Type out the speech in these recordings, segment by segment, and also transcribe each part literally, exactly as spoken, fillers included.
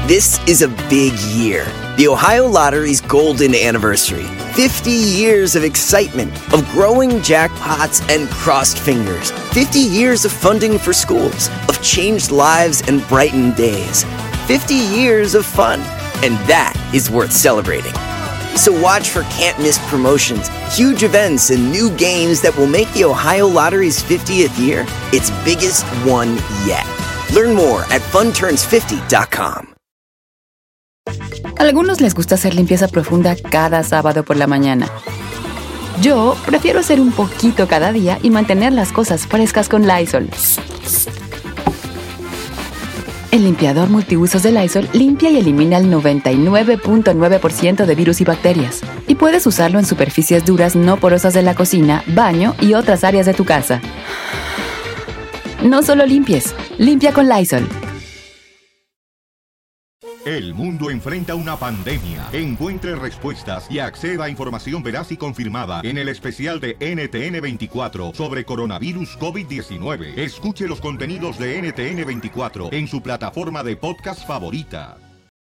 This is a big year. The Ohio Lottery's golden anniversary. fifty years of excitement, of growing jackpots and crossed fingers. fifty years of funding for schools, of changed lives and brightened days. fifty years of fun. And that is worth celebrating. So watch for can't-miss promotions, huge events, and new games that will make the Ohio Lottery's fiftieth year its biggest one yet. Learn more at fun turns fifty dot com. A algunos les gusta hacer limpieza profunda cada sábado por la mañana. Yo prefiero hacer un poquito cada día y mantener las cosas frescas con Lysol. El limpiador multiusos de Lysol limpia y elimina el noventa y nueve punto nueve por ciento de virus y bacterias. Y puedes usarlo en superficies duras no porosas de la cocina, baño y otras áreas de tu casa. No solo limpies, limpia con Lysol. El mundo enfrenta una pandemia. Encuentre respuestas y acceda a información veraz y confirmada en el especial de N T N veinticuatro sobre coronavirus COVID diecinueve. Escuche los contenidos de N T N veinticuatro en su plataforma de podcast favorita.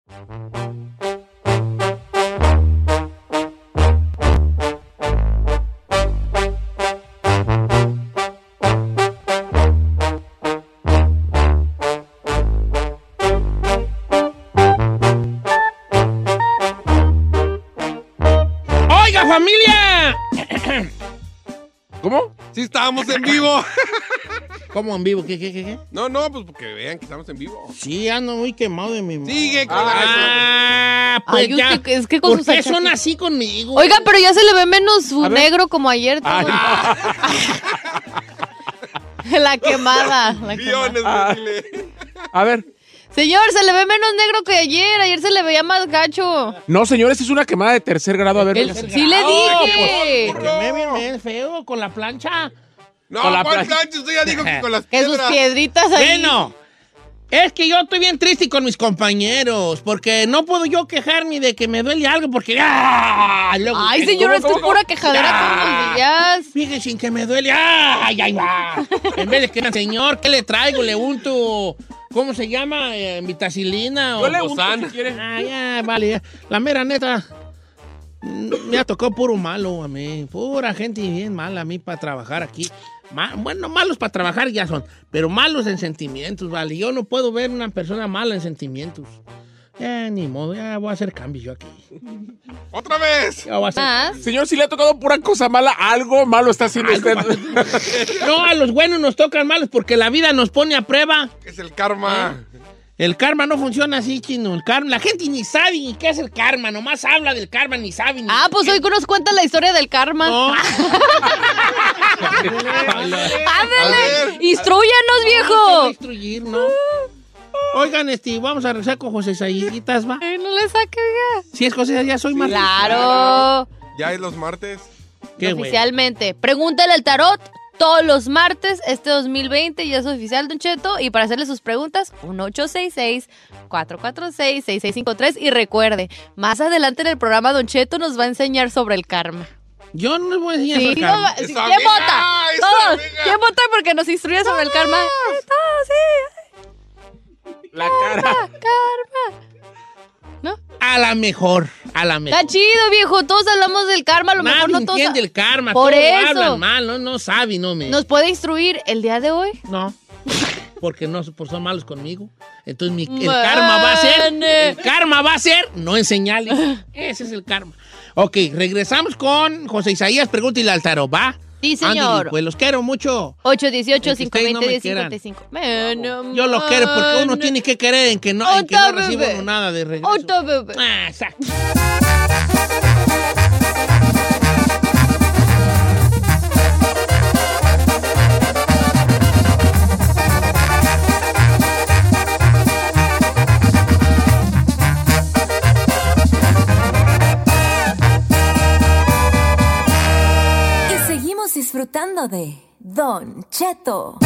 ¡Familia! ¿Cómo? Sí, estábamos en vivo. ¿Cómo en vivo? ¿Qué, qué, qué, qué? No, no, pues porque vean que estamos en vivo. Sí, ando muy quemado de mi... Sigue con ah, la... pues Ay, ya. usted, es que con ¿Por sus qué achaques? son así conmigo? Oiga, pero ya se le ve menos su negro como ayer. Todo. La quemada. La Millones, quemada. A ver. Señor, se le ve menos negro que ayer. Ayer se le veía más gacho. No, señor, esa es una quemada de tercer grado. A ver. El, sí le dije. Porque me bien, bien feo con la plancha. No, con la ¿cuál plancha? plancha? Usted ya dijo que con las Que sus piedras. piedritas ahí. Bueno, es que yo estoy bien triste con mis compañeros, porque no puedo yo quejarme de que me duele algo, porque... ¡ah! Luego, Ay, señor, esto es pura quejadera todos los días. Fíjese sin que me duele. ¡Ay, ay, va! En vez de que, señor, ¿qué le traigo? Le unto... ¿Cómo se llama? Eh, ¿Vitacilina? Yo o le unto, Bozana? si quiere. Ah, ya, vale. Ya. La mera neta, mm, me ha tocado puro malo a mí. Pura gente bien mala a mí para trabajar aquí. Ma- bueno, malos para trabajar ya son, pero malos en sentimientos, vale. Yo no puedo ver una persona mala en sentimientos. Eh, ni modo, ya voy a hacer cambios yo aquí. ¡Otra vez! Ya voy a hacer ¿Más? cambios. Señor, si le ha tocado pura cosa mala, algo malo está haciendo Algo usted. No, a los buenos nos tocan malos porque la vida nos pone a prueba. Es el karma. El karma no funciona así, chino. El karma, la gente ni sabe ni qué es el karma, nomás habla del karma, ni sabe ni... Ah, pues hoy nos cuenta la historia del karma. No. ¡Ándale! ¡Instrúyanos, No, viejo! instruir, ¿no? Oigan, este, vamos a rezar con José Sayitas, ¿va? Ay, no le saque, oiga. Si es José, ya soy más. Claro. Ya es los martes. Qué güey. Oficialmente. Pregúntale al tarot todos los martes este dos mil veinte. Ya es oficial, Don Cheto. Y para hacerle sus preguntas, uno ocho seis seis, cuatro cuatro seis, seis seis cinco tres. Y recuerde, más adelante en el programa Don Cheto nos va a enseñar sobre el karma. Yo no les voy a enseñar Sí, sobre el no, karma. va- sí, Esa ¿quién amiga, vota? esa Todos. amiga. ¿Quién vota porque nos instruye sobre el karma? Eh, Todos, sí. La cara. Karma. ¿No? A la mejor, a la mejor. Está chido, viejo. Todos hablamos del karma. A lo mejor Nadie no todos. entiende el karma. Por todos eso. hablan mal, no, no saben, no me... ¿Nos puede instruir el día de hoy? No, porque no por son malos conmigo. Entonces mi, el karma va a ser, Mane. el karma va a ser no enseñarles. Ese es el karma. Ok, regresamos con José Isaías, pregúntale al tarot, ¿va? Sí, señor. Ándale, pues los quiero mucho. ocho dieciocho, En que cinco ustedes no veinte, me diez quieran. cincuenta y cinco. Mano, Yo lo quiero porque uno mano. tiene que querer en que no, en que no Ota, reciba bebé. uno nada de regreso. Ota, bebé. Ah, exacto. Y seguimos disfrutando de Don Cheto.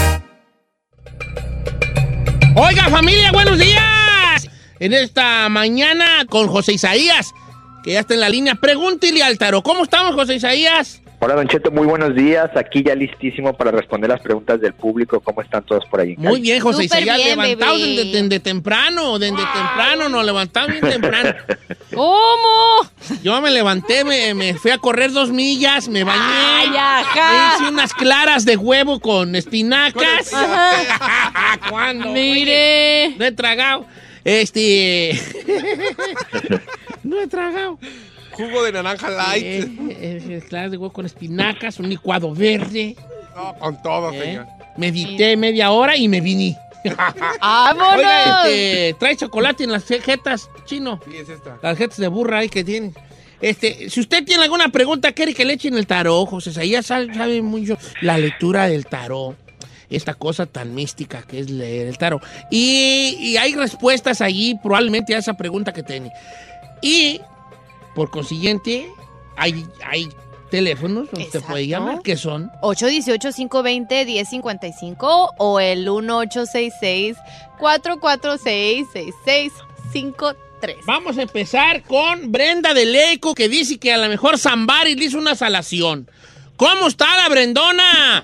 Oiga, familia, buenos días. En esta mañana con José Isaías, que ya está en la línea. Pregúntele al tarot. ¿Cómo estamos, José Isaías? Hola, Don Cheto, muy buenos días. Aquí ya listísimo para responder las preguntas del público. ¿Cómo están todos por ahí? Muy bien, José Súper Isaías, bien, levantados baby. desde, desde temprano, desde temprano, nos levantamos bien temprano. ¿Cómo? Yo me levanté, me, me fui a correr dos millas, me bañé, Ay, me ajá. hice unas claras de huevo con espinacas. Ajá. ¿Cuándo? Mire. Oye, no he tragado. Este... no he tragado. Jugo de naranja light. Eh, eh, claras de huevo con espinacas, un licuado verde. No, con todo, Eh, señor. Medité media hora y me viní. ¡Vámonos! Oiga, este, trae chocolate en las jetas, chino. Sí, es esta. Las jetas de burra ahí que tienen. Este, si usted tiene alguna pregunta, quiere que le echen el tarot, José Isaías sabe, sabe mucho la lectura del tarot. Esta cosa tan mística que es leer el tarot. Y, y hay respuestas allí probablemente a esa pregunta que tiene. Y, por consiguiente, hay, hay teléfonos donde usted puede Exacto. llamar, que son... ocho uno ocho, cinco dos cero, uno cero cinco cinco o el uno ocho seis seis, cuatro cuatro seis, seis seis cinco tres. Vamos a empezar con Brenda de Leico, que dice que a lo mejor Zambari le hizo una salación. ¿Cómo está la Brendona?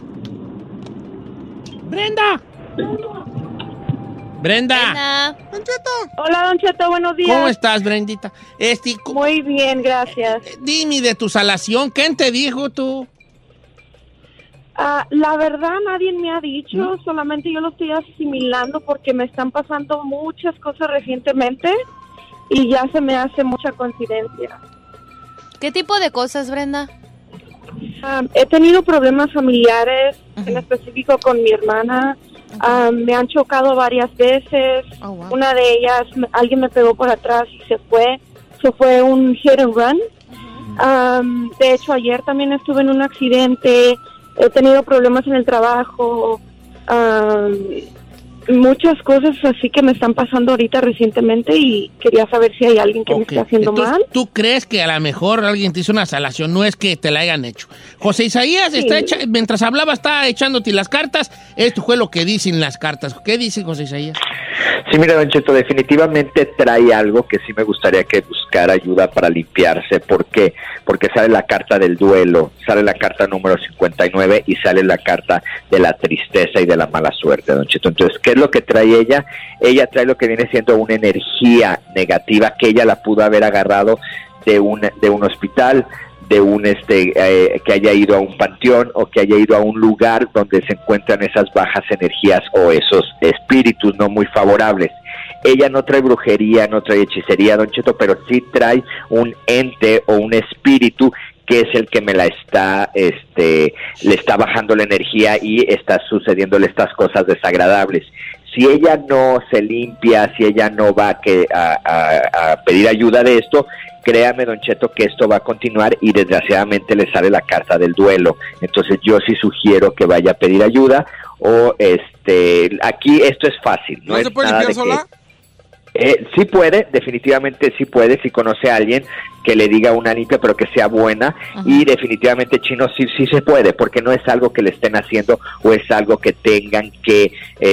Brenda. Brenda. Brenda. Hola, Don Cheto, buenos días. ¿Cómo estás, Brendita? Este, ¿cómo- Muy bien, gracias. dime de tu salación. ¿Quién te dijo tú? Ah, la verdad, nadie me ha dicho, solamente yo lo estoy asimilando porque me están pasando muchas cosas recientemente y ya se me hace mucha coincidencia. ¿Qué tipo de cosas, Brenda? Ah, he tenido problemas familiares, en específico con mi hermana. Ah, me han chocado varias veces. Oh, wow. Una de ellas, me- alguien me pegó por atrás y se fue. Se fue un hit and run. Um, de hecho, ayer también estuve en un accidente. He tenido problemas en el trabajo. Um, muchas cosas así que me están pasando ahorita recientemente y quería saber si hay alguien que me Ok. esté haciendo Entonces, mal. ¿tú crees que a lo mejor alguien te hizo una salación? No es que te la hayan hecho. José Isaías, Sí. está echa- mientras hablaba, está echándote las cartas. Esto fue lo que dicen las cartas. ¿Qué dice José Isaías? Sí, mira, Don Cheto, definitivamente trae algo que sí me gustaría que buscara ayuda para limpiarse. ¿Por qué? Porque sale la carta del duelo, sale la carta número cincuenta y nueve y sale la carta de la tristeza y de la mala suerte, Don Cheto. Entonces, ¿qué es lo que trae ella? Ella trae lo que viene siendo una energía negativa que ella la pudo haber agarrado de un, de un hospital, de un este eh, que haya ido a un panteón o que haya ido a un lugar donde se encuentran esas bajas energías o esos espíritus no muy favorables. Ella no trae brujería, no trae hechicería, Don Cheto, pero sí trae un ente o un espíritu que es el que me la está, este, le está bajando la energía y está sucediéndole estas cosas desagradables. Si ella no se limpia, si ella no va a, que, a, a, a pedir ayuda de esto, créame, Don Cheto, que esto va a continuar y desgraciadamente le sale la carta del duelo. Entonces yo sí sugiero que vaya a pedir ayuda o este, aquí esto es fácil. No, ¿No es se puede nada limpiar de que- sola? Eh, sí puede, definitivamente sí puede, si conoce a alguien que le diga una limpia, pero que sea buena. Ajá. Y definitivamente, Chino, sí, sí se puede, porque no es algo que le estén haciendo o es algo que tengan que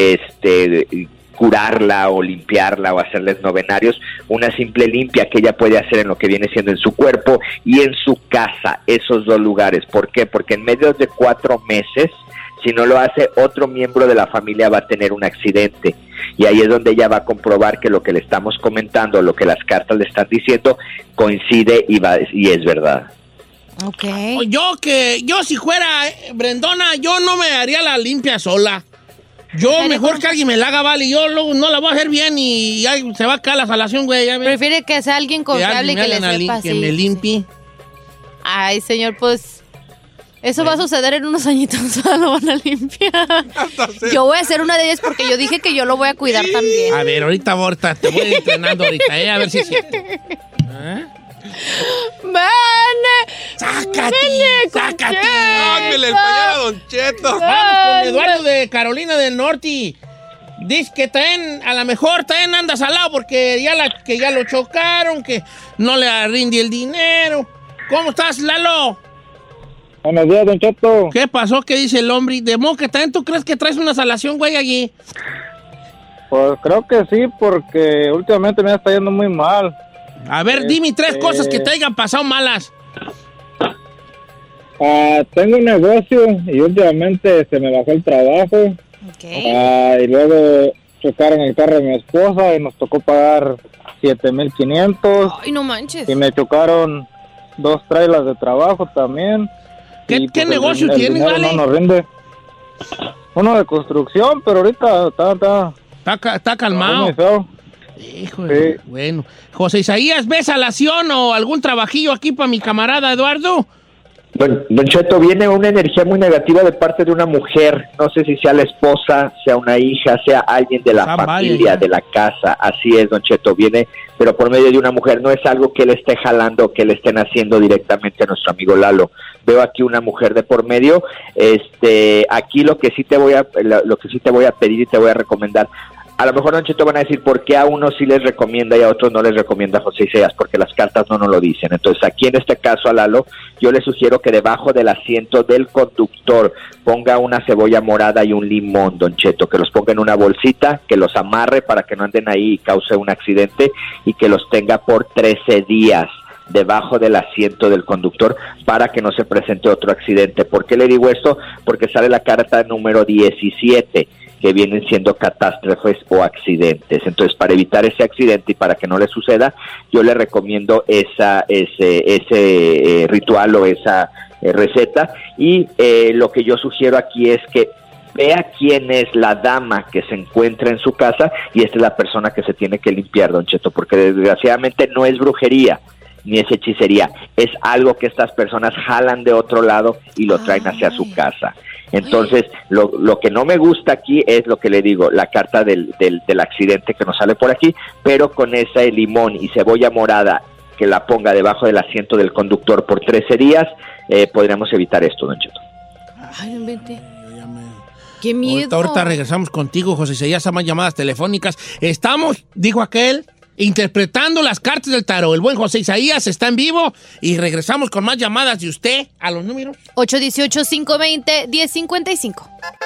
este curarla o limpiarla o hacerles novenarios. Una simple limpia que ella puede hacer en lo que viene siendo en su cuerpo y en su casa, esos dos lugares. ¿Por qué? Porque en medio de cuatro meses, si no lo hace, otro miembro de la familia va a tener un accidente. Y ahí es donde ella va a comprobar que lo que le estamos comentando, lo que las cartas le están diciendo, coincide y, va, y es verdad. Ok. Yo que, yo si fuera eh, Brendona, yo no me haría la limpia sola. Yo ¿Serio? mejor que alguien me la haga, vale. Yo luego no la voy a hacer bien y ay, se va a caer la salación, güey. Ya ves. Prefiere que sea alguien confiable y que le alguien me haga sepa. una lim- que sí, me sí, limpie. sí. Ay, señor, pues... Eso va a suceder en unos añitos, lo van a limpiar. Yo voy a hacer una de ellas porque yo dije que yo lo voy a cuidar también. A ver, ahorita, ahorita, te voy entrenando ahorita, ¿eh? A ver si es cierto. ¿Eh? ¡Vane! ¡Sácate! ¡Sácate! ¡Ándele el pañal a Don Cheto! Vamos con Eduardo de Carolina del Norte. Dice que también, a lo mejor también anda salado porque ya, la, que ya lo chocaron, que no le rinde el dinero. ¿Cómo estás, Lalo? Buenos días, Don Cheto. ¿Qué pasó? ¿Qué dice el hombre? ¿De modo que también tú crees que traes una salación, güey, allí? Pues creo que sí, porque últimamente me está yendo muy mal. A ver, dime tres Este- cosas que te hayan pasado malas. Ah, tengo un negocio y últimamente se me bajó el trabajo. Okay. Ah, y luego chocaron el carro de mi esposa y nos tocó pagar siete mil quinientos. Ay, no manches. Y me chocaron dos trailers de trabajo también. ¿Qué, y, ¿qué pues, negocio el, el tienes, dinero vale? No nos rinde. Uno de construcción, pero ahorita está... Está, está, ca- está calmado. Está muy feo. Híjole, sí. Bueno. José Isaías, ¿ves salación o algún trabajillo aquí para mi camarada Eduardo? Don, don Cheto, viene una energía muy negativa de parte de una mujer, no sé si sea la esposa, sea una hija, sea alguien de la Ah, familia, vaya. de la casa, así es, don Cheto, viene, pero por medio de una mujer, no es algo que le esté jalando, que le estén haciendo directamente a nuestro amigo Lalo. Veo aquí una mujer de por medio. Este, aquí lo que sí te voy a, lo que sí te voy a pedir y te voy a recomendar. A lo mejor, don Cheto, van a decir por qué a unos sí les recomienda y a otros no les recomienda José Isaías, porque las cartas no nos lo dicen. Entonces, aquí en este caso a Lalo, yo le sugiero que debajo del asiento del conductor ponga una cebolla morada y un limón, don Cheto, que los ponga en una bolsita, que los amarre para que no anden ahí y cause un accidente y que los tenga por trece días debajo del asiento del conductor para que no se presente otro accidente. ¿Por qué le digo esto? Porque sale la carta número diecisiete, que vienen siendo catástrofes o accidentes. Entonces, para evitar ese accidente y para que no le suceda, yo le recomiendo esa ese ese eh, ritual o esa eh, receta. Y eh, lo que yo sugiero aquí es que vea quién es la dama que se encuentra en su casa y esta es la persona que se tiene que limpiar, don Cheto, porque desgraciadamente no es brujería ni es hechicería, es algo que estas personas jalan de otro lado y lo traen hacia su casa. Entonces, lo, lo que no me gusta aquí es lo que le digo, la carta del, del, del accidente que nos sale por aquí, pero con ese limón y cebolla morada que la ponga debajo del asiento del conductor por trece días, eh, podríamos evitar esto, don Cheto. Ay, no vente. ¡Qué miedo! Ahorita, ahorita regresamos contigo, José Isaías, a más llamadas telefónicas. Estamos, dijo aquel, interpretando las cartas del tarot. El buen José Isaías está en vivo y regresamos con más llamadas de usted a los números. ocho uno ocho, cinco dos cero, uno cero cinco cinco.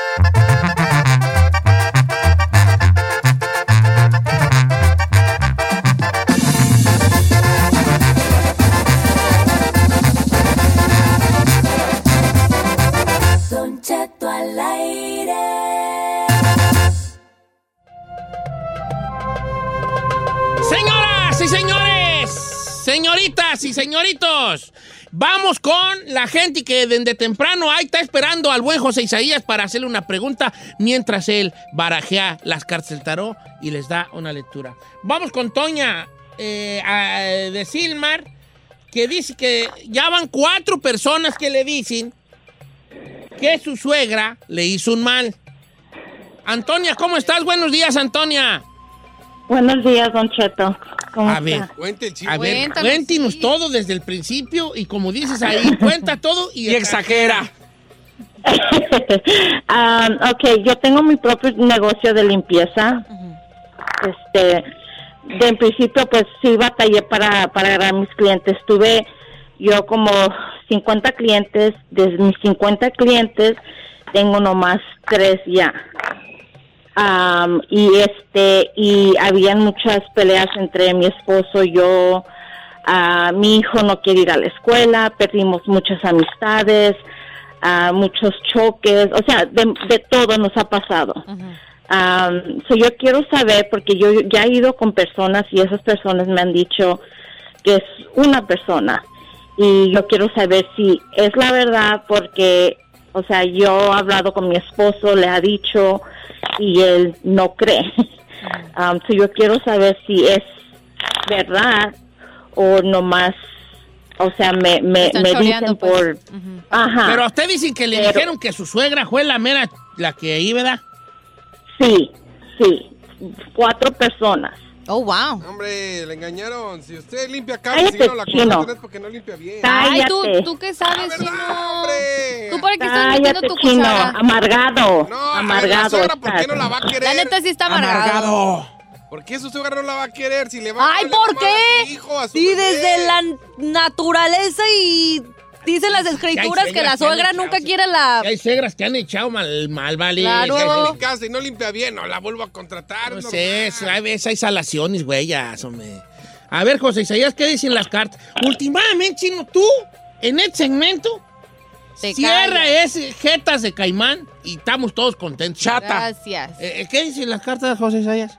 Don Cheto al aire. Señoras y señores, señoritas y señoritos, vamos con la gente que desde temprano ahí está esperando al buen José Isaías para hacerle una pregunta mientras él barajea las cartas del tarot y les da una lectura. Vamos con Toña eh, a- de Silmar, que dice que ya van cuatro personas que le dicen que su suegra le hizo un mal. Antonia, ¿cómo estás? Buenos días, Antonia. Buenos días, Don Cheto. ¿Cómo A está? ver, Cuente el chisme. a ver, Cuéntanos, cuéntenos sí. todo desde el principio y como dices ahí, cuenta todo y, Y exagera. Um, ok, yo tengo mi propio negocio de limpieza. Este, de en principio, pues sí batallé para, para agarrar mis clientes. Tuve yo como cincuenta clientes. De mis cincuenta clientes, tengo nomás tres ya. Um, y este, y habían muchas peleas entre mi esposo y yo. Ah, mi hijo no quiere ir a la escuela, perdimos muchas amistades, ah, muchos choques, o sea, de, de todo nos ha pasado. Um, so yo quiero saber, porque yo ya he ido con personas y esas personas me han dicho que es una persona, y yo quiero saber si es la verdad, porque, o sea, yo he hablado con mi esposo, le ha dicho, y él no cree. Um, so yo quiero saber si es verdad o nomás, o sea, me, me, Están me choreando, dicen pues. por... Ujú. Ajá. Pero a usted dicen que le Pero- dijeron que su suegra fue la mera, la que ahí, ¿verdad? Sí, sí, cuatro personas. Oh, wow. Hombre, le engañaron. Si usted limpia acá, Cállate, si no la chino. conoce, es porque no limpia bien. Ay, ¿tú, Cállate. ¿tú qué sabes, Ah, chino? ¿verdad, hombre? ¿Tú para qué estás metiendo Cállate, tu chino, cuchara? amargado, No, a ver, la amargado. suegra, ¿por qué estás. no la va a querer? La neta sí está amargado. ¿Por qué su suegra no la va a querer? Si le va a Ay, darle ¿por la mano a su qué? hijo, a su Sí, bebé. desde la naturaleza y dicen las escrituras que suegras la que han suegra echado, nunca sí. quiere la... Hay suegras que han echado mal, mal vale. Claro. Si No está en mi casa y no limpia bien, no la vuelvo a contratar. es sé, normal. a veces hay salaciones, güeyas, hombre. A ver, José Isaías, ¿qué dicen las cartas? Últimamente, chino, tú, en este segmento, Te Cierra callas. ese jetas de caimán y estamos todos contentos. Chata. Gracias. Eh, ¿Qué dicen las cartas, José Isaías?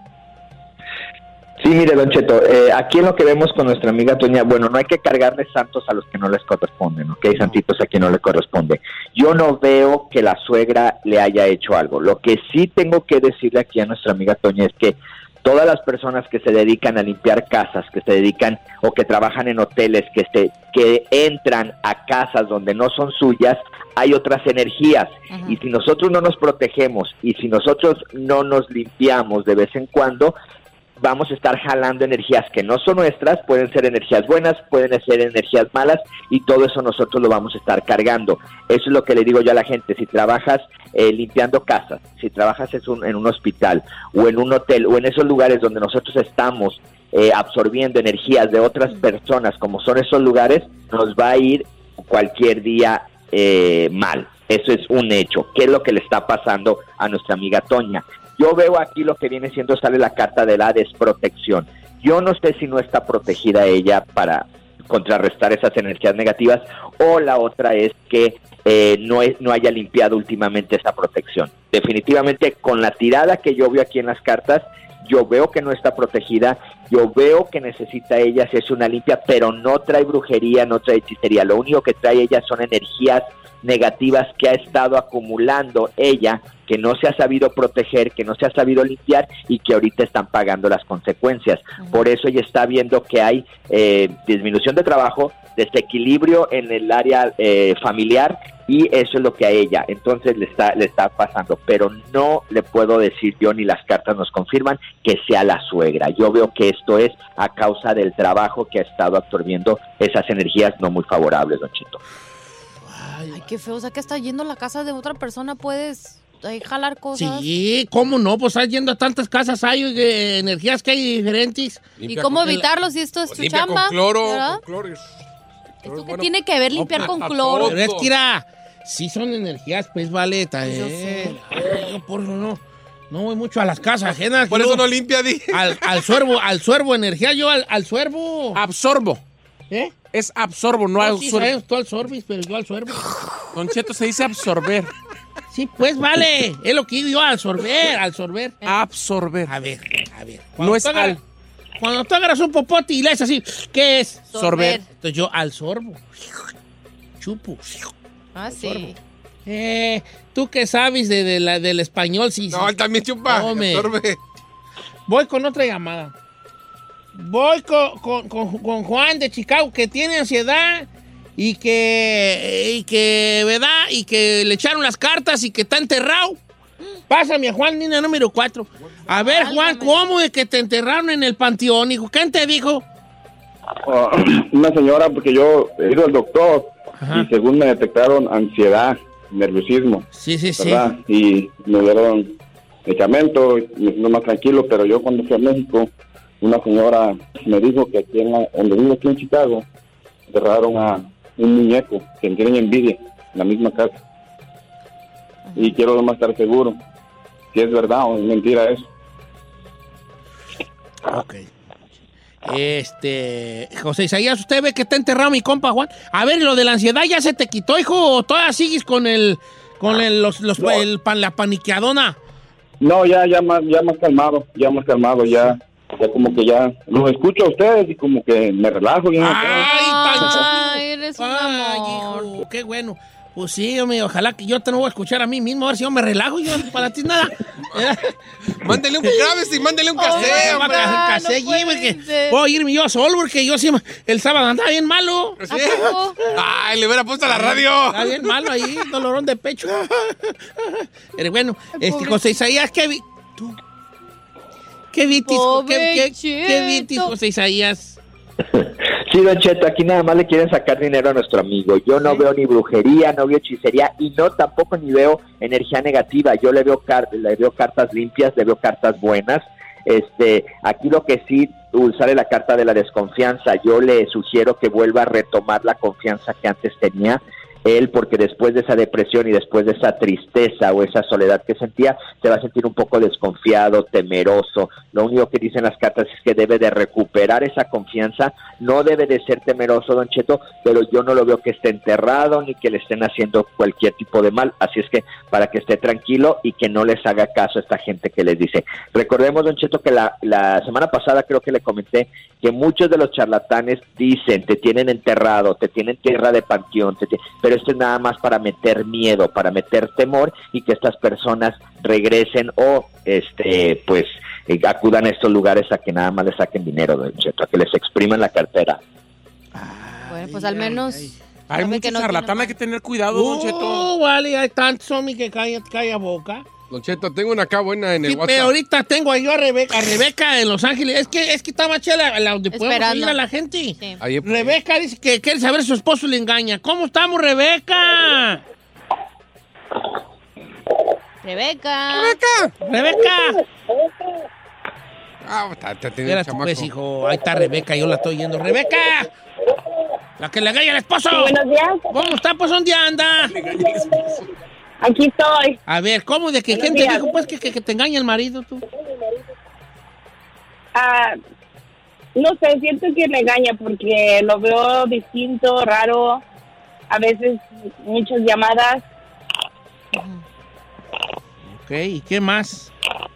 Sí, mire, Don Cheto, eh, aquí en lo que vemos con nuestra amiga Toña, bueno, no hay que cargarle santos a los que no les corresponden, ¿ok? Santitos a quien no le corresponde. Yo no veo que la suegra le haya hecho algo. Lo que sí tengo que decirle aquí a nuestra amiga Toña es que todas las personas que se dedican a limpiar casas, que se dedican o que trabajan en hoteles, que se que entran a casas donde no son suyas, hay otras energías. Uh-huh. Y si nosotros no nos protegemos y si nosotros no nos limpiamos de vez en cuando, vamos a estar jalando energías que no son nuestras, pueden ser energías buenas, pueden ser energías malas, y todo eso nosotros lo vamos a estar cargando. Eso es lo que le digo yo a la gente: si trabajas eh, limpiando casas, si trabajas en un, en un hospital o en un hotel o en esos lugares donde nosotros estamos eh, absorbiendo energías de otras personas, como son esos lugares, nos va a ir cualquier día eh, mal. Eso es un hecho. ¿Qué es lo que le está pasando a nuestra amiga Toña? Yo veo aquí lo que viene siendo, sale la carta de la desprotección. Yo no sé si no está protegida ella para contrarrestar esas energías negativas, o la otra es que eh, no, es, no haya limpiado últimamente esa protección. Definitivamente, con la tirada que yo veo aquí en las cartas, yo veo que no está protegida, yo veo que necesita ella hacerse una limpia, pero no trae brujería, no trae hechicería. Lo único que trae ella son energías negativas que ha estado acumulando ella, que no se ha sabido proteger, que no se ha sabido limpiar y que ahorita están pagando las consecuencias. Uh-huh. Por eso ella está viendo que hay eh, disminución de trabajo, desequilibrio en el área eh, familiar, y eso es lo que a ella entonces le está le está pasando. Pero no le puedo decir yo, ni las cartas nos confirman, que sea la suegra. Yo veo que esto es a causa del trabajo que ha estado absorbiendo esas energías no muy favorables, Don Chito. Ay, qué feo. O sea, que está yendo a la casa de otra persona, puedes ahí jalar cosas. Sí, ¿cómo no? Pues estás yendo a tantas casas, hay eh, energías que hay diferentes. Limpia ¿Y cómo evitarlo si esto es pues tu chamba? Con cloro, con cloro. ¿Esto qué bueno, tiene que ver limpiar no, con cloro? Pero es que irá, sí son energías, pues, valeta, eh. Yo, yo por eso no, no voy mucho a las casas ajenas. Por yo, eso no limpia, di. Al, al suervo, al suervo energía, yo al, al suervo. Absorbo. ¿Eh? Es absorbo, no, no absorbo. Sí, sabes, tú absorbes, pero yo absorbo. Don Cheto, se dice absorber. Sí, pues vale. Es lo que digo yo, absorber, absorber. Absorber. A ver, a ver. No es agarras, al... Cuando tú agarras un popote y le haces así, ¿qué es? Sorber. Entonces yo absorbo. Chupo. Ah, absorbo. sí. Eh, ¿tú qué sabes de, de la, del español? Sí, no, sí. él también chupa. No, absorbe. Voy con otra llamada. Voy con, con, con, con Juan de Chicago, que tiene ansiedad y que, y que, ¿verdad? Y que le echaron las cartas y que está enterrado. Pásame a Juan, niña número cuatro. A ver, Juan, ¿cómo es que te enterraron en el panteón, hijo? ¿Quién te dijo? Uh, una señora, porque yo he ido al doctor. Ajá. Y según me detectaron ansiedad, nerviosismo. Sí, sí, ¿verdad? sí. Y me dieron medicamento y me siento más tranquilo, pero yo cuando fui a México, una señora me dijo que aquí en la, donde vivo aquí en Chicago, enterraron a un muñeco que tienen envidia en la misma casa. Ajá. Y quiero nomás estar seguro si es verdad o es mentira eso. Ok. Este, José Isaías, ¿usted ve que está enterrado mi compa Juan? A ver, ¿lo de la ansiedad ya se te quitó, hijo? ¿O todavía sigues con el, con el, los, los, no. el pan, la paniqueadona? No, ya, ya más, ya más calmado, ya más calmado, ya, ya como que ya los escucho a ustedes y como que me relajo. Ya ¡Ay, tan Ay, eres un Ay, amor. Hijo, qué bueno. Pues sí, hombre, ojalá que yo te no voy a escuchar a mí mismo, a ver si yo me relajo, yo para ti nada. Mándele un grave y mándele un casé, oh, hombre. Un casé, no porque voy a irme yo solo, porque yo sí, el sábado andaba bien malo. ¿Sí? Ay, le hubiera puesto a la radio. Está bien malo ahí, dolorón de pecho. Pero bueno, este, José Isaías, ¿qué vi? ¿Tú? ¿Qué vitis? ¿Qué, qué, qué vitis, José Isaías? Sí, Don Cheto, aquí nada más le quieren sacar dinero a nuestro amigo. Yo no ¿Sí? veo ni brujería, no veo hechicería y no tampoco ni veo energía negativa. Yo le veo, car- le veo cartas limpias, le veo cartas buenas. Este, aquí lo que sí sale la carta de la desconfianza. Yo le sugiero que vuelva a retomar la confianza que antes tenía. él, porque después de esa depresión y después de esa tristeza o esa soledad que sentía, se va a sentir un poco desconfiado, temeroso. Lo único que dicen las cartas es que debe de recuperar esa confianza, no debe de ser temeroso, Don Cheto, pero yo no lo veo que esté enterrado ni que le estén haciendo cualquier tipo de mal, así es que para que esté tranquilo y que no les haga caso a esta gente que les dice. Recordemos, Don Cheto, que la, la semana pasada creo que le comenté que muchos de los charlatanes dicen, te tienen enterrado, te tienen tierra de panteón, te t- pero esto es nada más para meter miedo, para meter temor y que estas personas regresen o este pues eh, acudan a estos lugares a que nada más les saquen dinero, Don Cheto, a que les expriman la cartera. Bueno, pues al menos... Hay sabe muchos que no charlatanes, tiene hay que tener cuidado, Don Cheto. Oh, vale, hay tantos, homie, que calla, calla boca. Don Cheto, tengo una acá buena en el Sí, WhatsApp. pero ahorita tengo yo a Rebeca, a Rebeca en Los Ángeles. Es que, es que estaba chela, la donde podemos Esperando. ir a la gente. Sí. Ahí- Rebeca dice que quiere saber si su esposo le engaña. ¿Cómo estamos, Rebeca? Rebeca. Rebeca. Ah, está, está teniendo Espérate, chamaco. pues, hijo. Ahí está Rebeca, yo la estoy yendo. ¡Rebeca! La que le engaña al esposo. Buenos días. ¿Cómo está? Pues, ¿dónde anda? Aquí estoy. A ver, ¿cómo? ¿De qué Buenos gente días. dijo, pues, que, que, que te engaña el marido, tú? Ah, no sé, siento que me engaña porque lo veo distinto, raro. A veces muchas llamadas. Ok, ¿y qué más?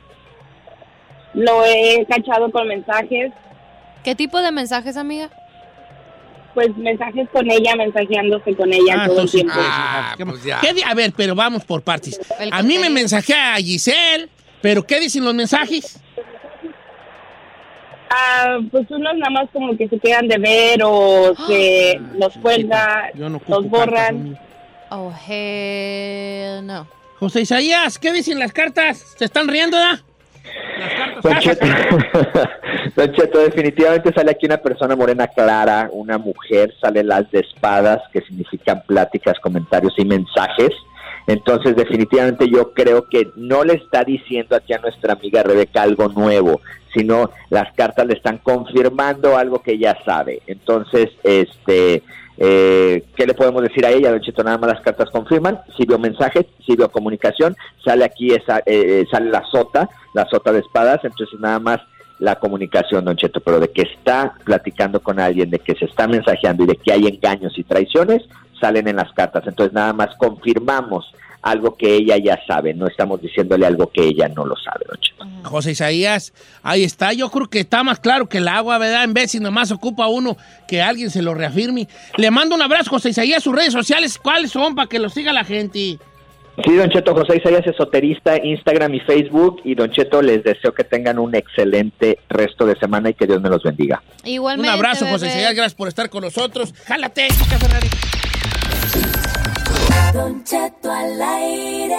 Lo he cachado con mensajes. ¿Qué tipo de mensajes, amiga? Pues mensajes con ella, mensajeándose con ella Ah, todo el entonces, tiempo. Ah, ¿qué- pues ya. qué di- a ver, pero vamos por partes. El A mí me contenido. mensajea a Giselle, pero ¿qué dicen los mensajes? Ah, pues unos nada más como que se quedan de ver o se los cuelga, Yo no ocupo los cartas, borran. homie. Oh, hell no. José Isaías, ¿qué dicen las cartas? ¿Se están riendo, da? Las cartas. Don Ah, Cheto, Don Cheto, definitivamente sale aquí una persona morena clara, una mujer, sale las de espadas, que significan pláticas, comentarios y mensajes. Entonces, definitivamente yo creo que no le está diciendo aquí a nuestra amiga Rebeca algo nuevo, sino las cartas le están confirmando algo que ella sabe. Entonces, este... Eh, ¿qué le podemos decir a ella, Don Cheto? Nada más las cartas confirman, si vio mensajes, si vio comunicación, sale aquí esa, eh, sale la sota, la sota de espadas, entonces nada más la comunicación, Don Cheto, pero de que está platicando con alguien, de que se está mensajeando y de que hay engaños y traiciones, salen en las cartas, entonces nada más confirmamos algo que ella ya sabe, no estamos diciéndole algo que ella no lo sabe, Don Cheto. José Isaías, ahí está. Yo creo que está más claro que el agua, ¿verdad? En vez si nomás ocupa uno que alguien se lo reafirme. Le mando un abrazo, José Isaías. Sus redes sociales, ¿cuáles son para que lo siga la gente? Sí, Don Cheto, José Isaías Esoterista, Instagram y Facebook. Y Don Cheto, les deseo que tengan un excelente resto de semana y que Dios me los bendiga. Igualmente, Un abrazo, bebé. José Isaías. Gracias por estar con nosotros. ¡Jálate, chica Ferrari! Don Cheto al aire.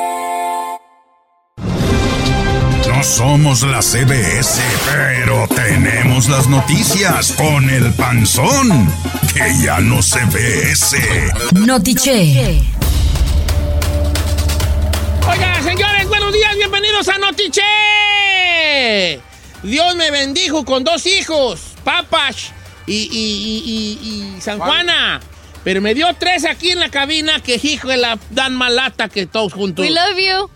No somos la C B S, pero tenemos las noticias con el panzón, que ya no se ve ese. Notiche. Oiga, señores, buenos días, bienvenidos a Notiche. Dios me bendijo con dos hijos, Papash y, y, y, y, y San Juana. Pero me dio tres aquí en la cabina que, hijo, de la dan malata que todos juntos. We love you.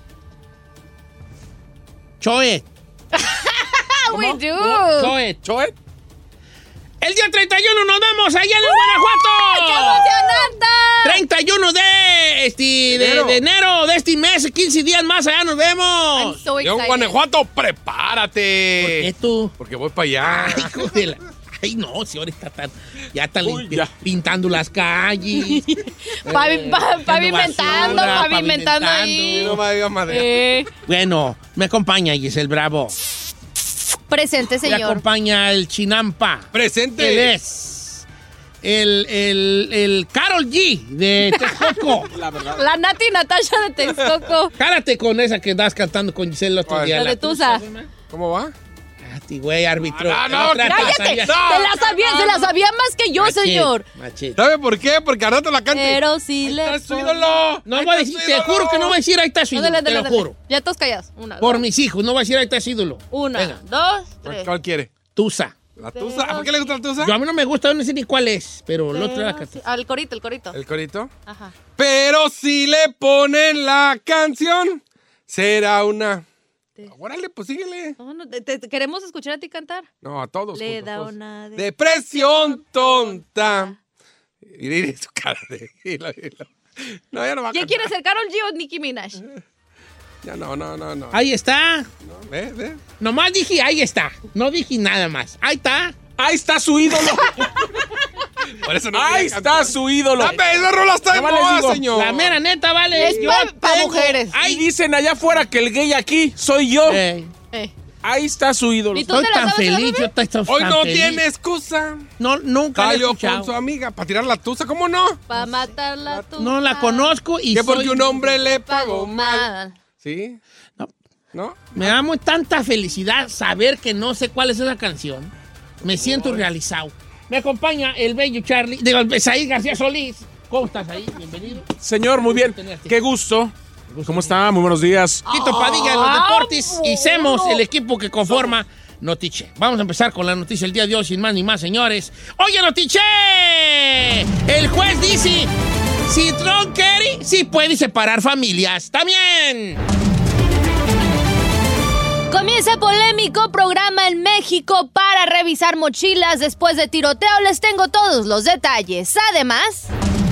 Choe. We do. Choe. ¿Choet? El día treinta y uno nos vemos allá en el ¡Qué Guanajuato. emocionante! treinta y uno de este de, Enero. de enero de este mes, quince días más allá nos I'm vemos. so León, excited. Guanajuato, prepárate. ¿Por qué tú? Porque voy para allá. Ay, hijo de la- Ay, no, si ahora está tan, ya están Uy, limpi- ya. pintando las calles. Pavi- eh, pa- echando pavimentando, basura, pavimentando ahí. No me digas madera. Eh, Bueno, me acompaña Giselle Bravo. presente, Me señor. acompaña el Chinampa. Presente. Él es el, el, el Karol G de Texcoco. La verdad. La Nati Natasha de Texcoco. Cárate con esa que das cantando con Giselle el otro ¿Cuál? día. La de Tusa. ¿Cómo va? A ti, güey, árbitro. Ah, no, La otra no, te la ¡Cállate! sabía. Se la sabía, se la sabía más que yo, Machete, señor. machete. ¿Sabe por qué? Porque al rato la cante. Pero sí Ahí le... está su ídolo. No Ahí voy a está decir, su te ídolo. juro que no voy a decir ahí está su No, ídolo, dale, te dale, lo dale. juro. Ya todos callados. Una, Por dos. mis hijos, no voy a decir ahí está su ídolo. Una, Venga, dos, tres. ¿Cuál quiere? Tusa. ¿La tusa? ¿Por qué le gusta la tusa? Yo a mí no me gusta, no sé ni cuál es, pero el otro era la sí. Ah, el corito, el corito. ¿El corito? Ajá. Pero si le ponen la canción, será una... Te... Órale, pues síguele. No, no, te, te, queremos escuchar a ti cantar. No, a todos. Le juntos, da todos. una... De... Depresión tonta. Y de su cara de... No, ya no va a ¿Quién cantar. quiere ser, Karol G o Nicki Minaj? Ya no, no, no, no. Ahí está. No, ¿Ve? ¿Ve? Nomás dije, ahí está. No dije nada más. Ahí está. Ahí está su ídolo. Por eso no Ahí está su ídolo. ¡Ah, pero esa rola está de Nada más les moda, digo, señor! La mera neta, vale. Es Yo para tengo- mujeres. Ahí dicen allá afuera que el gay aquí soy yo. Eh, Eh. Ahí está su ídolo. ¿Y tú estoy te la tan sabes, feliz, la yo estoy tan Hoy no feliz. tiene excusa. No, nunca la he Salió escuchado. con su amiga para tirar la tusa, ¿cómo no? Para matar la tusa. No la conozco y Que porque soy- un hombre le Pago pagó mal. mal. ¿Sí? No. ¿No? Me da muy tanta felicidad saber que no sé cuál es esa canción. Me siento realizado. Me acompaña el bello Charlie, digo, el Said García Solís. ¿Cómo estás ahí? Bienvenido. Señor, muy bien. Qué gusto. ¿Cómo está? Muy buenos días. Tito Padilla de los deportes y Semos, el equipo que conforma Notiche. Vamos a empezar con la noticia el día de hoy, sin más ni más, señores. ¡Oye, Notiche! El juez dice, si Trump quiere, sí puede separar familias. ¡También! Comienza polémico programa en México para revisar mochilas después de tiroteo. Les tengo todos los detalles. Además...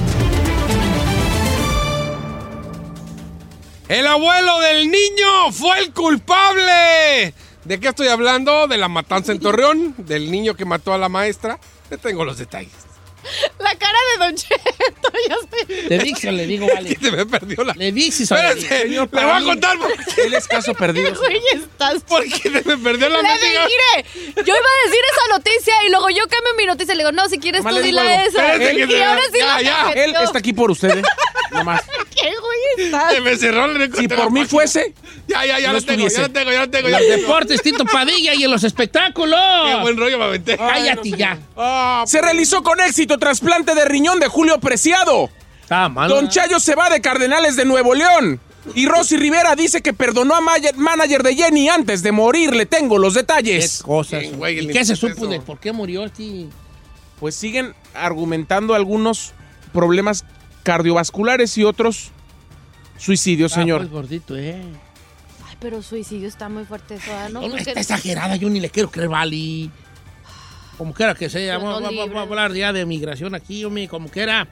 El abuelo del niño fue el culpable. ¿De qué estoy hablando? De la matanza en Torreón, del niño que mató a la maestra. Le tengo los detalles. La cara de Don Cheto, ya sé. Le dije, le digo, vale. Se me perdió la... Le dije, Espérate, le voy a contar por qué. Él es caso perdido. ¿Qué güey estás? Porque se me perdió la Le noticia. dije, yo iba a decir esa noticia y luego yo cambio mi noticia. Le digo, no, si quieres Nomás tú le digo dile algo. esa. Espérate que Y se- ahora sí ya, la ya. cajetó. Él está aquí por ustedes. Nomás. ¿Qué güey estás? Se me cerró la Si por mí fuese, Ya, ya, ya no lo tengo, ya estuviese. lo tengo, ya lo tengo. En Ya los lo tengo. deportes, Tito Padilla y en los espectáculos. Qué buen rollo me aventé. Cállate ya. Ah, se realizó con éxito trasplante de riñón de Julio Preciado. Está malo. Don Chayo se va de Cardenales de Nuevo León. Y Rosy Rivera dice que perdonó a Maya- manager de Jenny antes de morir. Le tengo los Qué detalles. cosas. Sí, güey, ¿Y el qué se proceso. supo de por qué murió este? Pues siguen argumentando algunos problemas cardiovasculares y otros suicidios, Ah, señor. pues, gordito, eh. Ay, pero suicidio está muy fuerte eso, ¿ah? ¿no? No, Creo está que- exagerada, yo ni le quiero creer, Vali. Como quiera que sea, Dios vamos, nos vamos- libre. vamos a hablar ya de migración aquí, hombre, como quiera.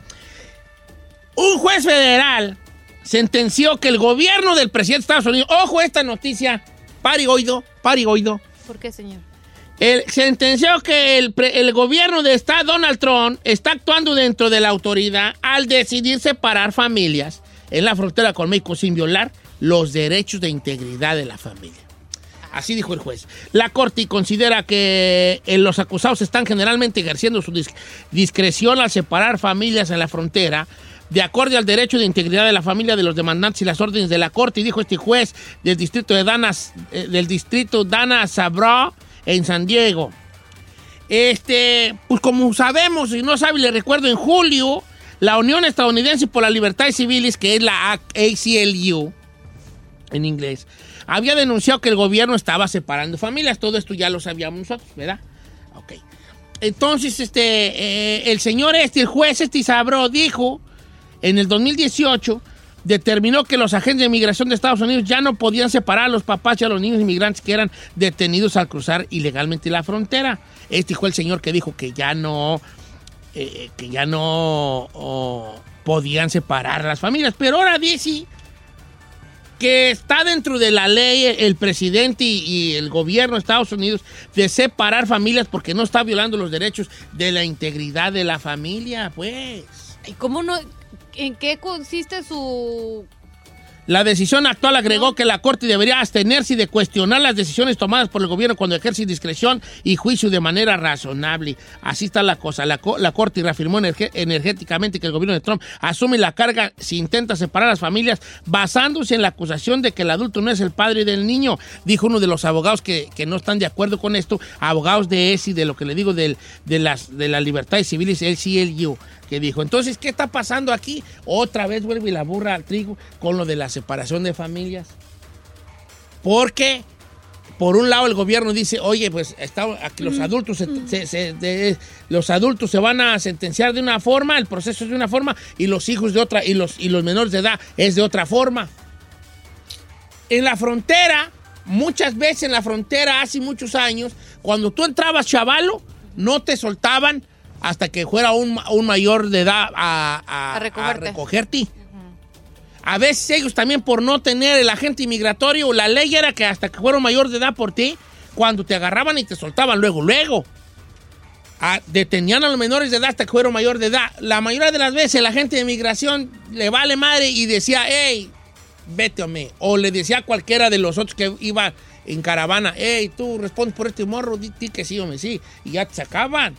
Un juez federal sentenció que el gobierno del presidente de Estados Unidos, ojo esta noticia, parigoido, parigoido, ¿Por qué, señor? el, sentenció que el, pre- el gobierno de está Donald Trump está actuando dentro de la autoridad al decidir separar familias en la frontera con México sin violar los derechos de integridad de la familia. Así dijo el juez. La Corte considera que eh, los acusados están generalmente ejerciendo su dis- discreción al separar familias en la frontera de acuerdo al derecho de integridad de la familia de los demandantes y las órdenes de la Corte, y dijo este juez del distrito de Danas, eh, del distrito Dana Sabra en San Diego. Este, pues como sabemos, y no sabe, le recuerdo, en julio, la Unión Estadounidense por las Libertades Civiles, que es la A C L U en inglés, había denunciado que el gobierno estaba separando familias. Todo esto ya lo sabíamos nosotros, ¿verdad? Ok. Entonces, este, eh, el señor este, el juez este Sabro, dijo, en el dos mil dieciocho, determinó que los agentes de migración de Estados Unidos ya no podían separar a los papás y a los niños inmigrantes que eran detenidos al cruzar ilegalmente la frontera. Este fue el señor que dijo que ya no, eh, que ya no oh, podían separar a las familias. Pero ahora dice que está dentro de la ley el presidente y, y el gobierno de Estados Unidos de separar familias porque no está violando los derechos de la integridad de la familia, pues. ¿Y cómo no? ¿En qué consiste su...? La decisión actual agregó que la Corte debería abstenerse de cuestionar las decisiones tomadas por el gobierno cuando ejerce discreción y juicio de manera razonable. Así está la cosa. La, co- la Corte reafirmó energe- energéticamente que el gobierno de Trump asume la carga si intenta separar a las familias basándose en la acusación de que el adulto no es el padre del niño. Dijo uno de los abogados que, que no están de acuerdo con esto, abogados de E S I, de lo que le digo del, de, las, de las libertades civiles, el A C L U, que dijo. Entonces, ¿qué está pasando aquí? Otra vez vuelve la burra al trigo con lo de la separación de familias. Porque por un lado el gobierno dice, oye, pues está, aquí los adultos se, se, se, de, los adultos se van a sentenciar de una forma, el proceso es de una forma, y los hijos de otra, y los, y los menores de edad es de otra forma. En la frontera, muchas veces en la frontera, hace muchos años, cuando tú entrabas chavalo, no te soltaban hasta que fuera un, un mayor de edad a, a, a, recogerte. a recogerte. Uh-huh. A veces ellos también por no tener el agente inmigratorio, la ley era que hasta que fueron mayor de edad por ti, cuando te agarraban y te soltaban luego, luego. A, detenían a los menores de edad hasta que fueron mayor de edad. La mayoría de las veces el agente de inmigración le vale madre y decía, hey, vete a mí. O le decía a cualquiera de los otros que iba en caravana, hey, tú respondes por este morro, di, di que sí o me sí. Y ya te sacaban.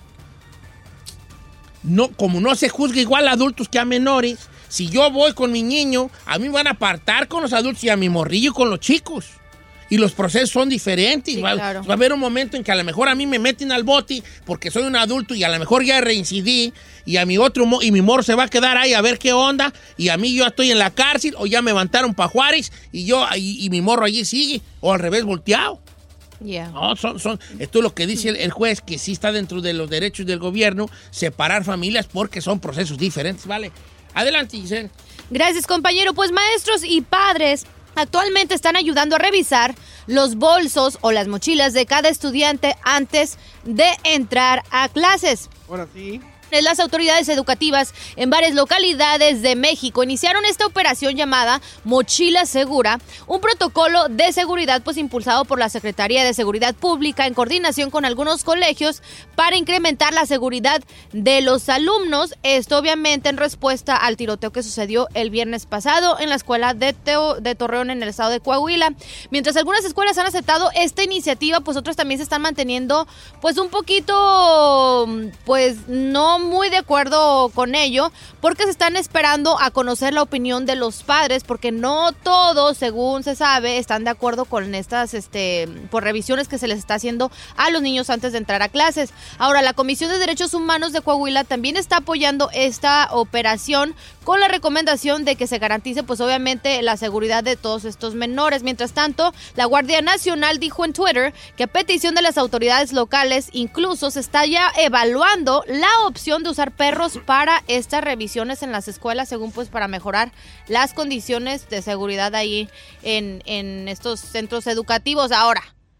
No, como no se juzga igual a adultos que a menores, si yo voy con mi niño, a mí me van a apartar con los adultos y a mi morrillo con los chicos. Y los procesos son diferentes. Sí, va, claro. va a haber un momento en que a lo mejor a mí me meten al bote porque soy un adulto y a lo mejor ya reincidí y a mi otro y mi morro se va a quedar ahí a ver qué onda y a mí yo estoy en la cárcel o ya me levantaron para Juárez y yo y, y mi morro allí sigue o al revés volteado. Yeah. No, son, son, esto es lo que dice el, el juez, que sí está dentro de los derechos del gobierno separar familias porque son procesos diferentes, ¿vale? Adelante, Giselle. Gracias, compañero. Pues maestros y padres actualmente están ayudando a revisar los bolsos o las mochilas de cada estudiante antes de entrar a clases. Ahora sí. Las autoridades educativas en varias localidades de México iniciaron esta operación llamada Mochila Segura, un protocolo de seguridad pues impulsado por la Secretaría de Seguridad Pública en coordinación con algunos colegios para incrementar la seguridad de los alumnos. Esto obviamente en respuesta al tiroteo que sucedió el viernes pasado en la escuela de, Teo, de Torreón en el estado de Coahuila. Mientras algunas escuelas han aceptado esta iniciativa, pues otras también se están manteniendo pues un poquito pues no muy de acuerdo con ello, porque se están esperando a conocer la opinión de los padres, porque no todos, según se sabe, están de acuerdo con estas este, por revisiones que se les está haciendo a los niños antes de entrar a clases. Ahora, la Comisión de Derechos Humanos de Coahuila también está apoyando esta operación con la recomendación de que se garantice, pues obviamente, la seguridad de todos estos menores. Mientras tanto, la Guardia Nacional dijo en Twitter que a petición de las autoridades locales, incluso se está ya evaluando la opción de usar perros para estas revisiones en las escuelas, según pues para mejorar las condiciones de seguridad ahí en, en estos centros educativos. Ahora,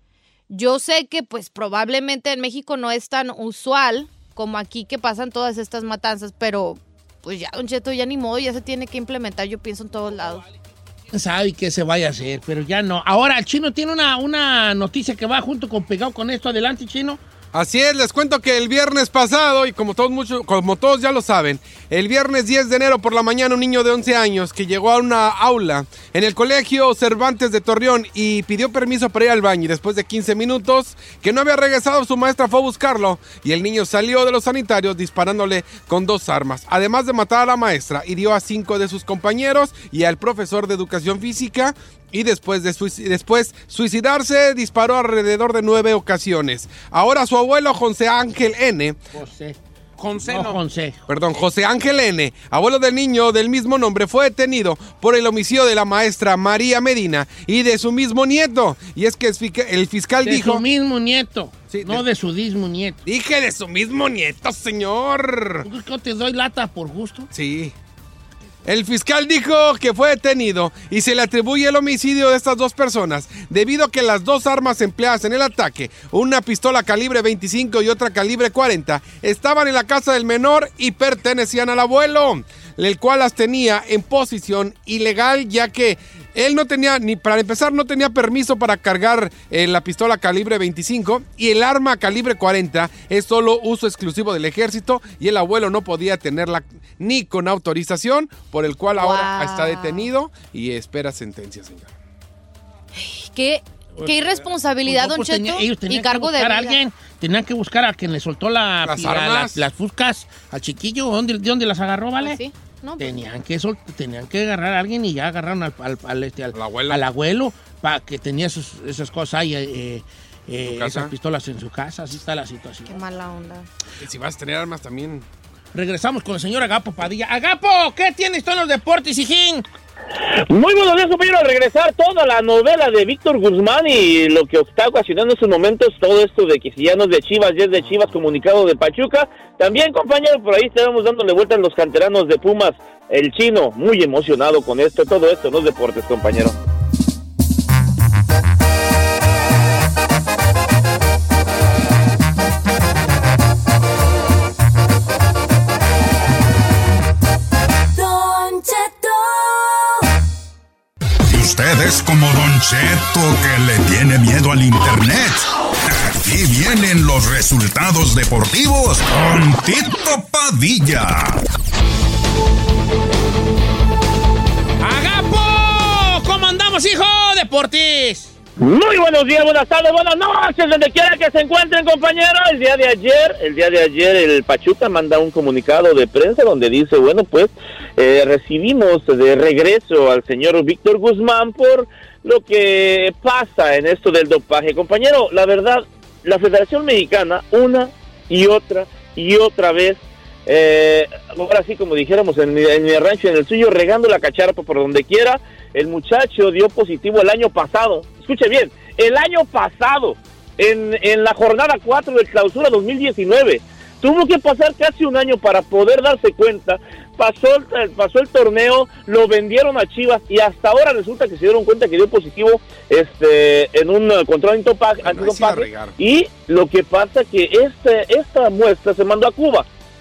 yo sé que pues probablemente en México no es tan usual como aquí que pasan todas estas matanzas, pero pues ya, Don Cheto, ya ni modo, ya se tiene que implementar, yo pienso, en todos lados. ¿Quién sabe qué se vaya a hacer? Pero ya no. Ahora, el Chino tiene una, una noticia que va junto con pegado con esto. Adelante, Chino. Así es, les cuento que el viernes pasado, y como todos, mucho, como todos ya lo saben, el viernes diez de enero por la mañana un niño de once años que llegó a una aula en el colegio Cervantes de Torreón y pidió permiso para ir al baño y después de quince minutos que no había regresado, su maestra fue a buscarlo y el niño salió de los sanitarios disparándole con dos armas. Además de matar a la maestra, hirió a cinco de sus compañeros y al profesor de educación física. Y después de suic- después suicidarse, disparó alrededor de nueve ocasiones. Ahora su abuelo José Ángel N. José. José, no, no. José. Perdón, José Ángel N., abuelo del niño del mismo nombre, fue detenido por el homicidio de la maestra María Medina y de su mismo nieto. Y es que el fiscal de dijo... De su mismo nieto, sí, no de... de su mismo nieto. Dije de su mismo nieto, señor. ¿Yo te doy lata por gusto? Sí. El fiscal dijo que fue detenido y se le atribuye el homicidio de estas dos personas debido a que las dos armas empleadas en el ataque, una pistola calibre veinticinco y otra calibre cuarenta, estaban en la casa del menor y pertenecían al abuelo, el cual las tenía en posición ilegal, ya que él no tenía, ni para empezar, no tenía permiso para cargar eh, la pistola calibre veinticinco y el arma calibre cuarenta es solo uso exclusivo del ejército y el abuelo no podía tenerla ni con autorización, por el cual ahora wow. está detenido y espera sentencia, señor. ¿Qué? Qué irresponsabilidad, pues no, pues Don Cheto, tenía, ellos tenían y cargo que buscar de a alguien, tenían que buscar a quien le soltó la, las, la, armas. La, las fuscas al chiquillo. ¿Dónde, ¿De dónde las agarró, vale? Pues sí. No, tenían, que sol, tenían que agarrar a alguien y ya agarraron al, al, al, este, al, al abuelo, al abuelo para que tenía esos, esas cosas ahí, eh, eh, esas pistolas en su casa. Así está la situación. Qué mala onda. Y si vas a tener armas también... regresamos con el señor Agapo Padilla. Agapo, ¿qué tienes tú en los deportes, hijín? Muy buenos días, compañero. Al regresar toda la novela de Víctor Guzmán y lo que está ocasionando en estos momentos, todo esto de que si ya no es de Chivas, ya es de Chivas, comunicado de Pachuca. También, compañero, por ahí estábamos dándole vuelta a los canteranos de Pumas. El Chino, muy emocionado con esto, todo esto en los deportes, compañero. Usted es como Don Cheto que le tiene miedo al internet. Aquí vienen los resultados deportivos con Tito Padilla. ¡Agapo! ¿Cómo andamos, hijo? Deportes. Muy buenos días, buenas tardes, buenas noches, donde quiera que se encuentren, compañeros. El día de ayer, el día de ayer, el Pachuca manda un comunicado de prensa donde dice, bueno, pues, eh, recibimos de regreso al señor Víctor Guzmán por lo que pasa en esto del dopaje. Compañero, la verdad, la Federación Mexicana, una y otra y otra vez, eh, ahora sí, como dijéramos en mi, en mi rancho, en el suyo, regando la cacharpa por donde quiera. El muchacho dio positivo el año pasado. Escuche bien, el año pasado, en, en la jornada cuatro del Clausura dos mil diecinueve, tuvo que pasar casi un año para poder darse cuenta. Pasó el, pasó el torneo, lo vendieron a Chivas y hasta ahora resulta que se dieron cuenta que dio positivo este en un uh, control antidopaje, antidopaje y lo que pasa que este, esta muestra se mandó a Cuba.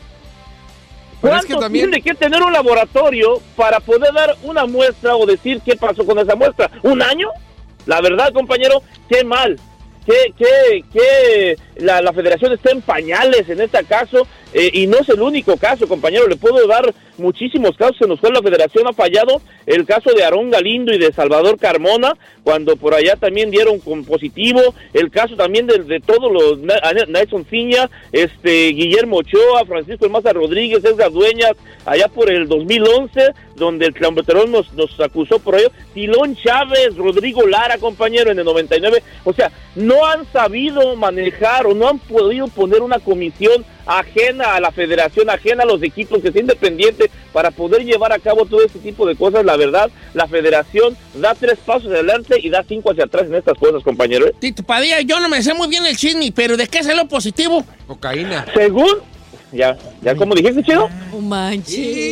¿Cuánto es que también tiene que tener un laboratorio para poder dar una muestra o decir qué pasó con esa muestra? ¿Un año? La verdad, compañero, qué mal. Que, que, que la, la federación está en pañales en este caso, eh, y no es el único caso, compañero. Le puedo dar muchísimos casos en los cuales la federación ha fallado. El caso de Aarón Galindo y de Salvador Carmona, cuando por allá también dieron con positivo. El caso también de, de todos los, Nelson Ciña, este, Guillermo Ochoa, Francisco Maza Rodríguez, Edgar Dueñas, allá por el dos mil once, donde el Clambeterón nos, nos acusó por ello. Tilón Chávez, Rodrigo Lara, compañero, en el noventa y nueve. O sea, no han sabido manejar o no han podido poner una comisión ajena a la federación, ajena a los equipos, que sea independiente para poder llevar a cabo todo este tipo de cosas. La verdad, la federación da tres pasos adelante y da cinco hacia atrás en estas cosas, compañero. Tito Padilla, yo no me sé muy bien el chisme, pero ¿de qué salió positivo? Cocaína. Según... Ya, ya como dijiste, Chido. Oh, manches.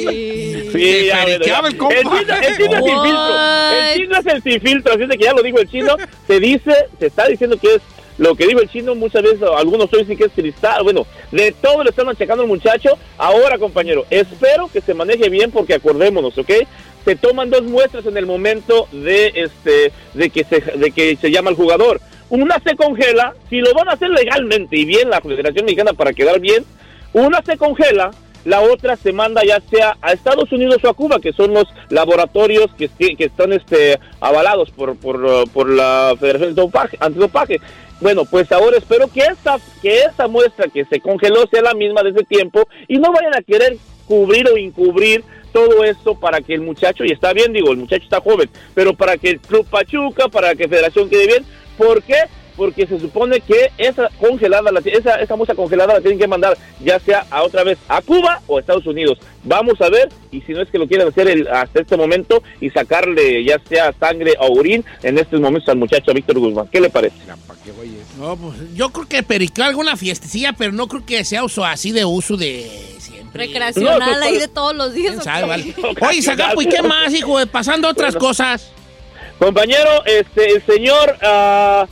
Sí, ya, ya, ya. El, el chino, el chino es sin filtro. El chino es el sin filtro, así de que ya lo dijo el chino. Se dice, se está diciendo que es lo que dijo el chino. Muchas veces algunos hoy sí que es cristal. Bueno, de todo le están achacando al muchacho. Ahora, compañero, espero que se maneje bien, porque acordémonos, ¿ok? Se toman dos muestras en el momento de este de que se de que se llama al jugador. Una se congela, si lo van a hacer legalmente y bien la Federación Mexicana para quedar bien. Una se congela, la otra se manda ya sea a Estados Unidos o a Cuba, que son los laboratorios que, que están este, avalados por, por, por la Federación de Dopaje, Antidopaje. Bueno, pues ahora espero que esta, que esta muestra que se congeló sea la misma de ese tiempo y no vayan a querer cubrir o encubrir todo esto para que el muchacho, y está bien, digo, el muchacho está joven, pero para que el Club Pachuca, para que Federación quede bien. ¿Por qué? Porque se supone que esa congelada, esa, esa muestra congelada la tienen que mandar ya sea a otra vez a Cuba o a Estados Unidos. Vamos a ver, y si no es que lo quieren hacer el, hasta este momento y sacarle ya sea sangre o orín en estos momentos al muchacho Víctor Guzmán. ¿Qué le parece? No, pues, yo creo que pericó alguna fiestecilla, pero no creo que sea uso así de uso de siempre. Recreacional, no, ahí de todos los días. Sabe, vale. Oye, Zagapo, ¿y qué más, hijo? Pasando a otras bueno, cosas. Compañero, este, el señor... Uh,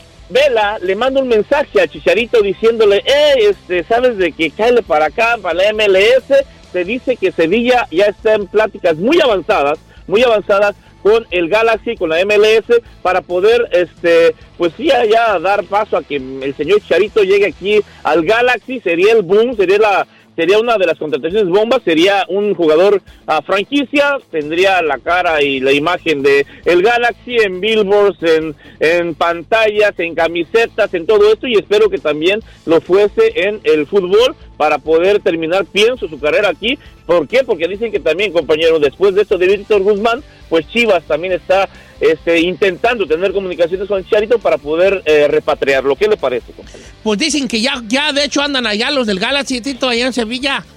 Vela le manda un mensaje a Chicharito diciéndole, hey, este, sabes de que cáele para acá, para la M L S. Se dice que Sevilla ya está en pláticas muy avanzadas, muy avanzadas con el Galaxy, con la M L S, para poder, este, pues sí, ya, ya dar paso a que el señor Chicharito llegue aquí al Galaxy. Sería el boom, sería la... Sería una de las contrataciones bombas, sería un jugador a uh, franquicia, tendría la cara y la imagen de el Galaxy en billboards, en, en pantallas, en camisetas, en todo esto, y espero que también lo fuese en el fútbol para poder terminar, pienso, su carrera aquí. ¿Por qué? Porque dicen que también, compañero, después de esto de Víctor Guzmán, pues Chivas también está este, intentando tener comunicaciones con Chicharito para poder eh, repatriarlo. ¿Qué le parece, compañero? Pues dicen que ya, ya de hecho andan allá los del Galaxy, Tito, allá en Sevilla.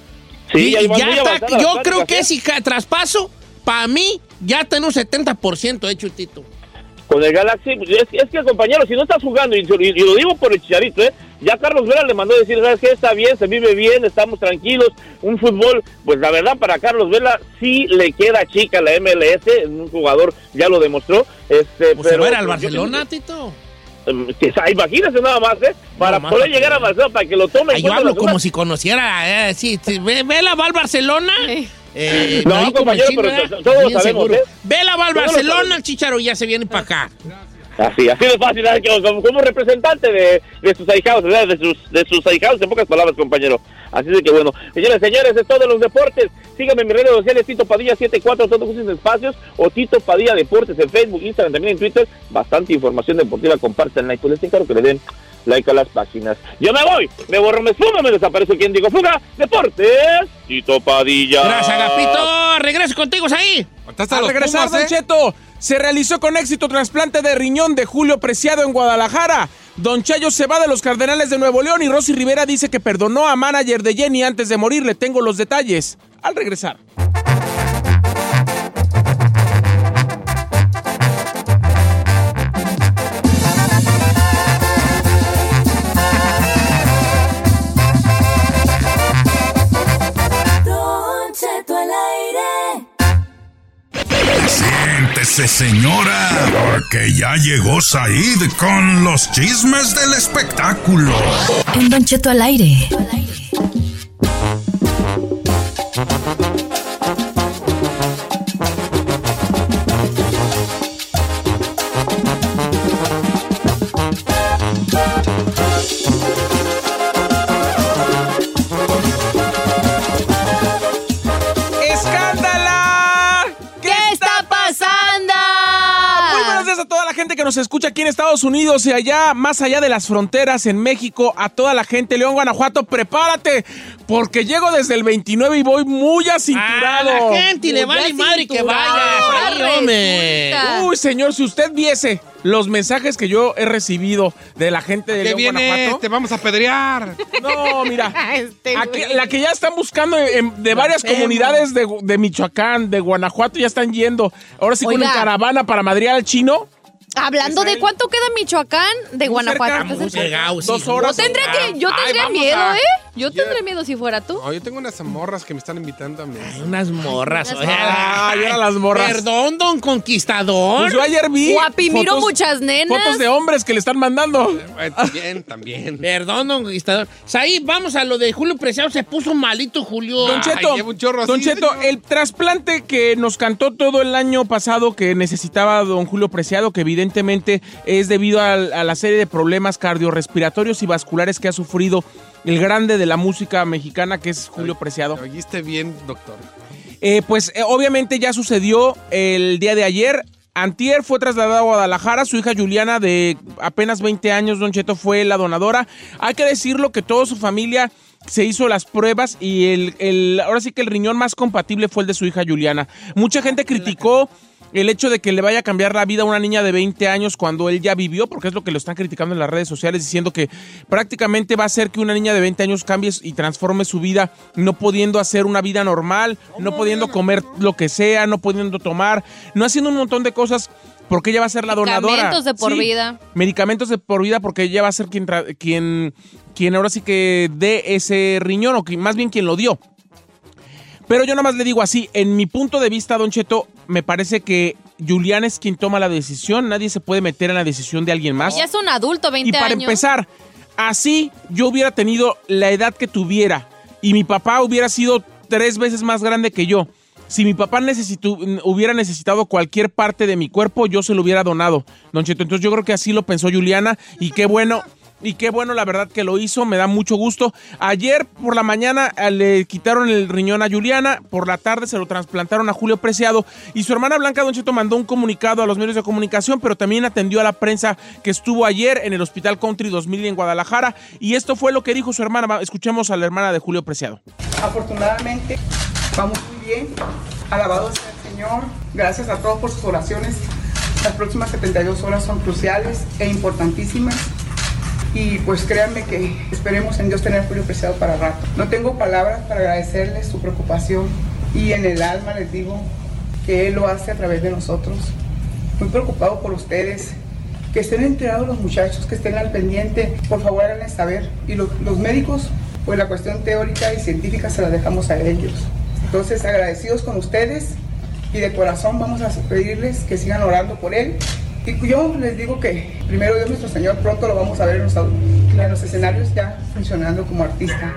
Sí, y, ahí y van ya muy está, avanzadas yo las creo que pláticas, si ca- traspaso, para mí, ya tengo un setenta por ciento hecho, Tito. Con el Galaxy, pues, es, es que, compañero, si no estás jugando, y, y, y lo digo por el Chicharito, ¿eh? Ya Carlos Vela le mandó a decir, ¿sabes qué? Está bien, se vive bien, estamos tranquilos. Un fútbol, pues la verdad, para Carlos Vela sí le queda chica la M L S, un jugador ya lo demostró. Este, Pues pero, se va al pues, Barcelona, yo, Tito. Que, imagínese nada más, ¿eh? Para No, más poder para llegar que- a Barcelona, para que lo tome. Ay, yo hablo como si conociera, eh, sí, sí, Ve- Vela va al Barcelona. Eh, No, me oí como el compañero, chino, pero ¿verdad? to- todos Bien sabemos, seguro. ¿eh? Vela va al Todos lo Barcelona, sabemos. el Chicharo ya se viene para acá. Así, así de fácil, ¿eh? como, como representante de, de sus ahijados, ¿verdad? De sus, de sus ahijados, en pocas palabras, compañero. Así de que bueno, señores, señores, es todo en los deportes. Síganme en mis redes sociales, Tito Padilla setenta y cuatro, todos sus espacios, o Tito Padilla Deportes en Facebook, Instagram, también en Twitter. Bastante información deportiva, compártanla y pues les encargo que le den like a las páginas. Yo me voy, me borro, me esfumo, me desaparezco. ¿Quién digo fuga? Deportes, Tito Padilla. Gracias, Agapito. Regreso contigo ahí. Al regresar, Pumas, Don ¿eh? Cheto, se realizó con éxito trasplante de riñón de Julio Preciado en Guadalajara. Don Chayo se va de los Cardenales de Nuevo León y Rosy Rivera dice que perdonó a manager de Jenny antes de morir. Le tengo los detalles al regresar. Don Cheto al aire. Siéntese, señora, porque ya llegó Said con los chismes del espectáculo. En Don Cheto al aire. ¡Escándala! ¿Qué está pasando? Muy buenos días a toda la gente que nos escucha aquí en Estados Unidos y allá, más allá de las fronteras, en México, a toda la gente, León, Guanajuato, prepárate, porque llego desde el veintinueve y voy muy acinturado. A la gente le vale madre que vaya. Ahí, hombre. Uy, señor, si usted viese los mensajes que yo he recibido de la gente de ¿Qué León, viene? Guanajuato. Te vamos a pedrear. No, mira, Este aquí- güey. la que ya están buscando en- de varias hacemos. comunidades de, de Michoacán, de Guanajuato, ya están yendo. Ahora sí con Oiga. una caravana para madrear al chino. Hablando de cuánto queda Michoacán de Muy Guanajuato. cerca, Entonces, muy cerca, sí. Dos horas. Yo tendría que, yo Ay, tendría vamos miedo, a- ¿eh? Yo Ya. tendría miedo si fuera tú. No, yo tengo unas morras que me están invitando a mí. Ay, unas morras. Unas oye. Ah, y eran las morras. Perdón, don Conquistador. Pues yo ayer vi Guapi, miro fotos- muchas nenas. fotos de hombres que le están mandando. Eh, también, también. Perdón, don Conquistador. Ahí vamos a lo de Julio Preciado. Se puso malito Julio. Don Cheto, lleva un chorro Don así, Cheto, señor. el trasplante que nos cantó todo el año pasado que necesitaba don Julio Preciado, que evidentemente es debido a, a la serie de problemas cardiorrespiratorios y vasculares que ha sufrido el grande de la música mexicana, que es Julio Preciado. Lo oíste bien, doctor. Eh, pues eh, obviamente ya sucedió el día de ayer. Antier fue trasladado a Guadalajara. Su hija Juliana, de apenas veinte años, Don Cheto, fue la donadora. Hay que decirlo que toda su familia se hizo las pruebas y el, el ahora sí que el riñón más compatible fue el de su hija Juliana. Mucha gente criticó el hecho de que le vaya a cambiar la vida a una niña de veinte años cuando él ya vivió, porque es lo que lo están criticando en las redes sociales, diciendo que prácticamente va a hacer que una niña de veinte años cambie y transforme su vida, no pudiendo hacer una vida normal, no pudiendo comer lo que sea, no pudiendo tomar, no haciendo un montón de cosas, porque ella va a ser la donadora. Medicamentos de por Sí, vida. Medicamentos de por vida, porque ella va a ser quien, tra- quien, quien ahora sí que dé ese riñón, o que, más bien quien lo dio. Pero yo nada más le digo así, en mi punto de vista, Don Cheto, me parece que Julián es quien toma la decisión, nadie se puede meter en la decisión de alguien más. Ya es un adulto, veinte Y para años. empezar, así yo hubiera tenido la edad que tuviera y mi papá hubiera sido tres veces más grande que yo. Si mi papá necesitó, hubiera necesitado cualquier parte de mi cuerpo, yo se lo hubiera donado, Don Cheto. Entonces yo creo que así lo pensó Juliana y qué bueno... Y qué bueno, la verdad, que lo hizo, me da mucho gusto. Ayer por la mañana eh, le quitaron el riñón a Juliana, por la tarde se lo trasplantaron a Julio Preciado y su hermana Blanca, Don Cheto, mandó un comunicado a los medios de comunicación, pero también atendió a la prensa que estuvo ayer en el Hospital Country dos mil en Guadalajara, y esto fue lo que dijo su hermana. Va, escuchemos a la hermana de Julio Preciado. Afortunadamente, vamos muy bien. Alabado sea el Señor. Gracias a todos por sus oraciones. Las próximas setenta y dos horas son cruciales e importantísimas. y pues créanme que esperemos en Dios tener Julio Preciado para rato. No tengo palabras para agradecerles su preocupación y en el alma les digo que Él lo hace a través de nosotros. Muy preocupado por ustedes, que estén enterados los muchachos, que estén al pendiente, por favor háganles saber. Y lo, los médicos, pues la cuestión teórica y científica se la dejamos a ellos. Entonces agradecidos con ustedes y de corazón vamos a pedirles que sigan orando por él. Y yo les digo que primero Dios nuestro Señor pronto lo vamos a ver en los, en los escenarios ya funcionando como artista.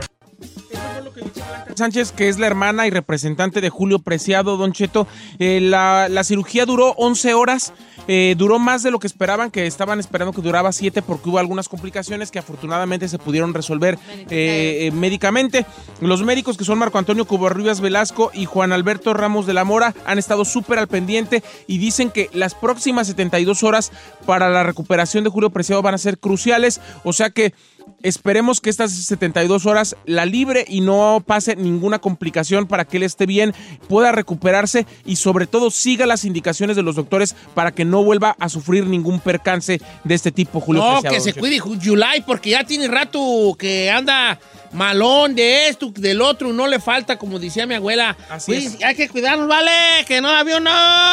Sánchez, que es la hermana y representante de Julio Preciado, Don Cheto. Eh, la, la cirugía duró once horas, eh, duró más de lo que esperaban, que estaban esperando que duraba siete porque hubo algunas complicaciones que afortunadamente se pudieron resolver eh, eh, médicamente. Los médicos, que son Marco Antonio Covarrubias Velasco y Juan Alberto Ramos de la Mora, han estado súper al pendiente y dicen que las próximas setenta y dos horas para la recuperación de Julio Preciado van a ser cruciales, o sea que esperemos que estas setenta y dos horas la libre y no pase ninguna complicación para que él esté bien, pueda recuperarse y sobre todo siga las indicaciones de los doctores para que no vuelva a sufrir ningún percance de este tipo, Julio No, Preciado. que se cuide July porque ya tiene rato que anda malón de esto, del otro, no le falta, como decía mi abuela. Así pues, es. Hay que cuidarnos, vale, que no avión, no.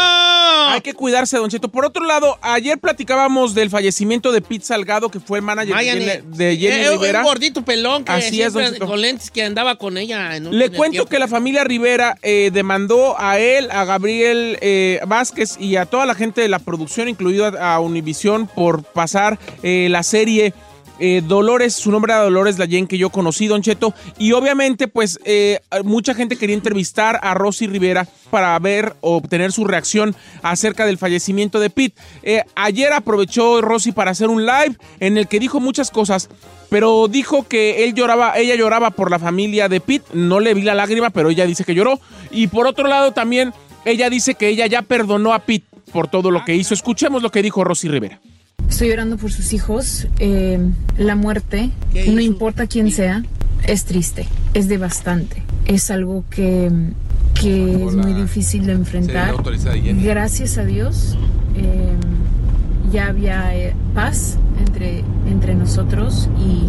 Hay que cuidarse, Don Cheto. Por otro lado, ayer platicábamos del fallecimiento de Pete Salgado, que fue el manager Ay, de, Ane- de Jenny eh, Rivera. Un gordito pelón que Así es, siempre Don Cheto. con lentes que andaba con ella. En un, Le en el cuento tiempo. que la familia Rivera eh, demandó a él, a Gabriel eh, Vázquez y a toda la gente de la producción, incluido a, a Univisión, por pasar eh, la serie eh, Dolores, su nombre era Dolores Layen, que yo conocí, Don Cheto, y obviamente pues eh, mucha gente quería entrevistar a Rosy Rivera para ver o obtener su reacción acerca del fallecimiento de Pete. Eh, ayer aprovechó Rosy para hacer un live en el que dijo muchas cosas, pero dijo que él lloraba, ella lloraba por la familia de Pete. No le vi la lágrima, pero ella dice que lloró. Y por otro lado también, ella dice que ella ya perdonó a Pete por todo lo que hizo. Escuchemos lo que dijo Rosy Rivera. Estoy llorando por sus hijos. Eh, la muerte, no importa quién sea, es triste, es devastante. Es algo que, que es muy difícil de enfrentar. Gracias a Dios, eh, ya había eh, paz entre, entre nosotros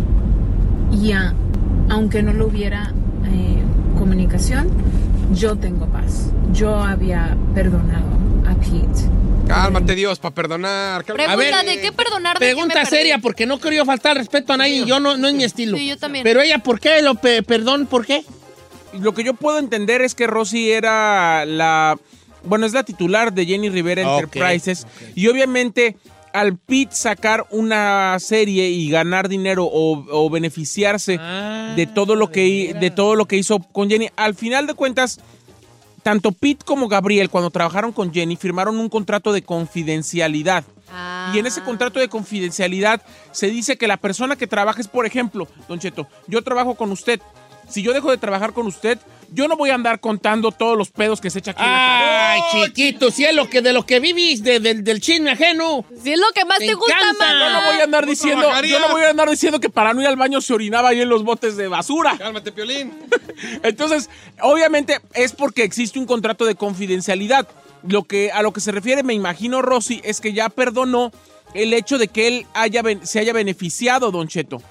y, y a, aunque no lo hubiera eh, comunicación, yo tengo paz. Yo había perdonado a Pete. Cálmate, Dios, para perdonar. Pregunta, A ver, ¿de qué perdonar? ¿De Pregunta qué me perdí? seria, porque no quería faltar respeto a nadie y yo no, no es mi estilo. Sí, yo también. Pero ella, ¿por qué? Lo pe- perdón, ¿por qué? Lo que yo puedo entender es que Rosy era la... Bueno, es la titular de Jenny Rivera Ok, Enterprises. Y obviamente, al Pete sacar una serie y ganar dinero o, o beneficiarse Ah, de todo lo que de todo lo que hizo con Jenny, al final de cuentas, tanto Pete como Gabriel, cuando trabajaron con Jenny, firmaron un contrato de confidencialidad. Ah. Y en ese contrato de confidencialidad se dice que la persona que trabaja es, por ejemplo, Don Cheto, yo trabajo con usted. Si yo dejo de trabajar con usted, yo no voy a andar contando todos los pedos que se echa aquí en la casa. Ay, chiquito, si es lo que, de lo que vivís, de, de- del chisme ajeno. Si es lo que más te, Te gusta, encanta. mano. Yo no voy a andar diciendo, trabajaría. yo no voy a andar diciendo que para no ir al baño se orinaba ahí en los botes de basura. Cálmate, Piolín. Entonces, obviamente es porque existe un contrato de confidencialidad. Lo que, a lo que se refiere, me imagino, Rosy, es que ya perdonó el hecho de que él haya, ben- se haya beneficiado, Don Cheto,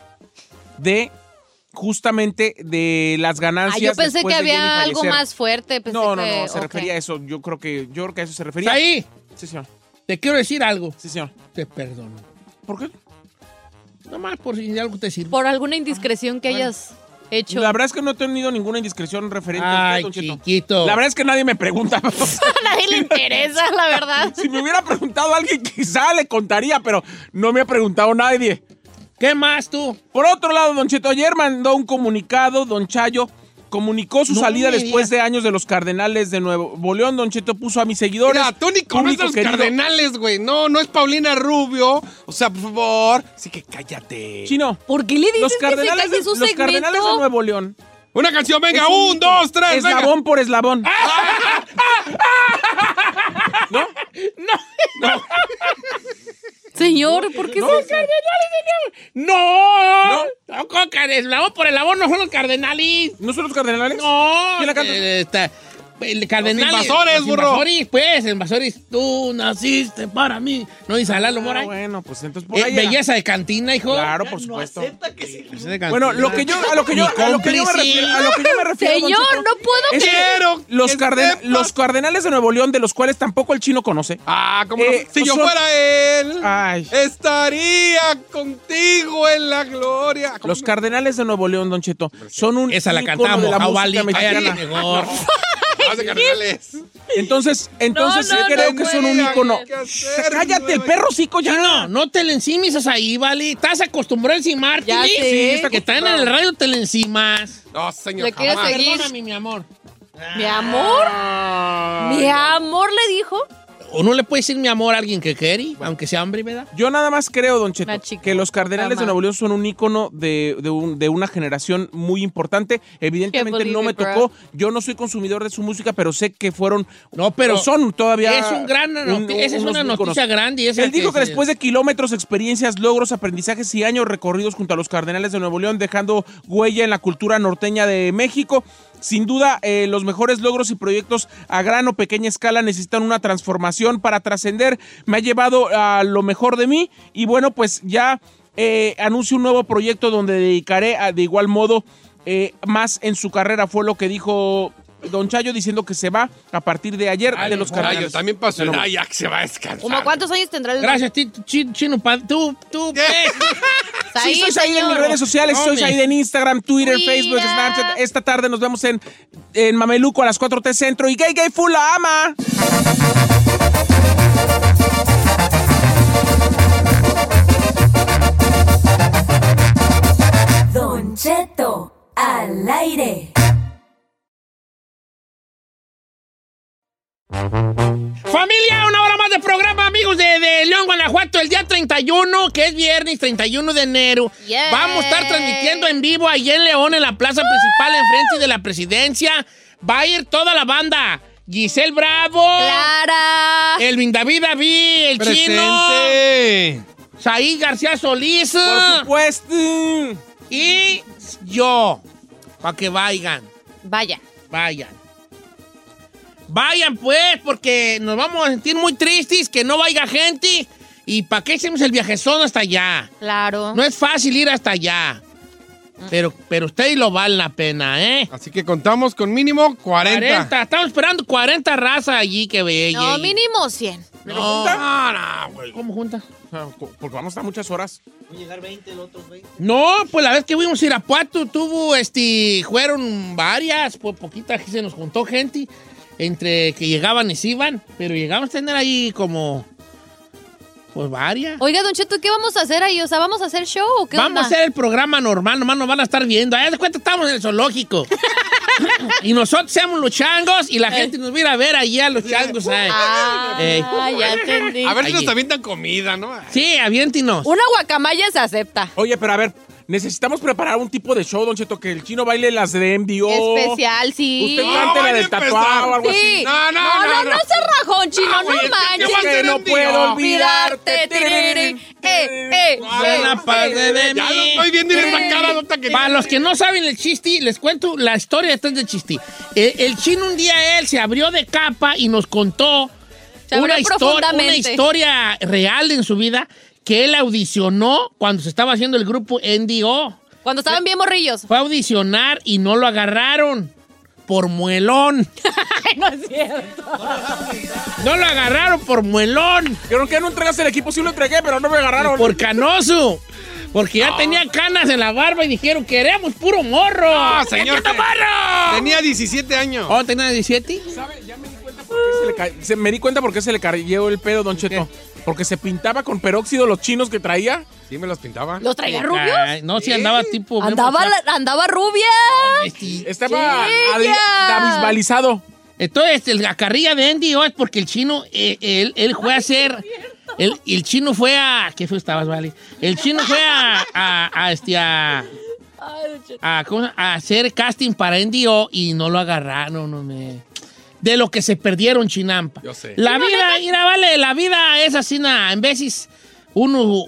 de justamente de las Ah, ganancias. yo pensé después que de Jenny había algo fallecer. más fuerte. Pensé No, no, que- no, se ok. refería a eso. Yo creo que, yo creo que a eso se refería. ¿Está ahí? Sí, señor. Te quiero decir algo. Sí, señor. Te perdono. ¿Por qué? Nomás por si algo te sirve. Por alguna indiscreción que hayas hecho. La verdad es que no he tenido ninguna indiscreción referente a Ay, usted, Don Cheto. chiquito. La verdad es que nadie me pregunta. A nadie le interesa, la verdad. Si me hubiera preguntado alguien, quizá le contaría, pero no me ha preguntado nadie. ¿Qué más tú? Por otro lado, Don Cheto, ayer mandó un comunicado, Don Chayo, comunicó su No salida me después de años de los Cardenales de Nuevo León. Don Cheto puso a mis seguidores. Mira, tú ni conoces público a los querido. Cardenales, güey. No, no es Paulina Rubio. O sea, por favor. Así que cállate. Chino, ¿Por qué le dices los que se Cardenales, calle de, su los segmento? Cardenales de Nuevo León. Una canción, venga. Es un Un, mito. dos, tres, venga. Eslabón por eslabón. ¿No? No. Señor, ¿por qué No, se... los cardenales de Nuevo- No. No, con car- eslabón por el labor no son los cardenales. ¿No son los Cardenales? No. ¿Quién la canta? eh, está- el Cardenales. Los invasores, los burro. Invasores, pues, invasores. Tú naciste para mí. No dice Lalo Mora. Ah, bueno, pues entonces por Eh, ahí era. belleza de cantina, hijo. Claro, por supuesto. Belleza de Bueno, cantina. lo que yo, a lo que yo, Mi a lo que yo me cómplice. refiero, a lo que yo me refiero, Don Señor, Cheto, no puedo es que Quiero los, que carden- sepas. los Cardenales de Nuevo León, de los cuales tampoco el chino conoce. Ah, como Eh, si yo son- fuera él, Ay. estaría contigo en la gloria. ¿Cómo Los no? Cardenales de Nuevo León, Don Cheto, son un Esa la ícono cantamos, de la Jabalí, música mexicana. cállate, mejor. Vamos de Cardenales. Entonces, entonces No, no, creo no, que son un güey. ícono. ¿Qué hacer, Cállate, güey? perro cico, ya. No, no te le encimes ahí, ¿vale? ¿Estás acostumbrado a encimarte? Ya ¿sí? sé. Sí, que están en el radio te le encimas. No, señor, ¿Le quieres jamás. seguir? Perdóname, mi amor. ¿Mi amor? ¿Mi amor le dijo? ¿O no le puede decir mi amor a alguien que quiere, aunque sea hombre, ¿verdad? Yo nada más creo, Don Cheto, Una chica. que los Cardenales Ama. de Nuevo León son un ícono de, de, un- de una generación muy importante. Evidentemente Can't no me believe it, tocó. Yo no soy consumidor de su música, pero sé que fueron. No, pero o son todavía. Es un gran un- noti- esa es unos una íconos. noticia grande. Y esa Él dijo que se- después de kilómetros, experiencias, logros, aprendizajes y años recorridos junto a los Cardenales de Nuevo León, dejando huella en la cultura norteña de México. Sin duda, eh, los mejores logros y proyectos a gran o pequeña escala necesitan una transformación para trascender. Me ha llevado a lo mejor de mí y bueno, pues ya eh, anuncio un nuevo proyecto donde dedicaré a, de igual modo eh, más en su carrera. Fue lo que dijo Don Chayo, diciendo que se va a partir de ayer Ay, de los mejor. Ay, Cardenales. yo también pasó. Pero- Ay, ya que se va a descansar. ¿Cómo cuántos años tendrá el Gracias, ti- chi- Chino. pa- Tú, tú, ¿qué? Sí, Said, soy Said en mis señor. redes sociales, soy Hombre. Said en Instagram, Twitter, Mira. Facebook, Snapchat. Esta tarde nos vemos en, en Mameluco a las cuatro T Centro y Gay Gay Full la ama. Don Cheto al aire. Familia, una hora más de programa, amigos de, de León, Guanajuato, el día treinta y uno, que es viernes, treinta y uno de enero. Yay. Vamos a estar transmitiendo en vivo allí en León, en la plaza principal, enfrente de la presidencia. Va a ir toda la banda. Giselle Bravo, Clara. Elvin David David, el Chino, Presente. Said García Solís Por supuesto. y yo. Para que vayan, Vaya. vayan. Vayan pues, porque nos vamos a sentir muy tristes que no vaya gente. ¿Y para qué hacemos el viajezón hasta allá? Claro. No es fácil ir hasta allá. Pero, pero ustedes lo valen la pena, ¿eh? Así que contamos con mínimo cuarenta. cuarenta. Estamos esperando cuarenta razas allí que ve. No, mínimo cien. No, no, no, güey. ¿Cómo juntas? Porque vamos a estar muchas horas. No, pues la vez que fuimos a Irapuato tuvo, este, fueron varias, pues poquita que se nos juntó gente entre que llegaban y se iban, pero llegamos a tener ahí como, pues varias. Oiga, Don Cheto, ¿qué vamos a hacer ahí? O sea, ¿vamos a hacer show o qué Vamos onda? a hacer el programa normal, nomás nos van a estar viendo. Ahí de cuenta estamos en el zoológico. Y nosotros seamos los changos y la gente nos viene a ver allí a los changos. ahí. Ah, Ey. ya entendí. A ver si nos Allí. avientan comida, ¿no? Sí, aviéntenos. Una guacamaya se acepta. Oye, pero a ver, necesitamos preparar un tipo de show, Don Cheto, que el chino baile las de M D O. Especial, sí. Usted No, cante la vaya del a empezar. tatuado o algo Sí. así. No, no, no, no, no, no. se rajón, chino, Ah, no güey, es que- manches. ¿qué va a Que ser no M D O? puedo olvidarte. Tiriri. Eh, eh, Buena eh, parte de Ya lo mí. estoy viendo y la cara no está queriendo. Para los que no saben el chiste, les cuento la historia detrás del chiste. El, el chino un día él se abrió de capa y nos contó Se abrió una, histo- profundamente. una historia real en su vida que él audicionó cuando se estaba haciendo el grupo N D O. Cuando estaban bien morrillos. Fue a audicionar y no lo agarraron por muelón. Ay, no es cierto. No lo agarraron por muelón, Creo que no entregaste el equipo, sí lo entregué, pero no me agarraron. por canoso. Porque ya tenía canas en la barba y dijeron, queremos puro morro. No, señor. ¡Puro morro! Tenía diecisiete años. Oh, ¿tenía diecisiete? ¿Sabe? Ya me di cuenta por qué se le ca- se- me di cuenta por qué se le cayó el pedo, Don Cheto. Porque se pintaba con peróxido los chinos que traía. Sí, me los pintaba. ¿Los traía rubios? Ay, no, sí andaba tipo... Andaba, la- andaba rubia. Estaba ¡Chiquilla! abisbalizado. Entonces, el- la carrilla de Andy O es porque el chino, eh, él, él fue a hacer... El, el chino fue a... ¿Qué fue estabas, vale? El chino fue a... a, a, este, a, a, ¿cómo se- a hacer casting para N D O y no lo agarraron, no me... De lo que se perdieron, Chinampa. Yo sé. La vida, mira, vale, la vida es así, na, en veces uno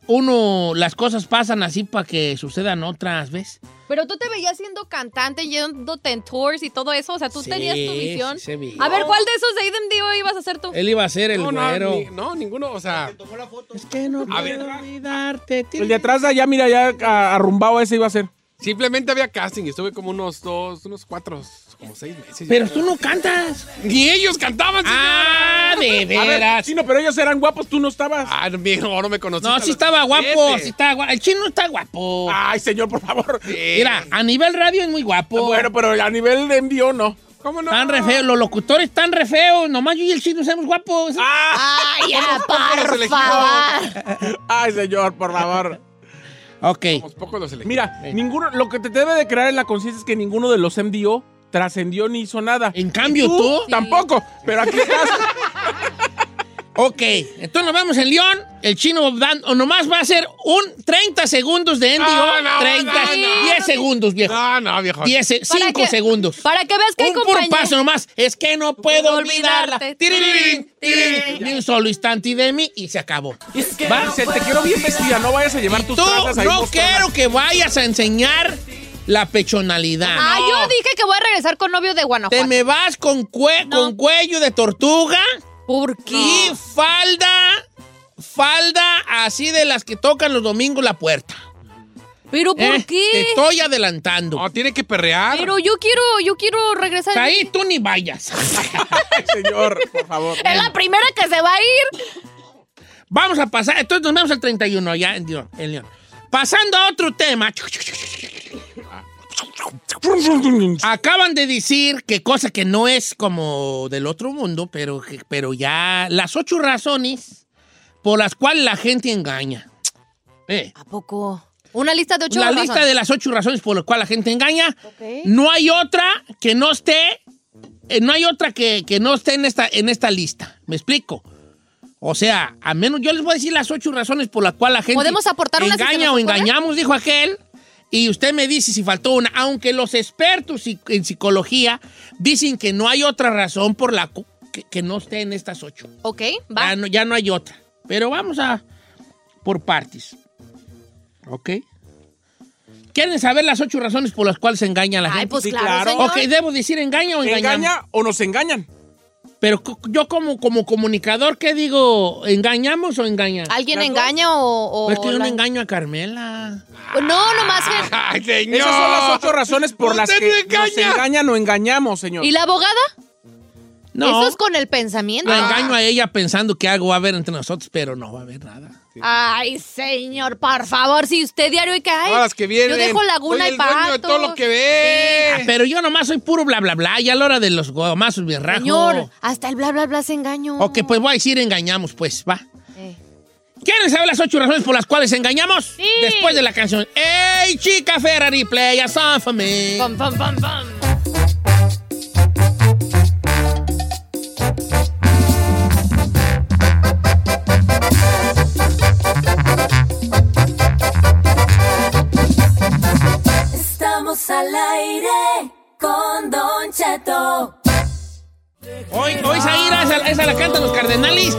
uno, las cosas pasan así para que sucedan otras, ¿ves? Pero tú te veías siendo cantante, yéndote en tours y todo eso. O sea, tú Sí, tenías tu visión. sí se veía. A ver, ¿cuál de esos de Idem Dio ibas a hacer tú? Él iba a ser el No, no, güero. ni- no, ninguno, o sea. Es que no A ver. puedo olvidarte. El de atrás de allá, mira, ya a- arrumbado ese iba a ser. Simplemente había casting y estuve como unos dos, unos cuatro, como seis meses. Pero tú no cantas. Ni ellos cantaban. Ah, de A ver, veras. Chino, pero ellos eran guapos, tú no estabas. Ah, no, mijo, no me conociste. No, a sí los estaba guapo, diecisiete. sí estaba guapo. El chino está guapo. Ay, señor, por favor. Mira, a nivel radio es muy guapo. Bueno, pero a nivel de envío, no. ¿Cómo no? Están re feos, los locutores están re feos. Nomás yo y el chino somos guapos. Ah, Ay, ya, los por elegimos? favor. Ay, señor, por favor. Ok. Somos pocos los elegimos. Mira, ninguno, lo que te debe de crear en la conciencia es que ninguno de los M D O trascendió ni hizo nada. En cambio, ¿Y tú. Tampoco, pero aquí estás. Ok, entonces nos vemos en León. El chino dan, o nomás va a ser un treinta segundos de N D O. No, no, treinta, no, no. diez segundos, viejo. No, no, viejo. diez, Para cinco que- segundos. Para que veas que hay Un puro compañía. paso nomás. Es que no puedo olvidarla. olvidarte. Tirirín, tirirín. Ni un solo instante de mí y se acabó. Va, se te quiero bien vestida, no vayas a llevar tus Tú trazas ahí no mostradas. quiero que vayas a enseñar la pechonalidad. Ah, yo dije que voy a regresar con novio de Guanajuato. Te me vas con, cue- No. con cuello de tortuga ¿Por qué? y falda, falda así de las que tocan los domingos la puerta. ¿Pero por ¿Eh? Te qué? estoy adelantando. No, tiene que perrear. Pero yo quiero, yo quiero regresar. Ahí tú ni vayas. Ay, señor, por favor. Es la primera que se va a ir. Vamos a pasar, entonces nos vemos el treinta y uno ya en León. en León. Pasando a otro tema. Acaban de decir que cosa que no es como del otro mundo, pero, que- pero ya las ocho razones por las cuales la gente engaña. Eh, ¿A poco? Una lista de ocho la razones. lista de las ocho razones por las cuales la gente engaña. Ok. No hay otra que no esté, eh, no hay otra que, que no esté en esta, en esta lista. ¿Me explico? O sea, a menos yo les voy a decir las ocho razones por las cuales la gente ¿Podemos aportar una si se engaña nos o ocurre? engañamos, dijo aquel. Y usted me dice si faltó una. Aunque los expertos psi- en psicología dicen que no hay otra razón por la cu- que, que no esté en estas ocho. Ok, va. Ya no, ya no hay otra. Pero vamos a por partes. ¿Ok? ¿Quieren saber las ocho razones por las cuales se engaña a la Ay, gente? pues Sí, claro, claro. señor. Ok, ¿debo decir engaña o engañamos? ¿Engaña o nos engañan? Pero cu- yo como, como comunicador, ¿qué digo? ¿Engañamos o engañan? ¿Alguien ¿Las engaña o...? o Pues que yo no la- engaño a Carmela. No, nomás que... Ay, señor. Esas son las ocho razones por las Usted que me nos engaña. engañan o engañamos, señor. ¿Y la abogada? No, Eso es con el pensamiento. la engaño a ella pensando que algo va a haber entre nosotros, pero no va a haber nada. Ay, señor, por favor, si usted diario y que ay, Todas las que vienen. yo dejo laguna Soy y el dueño patos. de todo lo que ve. Ah, pero yo nomás soy puro bla, bla, bla. Y a la hora de los gomazos bien rajo. Señor, hasta el bla, bla, bla se engañó. Ok, pues voy a decir engañamos, pues, va. Eh. ¿Quieren saber las ocho razones por las cuales engañamos? Sí. Después de la canción. ¡Ey, chica Ferrari, play a song for me! Pam, pam, pam, pam. Estamos al aire con Don Cheto. Hoy, hoy Zaira, esa, esa la cantan los Cardenales.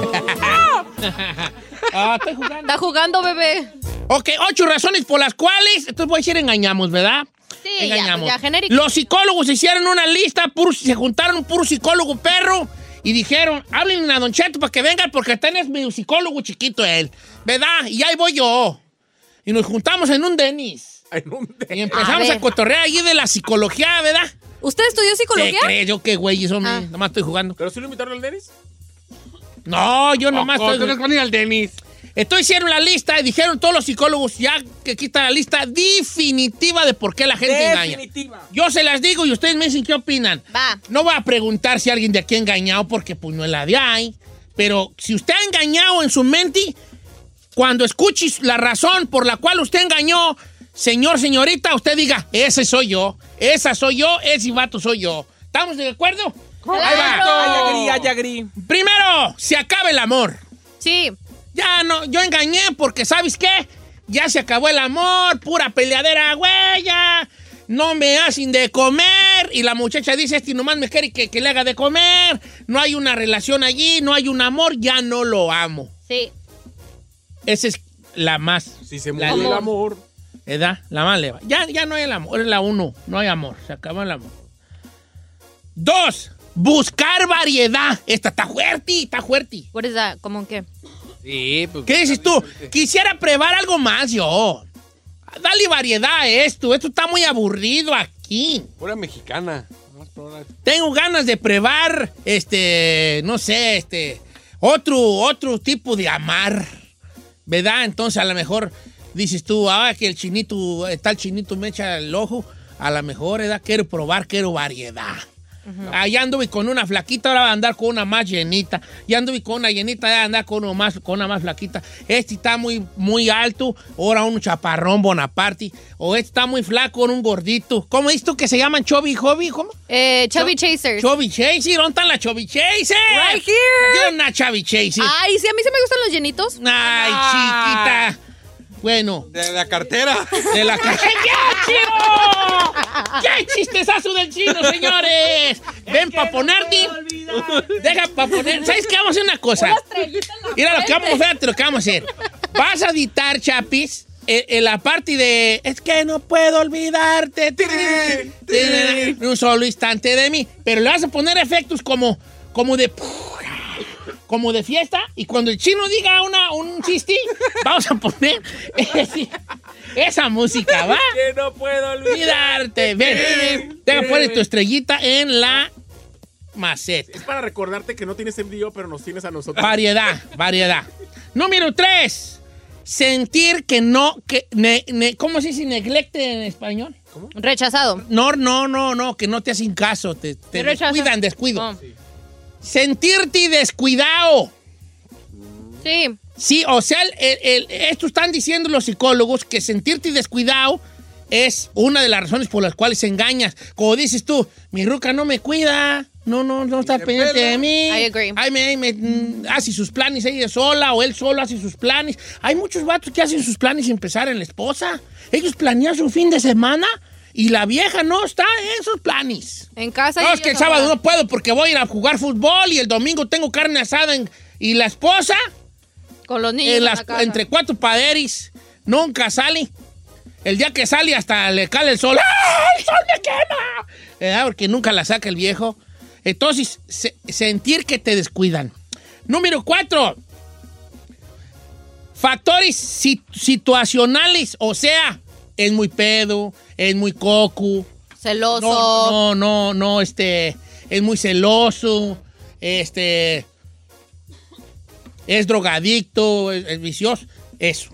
Ah, estoy jugando. Está jugando, bebé. Ok, ocho razones por las cuales, entonces voy a decir engañamos, ¿verdad? Sí, ya, engañamos. ya, genérico. Los psicólogos hicieron una lista, puro- se juntaron un puro psicólogo perro y dijeron, háblenle a Don Cheto para que vengan porque está en mi psicólogo chiquito él, ¿verdad? Y ahí voy yo. Y nos juntamos en un Denis. En un de- Y empezamos A a, ver. cotorrear allí de la psicología, ¿verdad? ¿Usted estudió ¿Qué psicología? crees? Yo qué güey, eso Ah. me, nomás estoy jugando. ¿Pero sí lo invitaron al Denis? No, yo nomás ¿Cómo estoy... te van a ir al Denis? Esto hicieron la lista y dijeron todos los psicólogos ya que aquí está la lista definitiva de por qué la gente engaña. Definitiva. Yo se las digo y ustedes me dicen qué opinan. Va. No voy a preguntar si alguien de aquí ha engañado porque pues no es la de ahí. Pero si usted ha engañado en su mente, cuando escuches la razón por la cual usted engañó, señor, señorita, usted diga, ese soy yo, esa soy yo, ese vato soy yo. ¿Estamos de acuerdo? Ahí va. Ay, agri, ay, agri. Primero, se acaba el amor. Sí. Ya no, yo engañé porque, ¿sabes qué? Ya se acabó el amor, pura peleadera, güey, ya no me hacen de comer. Y la muchacha dice, este nomás me quiere que, que le haga de comer. No hay una relación allí, no hay un amor, ya no lo amo. Sí. Ese es, la más. Si se la muere el amor. ¿Edad? La más leva. Ya, ya no hay el amor, es la uno. No hay amor, se acabó el amor. Dos, buscar variedad. Esta está fuerte, está fuerte. What is that? ¿Cómo qué? Sí, pues. ¿Qué dices tú? Quisiera probar algo más yo. Dale variedad a esto. Esto está muy aburrido aquí. Pura mexicana. Tengo ganas de probar, este, no sé, este, otro, otro tipo de amar, ¿verdad? Entonces a lo mejor dices tú, ah, que el chinito, está el chinito me echa el ojo, a lo mejor, ¿verdad? Quiero probar, quiero variedad. Uh-huh. Ah, ya anduve con una flaquita, ahora voy a andar con una más llenita. Ya anduve con una llenita, ya andar con, uno más, con una más flaquita. Este está muy, muy alto, ahora un chaparrón Bonaparte. O este está muy flaco, ahora un gordito. ¿Cómo es esto que se llaman chubby hobby? ¿Cómo? Eh, chubby chasers. Chubby chasers. ¿Dónde están las chubby chasers? Right here. Dieron una chubby chaser. Ay, sí, a mí se me gustan los llenitos. Ay, ah. chiquita. Bueno. De la cartera. De la cartera. ¡Ya, chino! ¡Qué chistezazo del chino, señores! Ven para ponerte. Deja para poner. ¿Sabes qué? Vamos a hacer una cosa. Mira lo que vamos a hacer, lo que vamos a hacer. Vas a editar, Chapis, en, en la parte de es que no puedo olvidarte. Un solo instante de mí. Pero le vas a poner efectos como, como de. Como de fiesta, y cuando el chino diga una, un chiste, vamos a poner ese, esa música, ¿va? Que no puedo olvidarte. Ven, deja poner tu estrellita en la maceta. Es para recordarte que no tienes envío, pero nos tienes a nosotros. Variedad, variedad. Número tres, sentir que no, que ne, ne, ¿cómo se dice neglect en español? ¿Cómo? Rechazado. No, no, no, no, que no te hacen caso, te, te descuidan, descuido. Oh. Sí. Sentirte descuidado. Sí. Sí, o sea, el, el, el, esto están diciendo los psicólogos, que sentirte descuidado es una de las razones por las cuales engañas. Como dices tú, mi ruca no me cuida, no, no, no está pendiente de mí. I agree. Ay, me, me, mm, hace sus planes ella sola o él solo hace sus planes. Hay muchos vatos que hacen sus planes y empezar en la esposa. Ellos planean su fin de semana. Y la vieja no está en sus planes. En casa. No, es que el sábado no puedo porque voy a ir a jugar fútbol y el domingo tengo carne asada. En, y la esposa. Con los niños. En las, en entre cuatro paderis. Nunca sale. El día que sale hasta le cala el sol. ¡Ah, el sol me quema! Eh, porque nunca la saca el viejo. Entonces, se, sentir que te descuidan. Número cuatro. Factores sit, situacionales. O sea, es muy pedo. Es muy coco. Celoso. No, no, no, no, este, es muy celoso, este, es drogadicto, es, es vicioso, eso.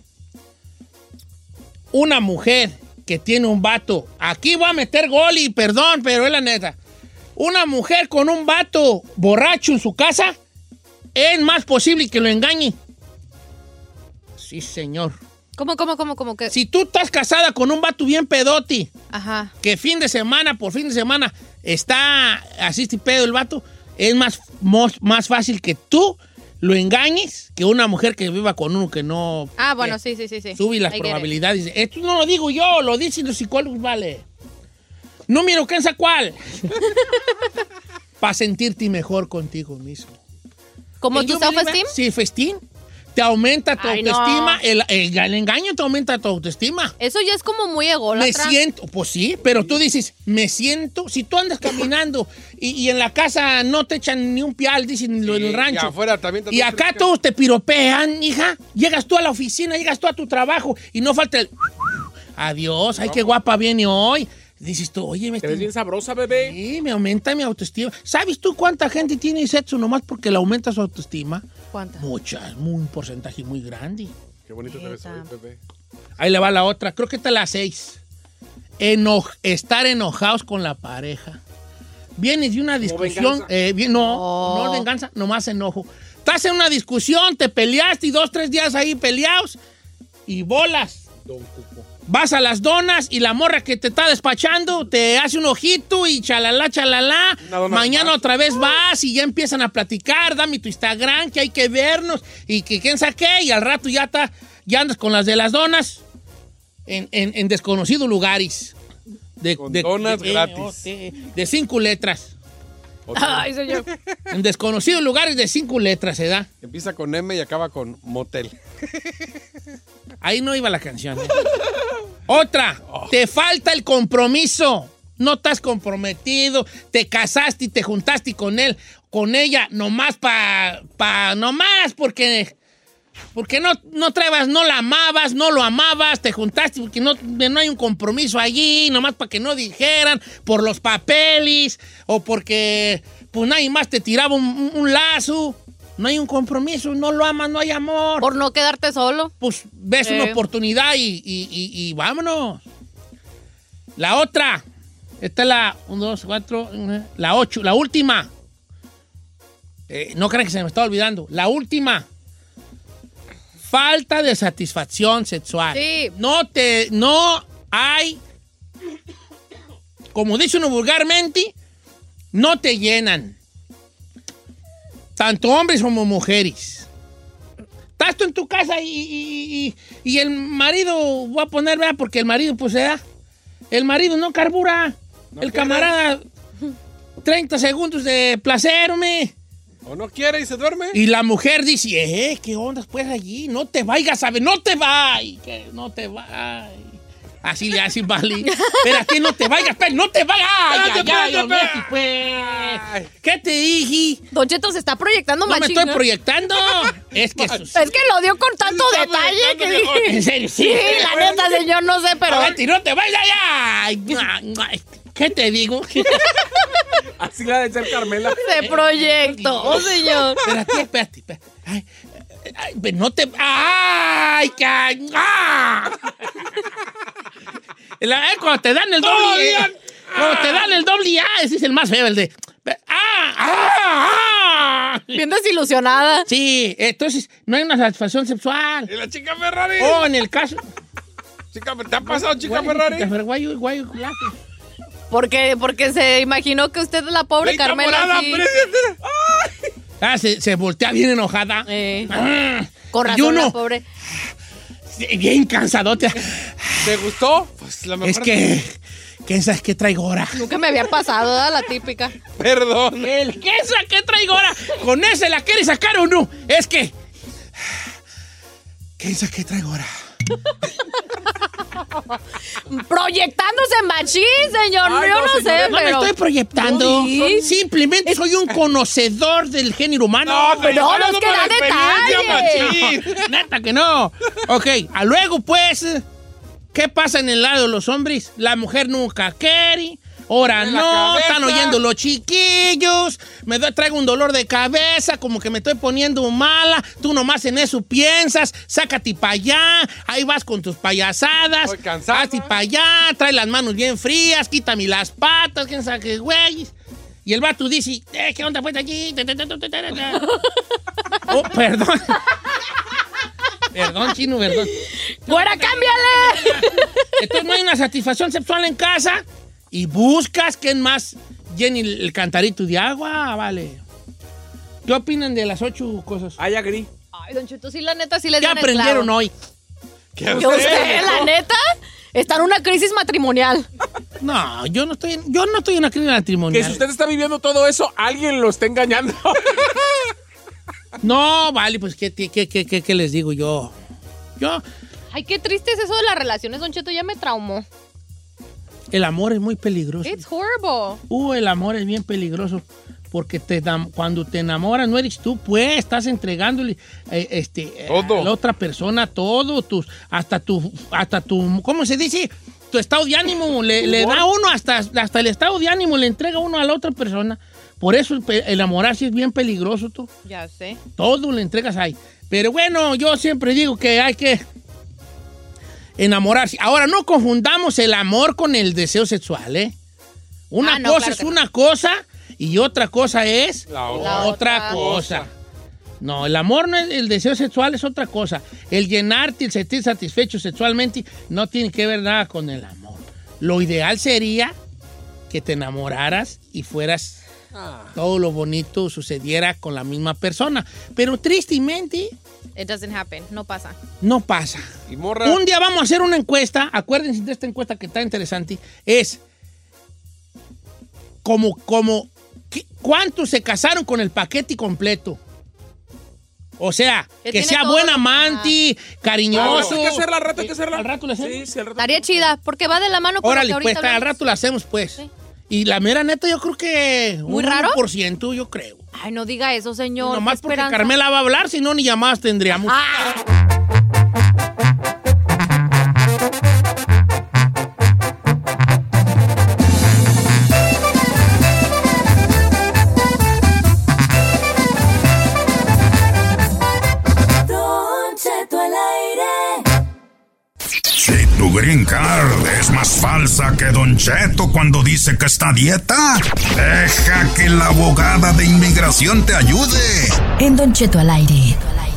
Una mujer que tiene un vato, aquí voy a meter gol y perdón, pero es la neta. Una mujer con un vato borracho en su casa, es más posible que lo engañe. Sí, señor. ¿Cómo, cómo, cómo, cómo que? Si tú estás casada con un vato bien pedoti, ajá, que fin de semana por fin de semana está así este pedo el vato, es más, más, más fácil que tú lo engañes que una mujer que viva con uno que no... Ah, bueno, sí, sí, sí, sí. Sube las probabilidades. Esto no lo digo yo, lo dicen los psicólogos, vale. Número, ¿qué es cuál? Para sentirte mejor contigo mismo. ¿Como tu self-esteem? Sí, festín. Te aumenta tu Ay, autoestima, no. el, el, el engaño te aumenta tu autoestima. Eso ya es como muy ególatra. Me siento, pues sí, pero tú dices, me siento, si tú andas caminando y, y en la casa no te echan ni un pial, dicen lo en el rancho. Y afuera también te Y acá todos te piropean, hija. Llegas tú a la oficina, llegas tú a tu trabajo y no falta el... Adiós, ay, qué guapa viene hoy. Dices tú, oye, me ¿te ves bien sabrosa, bebé? Sí, me aumenta mi autoestima. ¿Sabes tú cuánta gente tiene sexo nomás porque le aumenta su autoestima? ¿Cuánta? Muchas, un porcentaje muy grande. Qué bonito te ves hoy, bebé. Ahí le va la otra, creo que esta es la seis. Eno estar enojados con la pareja. Vienes de una discusión, eh, bien, no, oh. no venganza, nomás enojo. Estás en una discusión, te peleaste y dos, tres días ahí peleados y bolas. Don Cuco. Vas a las donas y la morra que te está despachando te hace un ojito y chalala, chalala. Mañana más. Otra vez vas y ya empiezan a platicar. Dame tu Instagram, que hay que vernos y que quién sabe qué. Y al rato ya, está, ya andas con las de las donas en, en, en desconocidos lugares. De, con de, donas de, gratis. De, de cinco letras. Ay, señor. En desconocidos lugares de cinco letras, ¿se da? Empieza con M y acaba con motel. Ahí no iba la canción. ¿eh? Otra, oh. Te falta el compromiso. No estás comprometido, te casaste y te juntaste con él, con ella, nomás pa, pa, nomás porque, porque no, no traebas, no la amabas, no lo amabas, te juntaste porque no, no hay un compromiso allí, nomás para que no dijeran, por los papeles, o porque pues nadie más te tiraba un, un, un lazo. No hay un compromiso, no lo amas, no hay amor. Por no quedarte solo. Pues ves eh. una oportunidad y, y, y, y vámonos. La otra. Esta es la uno, dos, cuatro, la ocho, la última. Eh, no crean que se me está olvidando. La última. Falta de satisfacción sexual. Sí. No te, no hay, como dice uno vulgarmente, no te llenan. Tanto hombres como mujeres. Estás tú en tu casa y, y, y, y el marido, voy a poner, ¿verdad? Porque el marido, pues, ¿verdad? El marido no carbura. No el quiere. Camarada, treinta segundos de placer, hombre. O no quiere y se duerme. Y la mujer dice, eh, ¿qué onda pues allí? No te vayas a ver, no te vayas, que no te vayas. Así le hace, vale. Pero a ti no te vayas, pero no te vayas. Ay, ay, ay, ay, pues. ¿Qué te dije? Don Cheto se está proyectando no machín. No me estoy proyectando. Es que... Es que lo dio con tanto detalle que dije. ¿En serio? Sí, sí, la neta, señor, no sé, pero... A ver, no te vayas ya. ¿Qué te digo? Así la de ser Carmela. Se proyectó, oh, señor. Espérate, espérate, espérate. Ay, ay, no te... ¡Ay, que... ¡Ah! La, eh, cuando te dan el doble... Eh, cuando te dan el doble A, ese es el más feo, el de... ¡Ah! ¡Ah! ¡Ah! Bien desilusionada. Sí, entonces no hay una satisfacción sexual. ¿Y la chica Ferrari? Oh, en el caso... Chica, ¿te ha pasado, chica guay, Ferrari? Chica Ferrari, guay, guay, guay. Porque, porque se imaginó que usted es la pobre Carmela. Morada, ah, se, se voltea bien enojada. Eh. Ah, Con razón, uno, la pobre. Bien cansadote. ¿Te gustó? Pues la mejor. Es que... ¿Qué sabes qué traigo ahora? Nunca me había pasado, ¿verdad? La típica. Perdón. El ¿qué sabes qué traigo ahora? ¿Con ese la quieres sacar o no? Es que... ¿Qué sabes qué traigo ahora? Proyectándose machín, señor. Ay, yo no, no sé, no pero... me estoy proyectando. ¿Sí? Simplemente soy un conocedor del género humano. No, pero no, no es que da detalle. Neta que no. Ok, a luego pues, ¿qué pasa en el lado de los hombres? La mujer nunca quiere. Ahora no, están oyendo los chiquillos, me doy, traigo un dolor de cabeza, como que me estoy poniendo mala, tú nomás en eso piensas, sácate para allá, ahí vas con tus payasadas, hazte para allá, trae las manos bien frías, quítame las patas, quién sabe qué güey. Y el vato dice, eh, ¿qué onda pues allí? Oh, perdón. Perdón, chino, perdón. ¡Fuera, cámbiale! Entonces no hay una satisfacción sexual en casa. Y buscas quién más llene el, el cantarito de agua, vale. ¿Qué opinan de las ocho cosas? Ay, agri. Ay, don Cheto, sí, la neta, sí le ¿Qué aprendieron hoy? ¿Qué usted, usted, la neta, está en una crisis matrimonial. No, yo no estoy, yo no estoy en una crisis matrimonial. Que si usted está viviendo todo eso, alguien lo está engañando. No, vale, pues, ¿qué, qué, qué, qué, qué les digo yo? Yo... Ay, qué triste es eso de las relaciones, don Cheto, ya me traumó. El amor es muy peligroso. It's horrible. Uh, el amor es bien peligroso. Porque te, cuando te enamoras no eres tú, pues, estás entregándole eh, este, todo. A la otra persona todo, tus, hasta tu, hasta tu, ¿cómo se dice? Tu estado de ánimo, le, le da uno, hasta, hasta el estado de ánimo le entrega uno a la otra persona. Por eso el, el enamorarse es bien peligroso, tú. Ya sé. Todo le entregas ahí. Pero bueno, yo siempre digo que hay que enamorarse. Ahora, no confundamos el amor con el deseo sexual, ¿eh? Una ah, no, cosa claro es una no. cosa y otra cosa es la otra, la otra cosa. cosa. No, el amor no es, el deseo sexual es otra cosa. El llenarte, el sentir satisfecho sexualmente no tiene que ver nada con el amor. Lo ideal sería que te enamoraras y fueras ah. todo lo bonito sucediera con la misma persona. Pero tristemente... It doesn't happen. No pasa. No pasa. Y morra. Un día vamos a hacer una encuesta. Acuérdense de esta encuesta que está interesante. Es como, como, ¿qué, ¿cuántos se casaron con el paquete completo? O sea, Que que tiene sea todo buen lo que- amante, cariñoso. Hay que hacerla, al rato hay que hacerla. Al rato la hacemos. Sí, sí, al rato. Estaría chida, porque va de la mano con lo Órale, que pues, ahorita al hablamos. rato la hacemos, pues. Y la mera neta, yo creo que... ¿Muy un raro? uno por ciento, yo creo. Ay, no diga eso, señor. Nomás qué porque esperanza. Carmela va a hablar, si no, ni llamadas tendríamos. Ah. Don Cheto al aire. Si tu green card es más falsa que Don Cheto cuando dice que está a dieta, deja que la abogada de inmigración te ayude. En Don Cheto al aire.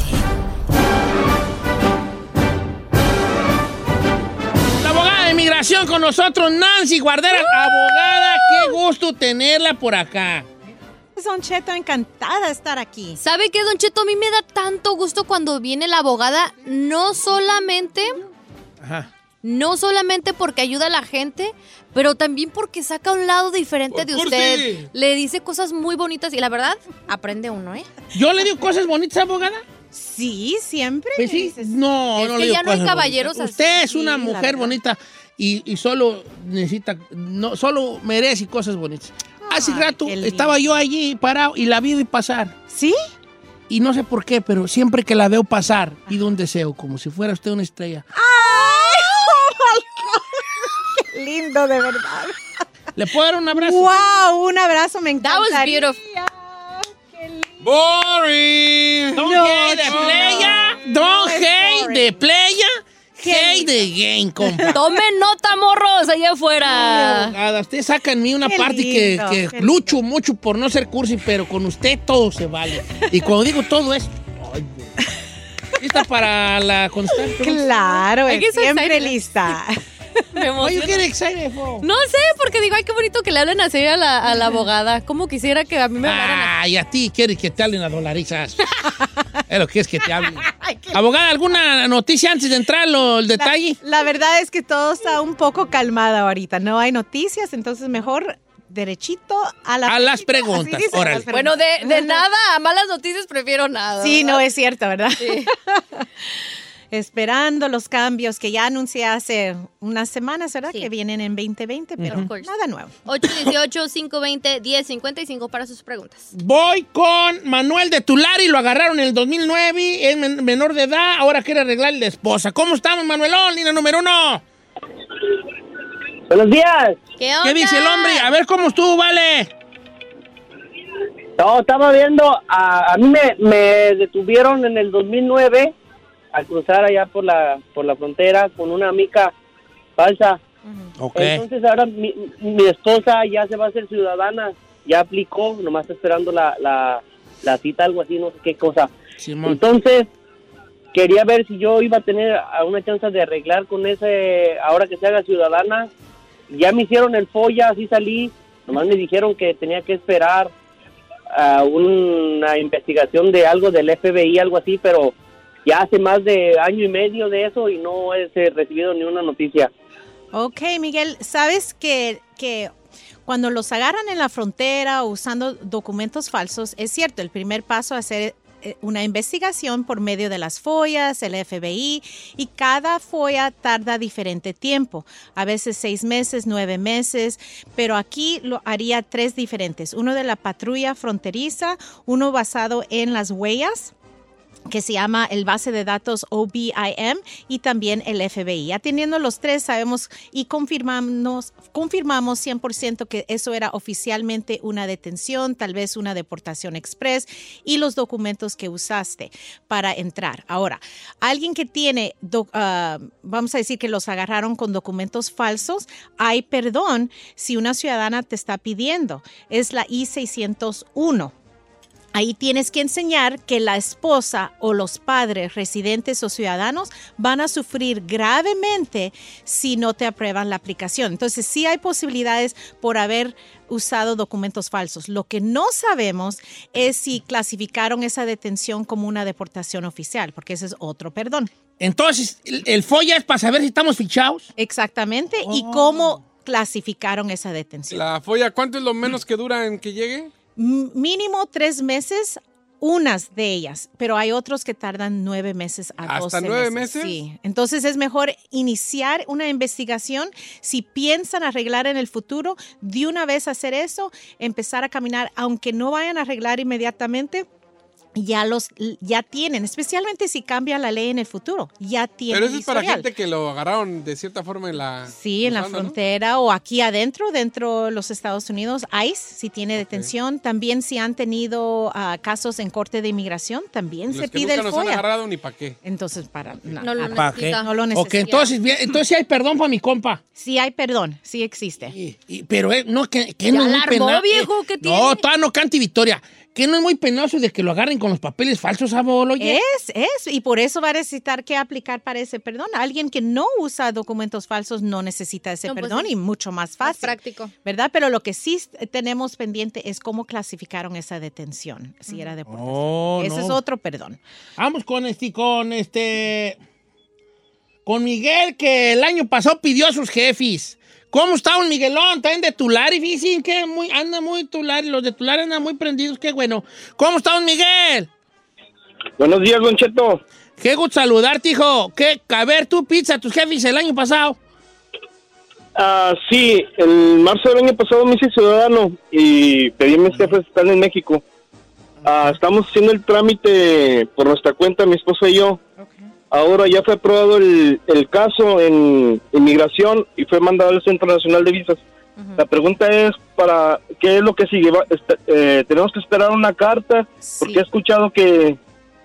La abogada de inmigración con nosotros, Nancy Guardera. Abogada, qué gusto tenerla por acá. Don Cheto, encantada de estar aquí. ¿Sabe qué, Don Cheto? A mí me da tanto gusto cuando viene la abogada, no solamente... Ajá. No solamente porque ayuda a la gente, pero también porque saca un lado diferente Por de cursi. usted. Le dice cosas muy bonitas y la verdad, aprende uno, ¿eh? ¿Yo le digo cosas bonitas, abogada? Sí, siempre. Pues sí. No, Es no que le digo ya no hay cosas caballeros bonitas. así. Usted es una Sí, la mujer verdad. bonita y, y solo necesita, no, solo merece cosas bonitas. Hace Ay, rato qué lindo. estaba yo allí parado y la vi pasar. ¿Sí? Y no sé por qué, pero siempre que la veo pasar, pido un deseo, como si fuera usted una estrella. ¡Ay! ¡Oh, my God! ¡Qué lindo, de verdad! ¿Le puedo dar un abrazo? ¡Wow! Un abrazo, me That was encantaría. beautiful. Boring. Don't No, hate the no, playa, no. don't No es hate boring. the playa, Qué hate the game, compa. Tomen nota, morros, allá afuera. Abogada, usted saca en mí una Qué parte que, lindo, que qué lucho mucho por no ser cursi, pero con usted todo se vale. Y cuando digo todo es... Ay, güey. ¿Lista para la contestar? Claro, Hay que ser siempre excited. lista. Me Why you emociona. get excited for? No sé, porque digo, ay, qué bonito que le hablen así a la, a la abogada. Como quisiera que a mí me hablaran así. Ay, a ti quieres que te hablen a dolarizas. Es lo que es que te hablen. Abogada, ¿alguna noticia antes de entrar lo- el detalle? La, la verdad es que todo está un poco calmado ahorita. No hay noticias, entonces mejor derechito a, la A las preguntas, Así dice, órale. a las preguntas. Bueno, de, de nada a malas noticias prefiero nada. Sí, ¿verdad? no es cierto, ¿verdad? Sí. Esperando los cambios que ya anuncié hace unas semanas, ¿verdad? Sí. Que vienen en veinte veinte, pero Of course. nada nuevo. ocho uno ocho, cinco dos cero, uno cero cinco cinco para sus preguntas. Voy con Manuel de Tulari, lo agarraron en el dos mil nueve, es men- menor de edad, ahora quiere arreglarle la esposa. ¿Cómo estamos, Manuelón? Línea número uno. Buenos días. ¿Qué onda? ¿Qué dice el hombre? A ver cómo estuvo, vale. No, estaba viendo, a, a mí me, me detuvieron en el dos mil nueve al cruzar allá por la por la frontera con una mica falsa. Ok. Entonces ahora mi, mi esposa ya se va a hacer ciudadana, ya aplicó, nomás está esperando la, la, la cita, algo así, no sé qué cosa. Simón. Entonces quería ver si yo iba a tener a- una chance de arreglar con ese, ahora que se haga ciudadana. Ya me hicieron el folla, así salí, nomás me dijeron que tenía que esperar a una investigación de algo del F B I, algo así, pero ya hace más de año y medio de eso y no he eh, recibido ni una noticia. Ok, Miguel, ¿sabes que, que cuando los agarran en la frontera usando documentos falsos, es cierto, el primer paso es hacer eh, una investigación por medio de las follas, el F B I, y cada folla tarda diferente tiempo, a veces seis meses, nueve meses, pero aquí lo haría tres diferentes, uno de la patrulla fronteriza, uno basado en las huellas, que se llama el base de datos O B I M y también el F B I. Ya teniendo los tres, sabemos y confirmamos, confirmamos cien por ciento que eso era oficialmente una detención, tal vez una deportación express y los documentos que usaste para entrar. Ahora, alguien que tiene, do, uh, vamos a decir que los agarraron con documentos falsos, hay perdón si una ciudadana te está pidiendo. Es la I seiscientos uno. Ahí tienes que enseñar que la esposa o los padres residentes o ciudadanos van a sufrir gravemente si no te aprueban la aplicación. Entonces, sí hay posibilidades por haber usado documentos falsos. Lo que no sabemos es si clasificaron esa detención como una deportación oficial, porque ese es otro perdón. Entonces, el, el folla es para saber si estamos fichados. Exactamente. Oh. Y cómo clasificaron esa detención. La folla, ¿cuánto es lo menos que dura en que llegue? M- mínimo tres meses, unas de ellas, pero hay otros que tardan nueve meses a doce ¿Hasta nueve meses? Sí. Entonces es mejor iniciar una investigación. Si piensan arreglar en el futuro, de una vez hacer eso, empezar a caminar, aunque no vayan a arreglar inmediatamente. Ya los ya tienen, especialmente si cambia la ley en el futuro, ya tienen. Pero eso es para historial. gente que lo agarraron de cierta forma en la... Sí, en la cruzando, ¿no? frontera o aquí adentro, dentro de los Estados Unidos, ICE, si tiene detención. También si han tenido uh, casos en corte de inmigración, también Los se que pide nunca el nos han FOIA. agarrado ni para qué. Entonces, para no, No lo ¿Para qué? necesita. no lo necesita. Ok, entonces, bien, entonces sí hay perdón para mi compa. Sí hay perdón, sí existe. Y- y- pero eh, no, que, que Ya no es muy la armó, pena- viejo, ¿qué eh, tiene? No, todavía no cante Victoria. Que no es muy penoso de que lo agarren con los papeles falsos, abuelo. Oye. Es, es, y por eso va a necesitar que aplicar para ese perdón. Alguien que no usa documentos falsos no necesita ese No, pues perdón sí. y mucho más Más fácil. práctico. ¿Verdad? Pero lo que sí tenemos pendiente es cómo clasificaron esa detención, si era deportación. Oh, Ese no. es otro perdón. Vamos con este, con este, con Miguel, que el año pasado pidió a sus jefes. ¿Cómo está un Miguelón? ¿Está en de Tulare? Dicen que muy, anda muy Tulare, los de Tulare andan muy prendidos, qué bueno. ¿Cómo está un Miguel? Buenos días, Don Cheto. Qué gusto saludarte, hijo. ¿Qué? A ver, tú pizza a tus jefes el año pasado. Ah, sí, en marzo del año pasado me hice ciudadano y pedí a mis jefes, están en México. Ah, estamos haciendo el trámite por nuestra cuenta, mi esposa y yo. Ahora ya fue aprobado el, el caso en inmigración y fue mandado al Centro Nacional de Visas. La pregunta es, para ¿qué es lo que sigue? Va- este, eh, ¿Tenemos que esperar una carta? Porque he escuchado que,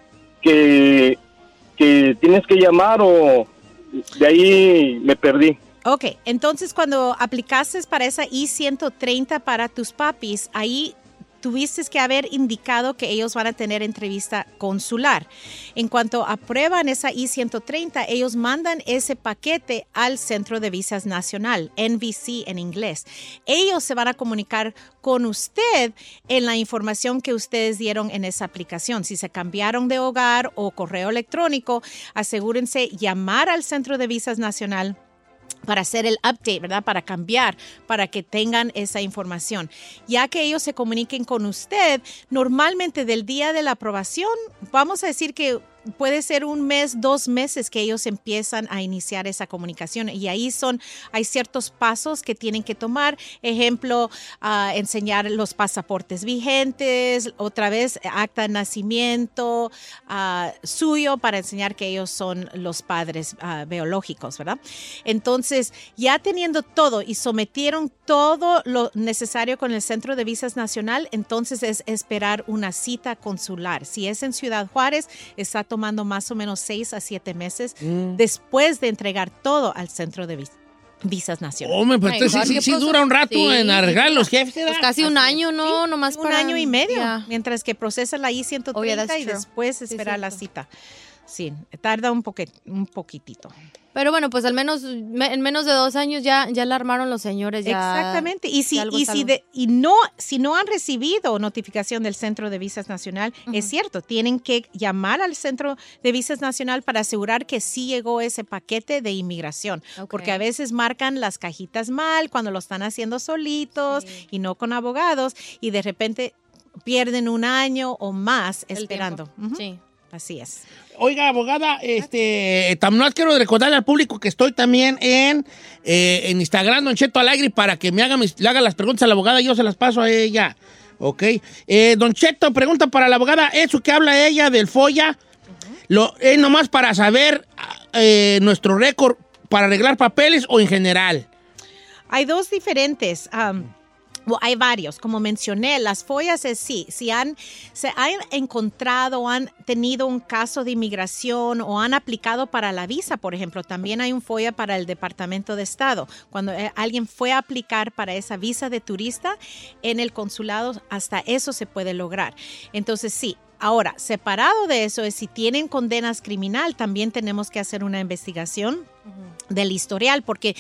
que, que tienes que llamar o de ahí me perdí. Ok, entonces cuando aplicaste para esa I ciento treinta para tus papis, ahí tuviste que haber indicado que ellos van a tener entrevista consular. En cuanto aprueban esa I ciento treinta, ellos mandan ese paquete al Centro de Visas Nacional, N V C en inglés. Ellos se van a comunicar con usted en la información que ustedes dieron en esa aplicación. Si se cambiaron de hogar o correo electrónico, asegúrense llamar al Centro de Visas Nacional para hacer el update, ¿verdad? Para cambiar, para que tengan esa información. Ya que ellos se comuniquen con usted, normalmente del día de la aprobación, vamos a decir que puede ser un mes, dos meses que ellos empiezan a iniciar esa comunicación y ahí son, hay ciertos pasos que tienen que tomar. Ejemplo, uh, enseñar los pasaportes vigentes, otra vez acta de nacimiento uh, suyo para enseñar que ellos son los padres uh, biológicos, ¿verdad? Entonces, ya teniendo todo y sometieron todo lo necesario con el Centro de Visas Nacional, entonces es esperar una cita consular. Si es en Ciudad Juárez, está tomando más o menos seis a siete meses Mm. después de entregar todo al Centro de vis- Visas Nacionales. Hombre, pero entonces sí, sí dura un rato Sí. en arreglar los jefes. Pues casi un año, ¿no? Nomás un para- año y medio, Ya. mientras que procesa la I ciento Oh, yeah, treinta that's y true. después esperar la cita. Sí, tarda un, poque- un poquitito. Pero bueno, pues al menos me- en menos de dos años ya, ya la armaron los señores. Ya, Exactamente. Y si, ya algo y es si, algo. de- y no, si no han recibido notificación del Centro de Visas Nacional, es cierto, tienen que llamar al Centro de Visas Nacional para asegurar que sí llegó ese paquete de inmigración. Porque a veces marcan las cajitas mal cuando lo están haciendo solitos y no con abogados y de repente pierden un año o más El esperando. tiempo. Ujú. Sí. Así es. Oiga, abogada, este, también quiero recordarle al público que estoy también en, eh, en Instagram, Don Cheto Alegre, para que me haga, mis- le haga las preguntas a la abogada y yo se las paso a ella. Ok. Eh, Don Cheto, pregunta para la abogada, ¿eso que habla ella del FOIA? Lo, ¿Es nomás para saber eh, nuestro récord para arreglar papeles o en general? Hay dos diferentes. um, Well, hay varios, como mencioné, las follas es sí, si han, se han encontrado, han tenido un caso de inmigración o han aplicado para la visa, por ejemplo, también hay un folla para el Departamento de Estado. Cuando eh, alguien fue a aplicar para esa visa de turista en el consulado, hasta eso se puede lograr. Entonces sí. Ahora, separado de eso es si tienen condenas criminal, también tenemos que hacer una investigación del historial, porque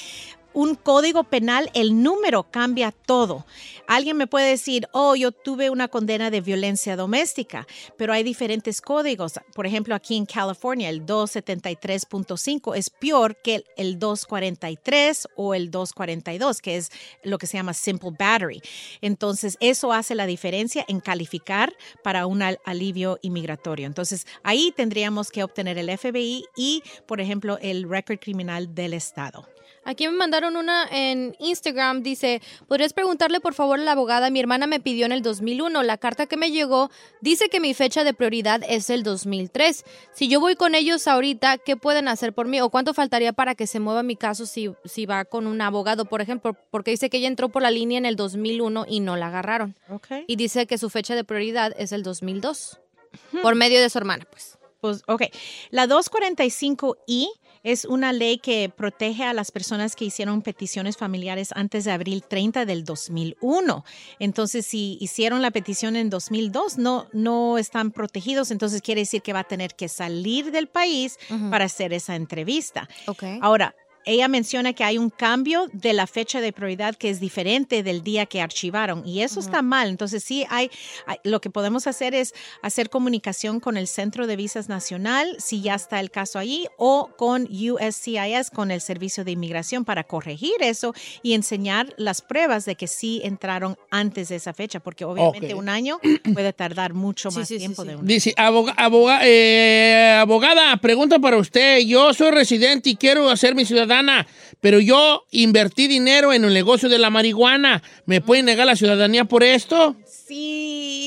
un código penal, el número cambia todo. Alguien me puede decir, oh, yo tuve una condena de violencia doméstica, pero hay diferentes códigos. Por ejemplo, aquí en California, el doscientos setenta y tres punto cinco es peor que el, el doscientos cuarenta y tres o el doscientos cuarenta y dos, que es lo que se llama simple battery. Entonces, eso hace la diferencia en calificar para un al- alivio inmigratorio. Entonces, ahí tendríamos que obtener el F B I y, por ejemplo, el récord criminal del estado. Aquí me mandaron una en Instagram, dice, ¿podrías preguntarle por favor a la abogada? Mi hermana me pidió en el dos mil uno, la carta que me llegó dice que mi fecha de prioridad es el dos mil tres. Si yo voy con ellos ahorita, ¿qué pueden hacer por mí? ¿O cuánto faltaría para que se mueva mi caso si, si va con un abogado, por ejemplo? Porque dice que ella entró por la línea en el dos mil uno y no la agarraron. Okay. Y dice que su fecha de prioridad es el dos mil dos, uh-huh. por medio de su hermana, pues. Pues, ok. La doscientos cuarenta y cinco I es una ley que protege a las personas que hicieron peticiones familiares antes de abril treinta del dos mil uno. Entonces, si hicieron la petición en dos mil dos, no, no están protegidos. Entonces, quiere decir que va a tener que salir del país uh-huh. para hacer esa entrevista. Okay. Ahora, ella menciona que hay un cambio de la fecha de prioridad que es diferente del día que archivaron y eso uh-huh. está mal. Entonces sí hay, hay, lo que podemos hacer es hacer comunicación con el Centro de Visas Nacional si ya está el caso allí o con U S C I S, con el Servicio de Inmigración para corregir eso y enseñar las pruebas de que sí entraron antes de esa fecha porque obviamente okay. un año puede tardar mucho más sí, sí, sí, tiempo. sí. De un Dice, aboga, aboga, eh, abogada, pregunta para usted. Yo soy residente y quiero hacer mi ciudadanía, pero yo invertí dinero en el negocio de la marihuana. ¿Me pueden negar la ciudadanía por esto? Sí.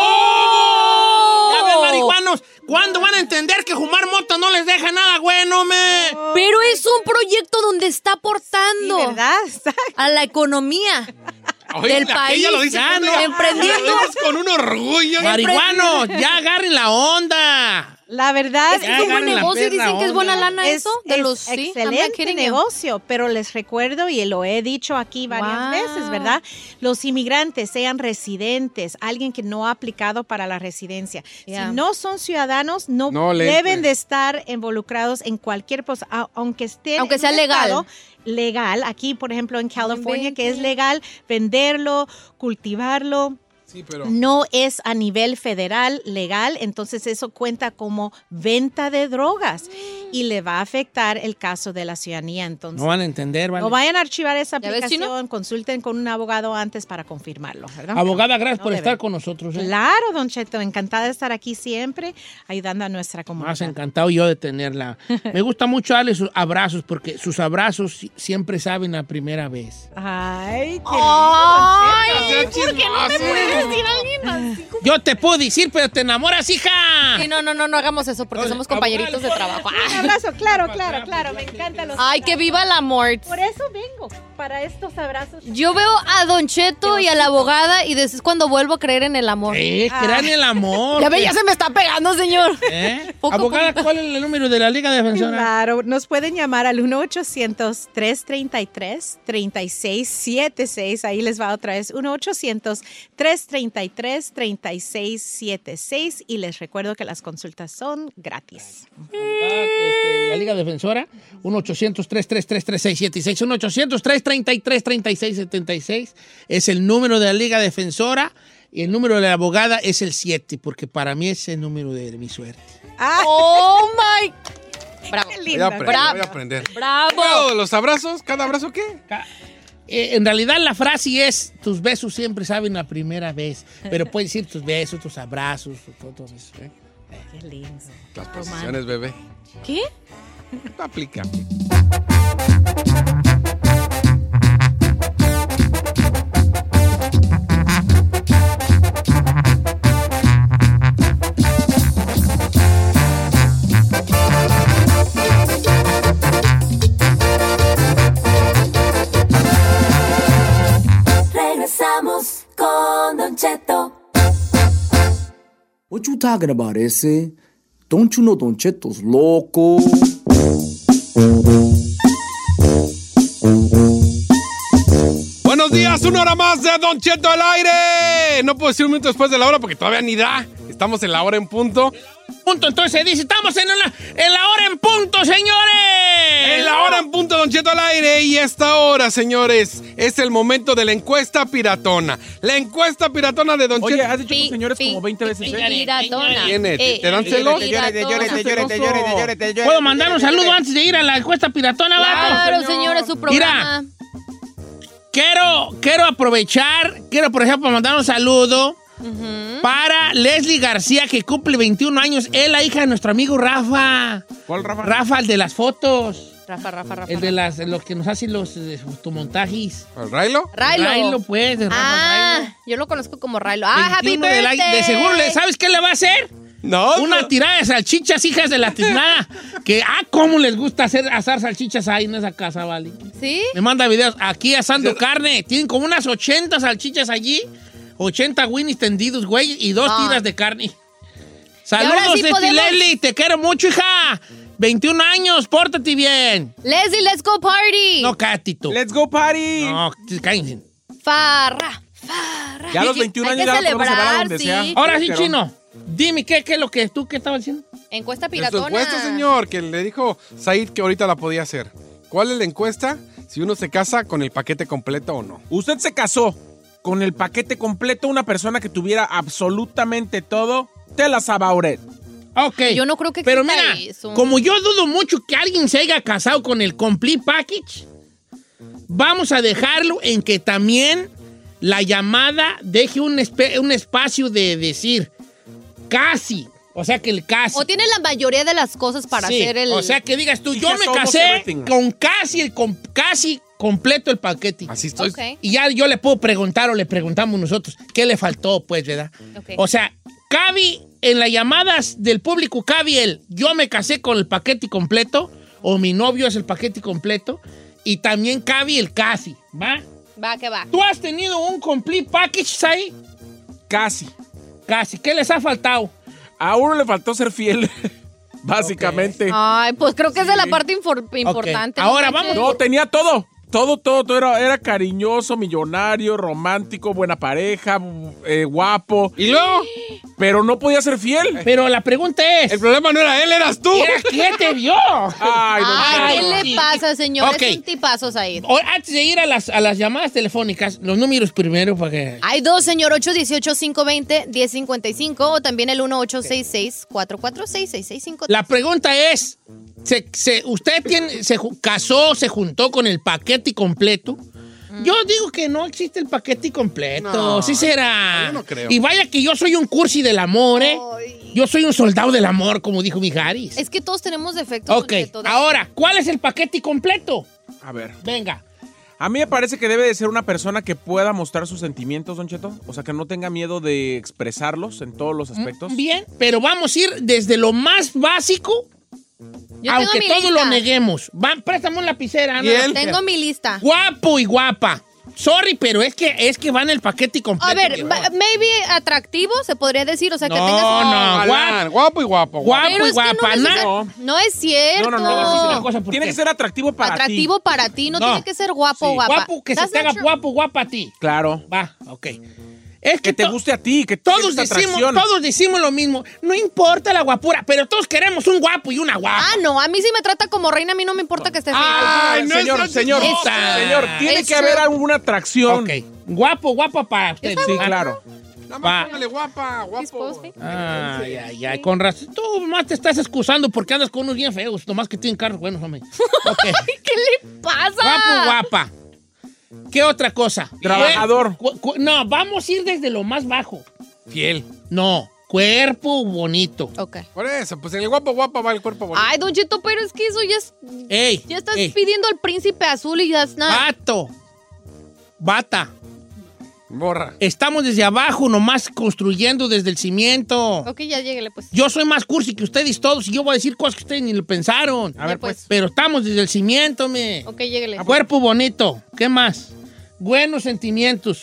¡Oh! Ya ven, marihuanos, ¿cuándo van a entender que fumar mota no les deja nada bueno, me? Pero es un proyecto donde está aportando sí, ¿verdad? a la economía. Oye, del país, lo dice ya, con, no, emprendiendo. Lo dices con un orgullo. Marihuanos, ya agarren la onda. La verdad es que es un buen negocio y dicen que es buena lana es, eso. De es los, sí, excelente negocio, pero les recuerdo y lo he dicho aquí varias wow. veces, ¿verdad? Los inmigrantes, sean residentes, alguien que no ha aplicado para la residencia, yeah. si no son ciudadanos, no, no deben de estar involucrados en cualquier cosa, aunque estén aunque sea legal. Estado, legal, aquí por ejemplo en California, que es legal venderlo, cultivarlo. Sí, pero... No es a nivel federal legal, entonces eso cuenta como venta de drogas y le va a afectar el caso de la ciudadanía. Entonces, no van a entender, ¿vale? No vayan a archivar esa aplicación, no? Consulten con un abogado antes para confirmarlo, ¿verdad? Abogada, gracias no por deben. estar con nosotros. ¿eh? Claro, Don Cheto, encantada de estar aquí siempre, ayudando a nuestra comunidad. Más encantado yo de tenerla. Me gusta mucho darle sus abrazos, porque sus abrazos siempre saben a primera vez. Ay, qué Ay, lindo, Don Cheto. ¿por qué no te puedes decir a alguien así? Como... Yo te puedo decir, pero te enamoras, hija. Sí, no, no, no, no hagamos eso, porque somos compañeritos de trabajo. Un abrazo, claro, claro, claro, me encantan los Ay, abrazos. que viva el amor. Por eso vengo, para estos abrazos. Yo veo a Don Cheto y a la abogada y después cuando vuelvo a creer en el amor. Eh, crean en el amor. Ya ve, ya se me está pegando, señor. ¿Eh? Abogada, ¿cuál es el número de la Liga Defensora? Claro, nos pueden llamar al uno ochocientos, tres treinta y tres, treinta y seis setenta y seis. Ahí les va otra vez, uno ochocientos, tres treinta y tres, treinta y seis setenta y seis. Y les recuerdo que las consultas son gratis. Este, la Liga Defensora, uno ochocientos, tres treinta y tres, treinta y seis setenta y seis. uno ochocientos, tres treinta y tres, treinta y seis setenta y seis es el número de la Liga Defensora y el número de la abogada es el siete, porque para mí es el número de mi suerte. Ah. ¡Oh, my! Bravo. Voy a aprender, Bravo. voy a aprender. Bravo. ¿Los abrazos? ¿Cada abrazo qué? Eh, en realidad la frase es, tus besos siempre saben la primera vez, pero puedes decir tus besos, tus abrazos, todo eso. ¿eh? Qué lindo. Las posiciones, bebé. ¿Qué? No aplica. Regresamos con Don Cheto. What you talking about, ese? Don't you know Don Cheto's loco? Buenos días, una hora más de Don Cheto al aire. No puedo decir un minuto después de la hora porque todavía ni da. Estamos en la hora en punto. Punto, entonces dice, estamos en la, en la hora en punto, señores. En la hora en punto, Don Cheto al aire. Y esta hora, señores, es el momento de la encuesta piratona. La encuesta piratona de Don Oye, Cheto. has dicho pi, señores pi, como veinte veces. Piratona. ¿Tiene? Eh, ¿Te dan celos? ¿Puedo mandar un saludo antes de ir a la encuesta piratona, vato? Claro, señor, es su programa. Mira, quiero, quiero aprovechar, quiero, por ejemplo, mandar un saludo uh-huh. para Leslie García, que cumple veintiún años. Es la hija de nuestro amigo Rafa. ¿Cuál Rafa? Rafa, el de las fotos. Rafa, Rafa, Rafa. El de las, los que nos hace los eh, fotomontajes. ¿El Railo? Railo. Railo, pues, de Rafa Ah, Railo. yo lo conozco como Railo. Ah, happy de, la, birthday. de seguro, le, ¿sabes qué le va a hacer? No. Una no. tirada de salchichas, hijas de la tiznada. Que, ah, cómo les gusta hacer asar salchichas ahí en esa casa, ¿vale? ¿Sí? Me manda videos aquí asando sí. carne. Tienen como unas ochenta salchichas allí. ochenta winnies tendidos, güey, y dos ah. tiras de carne. Saludos, sí podemos... Leslie, te quiero mucho, hija. veintiún años, pórtate bien. Leslie, let's go party. No, Catito. Let's go party. No, cállense. Farra, farra. Ya a los veintiún años ya podemos celebrar donde sí. sea. Ahora sí, Chino. Dime, ¿qué, qué es lo que tú qué estabas diciendo? Encuesta piratona. Su encuesta, señor, que le dijo Said que ahorita la podía hacer. ¿Cuál es la encuesta? Si uno se casa con el paquete completo o no. ¿Usted se casó con el paquete completo, una persona que tuviera absolutamente todo? Te la sabauret. Ok. Yo no creo que Pero mira, eso. Como yo dudo mucho que alguien se haya casado con el complete package, vamos a dejarlo en que también la llamada deje un, un espacio de decir casi. O sea que el casi. O tiene la mayoría de las cosas para sí, hacer el... O sea que digas tú, sí, yo me casé everything. con casi el con, casi completo el paquete. Así estoy. Okay. Y ya yo le puedo preguntar o le preguntamos nosotros qué le faltó, pues, ¿verdad? Okay. O sea, cabe en las llamadas del público, cabe el yo me casé con el paquete completo o mi novio es el paquete completo y también cabe el casi, ¿va? Va, que va. ¿Tú has tenido un complete package ahí? Casi. Casi. ¿Qué les ha faltado? A uno le faltó ser fiel, básicamente. Okay. Ay, pues creo que sí. es de la parte infor- importante. Okay. Ahora vamos. No, tenía todo. Todo, todo, todo. Era, era cariñoso, millonario, romántico, buena pareja, eh, guapo. ¿Y luego? Pero no podía ser fiel. Pero la pregunta es... El problema no era él, eras tú. ¿Era quién te vio? Ay, no, Ay, no. ¿qué le pasa, señor? Okay. Es un tipazo, Said. Antes de ir a las, a las llamadas telefónicas, los números primero para que... Hay dos, señor, ocho uno ocho, cinco dos cero, uno cero cinco cinco o también el uno ocho seis seis, cuatro cuatro seis, seis seis cinco tres. La pregunta es, ¿se, se, ¿usted tiene, se casó, se juntó con el paquete completo? Yo digo que no existe el paquete completo. No, sí será. yo no creo. Y vaya que yo soy un cursi del amor, ¿eh? Ay. Yo soy un soldado del amor, como dijo Mijaris. Es que todos tenemos defectos. Ok, ahora, ¿cuál es el paquete completo? A ver. Venga. A mí me parece que debe de ser una persona que pueda mostrar sus sentimientos, Don Cheto. O sea, que no tenga miedo de expresarlos en todos los aspectos. Bien, pero vamos a ir desde lo más básico... Yo aunque tengo mi todo lista. lo neguemos. Va, préstame una lapicera, Ana. ¿Y él? Tengo mi lista. Guapo y guapa. Sorry, pero es que, es que va en el paquete completo. A ver, va, maybe atractivo, se podría decir. O sea, que no, tengas... No, guapo, guapo y guapo. Guapo pero y es guapa. Que no, no. no es cierto. No, no, no. no cosa, tiene que ser atractivo para atractivo ti. Atractivo para ti, no, no tiene que ser guapo o sí. guapa. Guapo, que That's se te haga true. guapo guapa a ti. Claro. Va, ok. Es que, que te guste a ti, que todos decimos, todos decimos lo mismo. No importa la guapura, pero todos queremos un guapo y una guapa. Ah, no, a mí sí me trata como reina, a mí no me importa que esté feo. Ay, no, señor, señor, Esa. señor, tiene Es que haber alguna atracción. Ok, guapo, guapa para usted. Sí, claro. Nada más póngale guapa, guapo. Ay, ay, ay, con razón. Tú más te estás excusando porque andas con unos bien feos, nomás que tienen carros buenos, hombre. Okay. ¿Qué le pasa? Guapo, guapa. ¿Qué otra cosa? Trabajador. Cu cu no, vamos a ir desde lo más bajo. Fiel. No, cuerpo bonito. Ok. Por eso, pues en el guapo guapa va el cuerpo bonito. Ay, Don Cheto, pero es que eso ya es... Ey, ya estás ey. pidiendo al príncipe azul y ya es nada. Vato. Bata. Borra. Estamos desde abajo, nomás construyendo desde el cimiento. Ok, ya lleguele, pues. Yo soy más cursi que ustedes todos y yo voy a decir cosas que ustedes ni lo pensaron. A ver, pues. Pero estamos desde el cimiento, me. Ok, lleguele. Cuerpo bonito. ¿Qué más? Buenos sentimientos.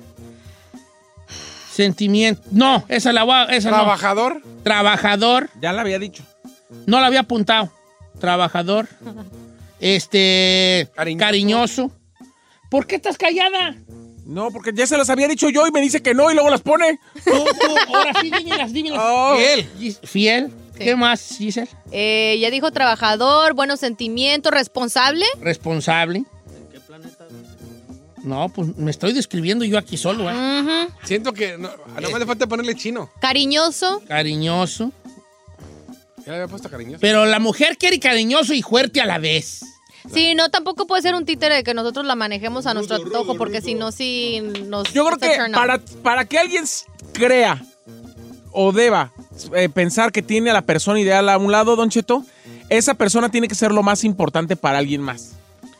Sentimientos. No, esa la voy a... Esa ¿Trabajador? No. Trabajador. Ya la había dicho. No la había apuntado. Trabajador. Este... Cariñoso. Cariñoso. ¿Por qué estás callada? No, porque ya se las había dicho yo y me dice que no y luego las pone. Tú, tú, ahora sí, dímelas, dímelas. Oh. Fiel. Fiel. Sí. ¿Qué más, Giselle? Eh, ya dijo trabajador, buenos sentimientos, responsable. Responsable. ¿En qué planeta? No, pues me estoy describiendo yo aquí solo, ¿eh? Ujú. Siento que no, nomás le falta ponerle chino. Cariñoso. Cariñoso. Ya le había puesto cariñoso. Pero la mujer quiere cariñoso y fuerte a la vez. Sí, no, tampoco puede ser un títere de que nosotros la manejemos a nuestro antojo, porque si no, sí nos... Yo creo it's a que turn on. para, para que alguien s- crea o deba eh, pensar que tiene a la persona ideal a un lado, Don Cheto, esa persona tiene que ser lo más importante para alguien más.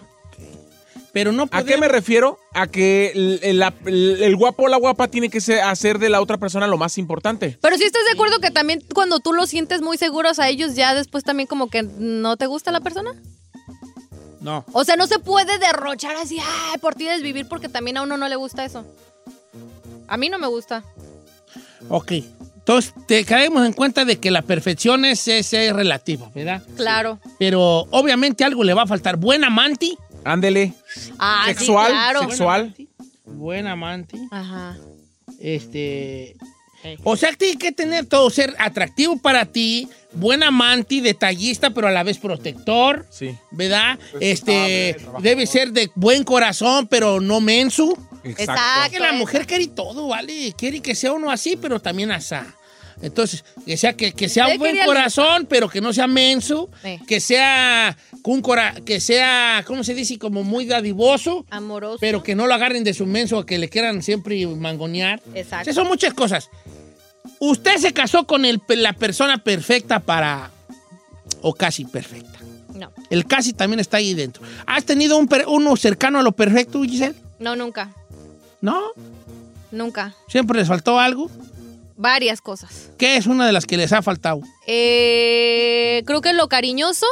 Pero no ¿A podemos... qué me refiero? A que el, el- la- el- el guapo o la guapa tiene que ser- hacer de la otra persona lo más importante. Pero si estás de acuerdo que también cuando tú los sientes muy seguros a ellos, ya después también como que no te gusta la persona. No. O sea, no se puede derrochar así, ay, por ti desvivir, porque también a uno no le gusta eso. A mí no me gusta. Ok. Entonces, te caemos en cuenta de que la perfección es, es, es relativa, ¿verdad? Claro. Pero obviamente algo le va a faltar. Buen amante. Ándele. Ah, sí, Sexual, claro. sexual. Buen amante. Ajá. Este... O sea, tiene que tener todo, ser atractivo para ti, buen amante, detallista, pero a la vez protector, Sí. ¿verdad? Pues este, estable, trabajador. debe ser de buen corazón, pero no menso. Exacto. Que la mujer quiere todo, ¿vale? Quiere que sea uno así, pero también asá. Entonces, que sea, que, que sea Usted un buen quería- corazón, pero que no sea menso. Sí. Que sea un cora que sea, ¿cómo se dice? Como muy dadivoso. Amoroso. Pero que no lo agarren de su menso, que le quieran siempre mangonear. Exacto. O sea, son muchas cosas. Usted se casó con el, la persona perfecta para... o casi perfecta. No, El casi también está ahí dentro. ¿Has tenido un per- uno cercano a lo perfecto, Giselle? no, nunca. ¿No? Nunca. ¿Siempre les faltó algo? Varias cosas. ¿Qué es una de las que les ha faltado? Eh, creo que lo cariñoso.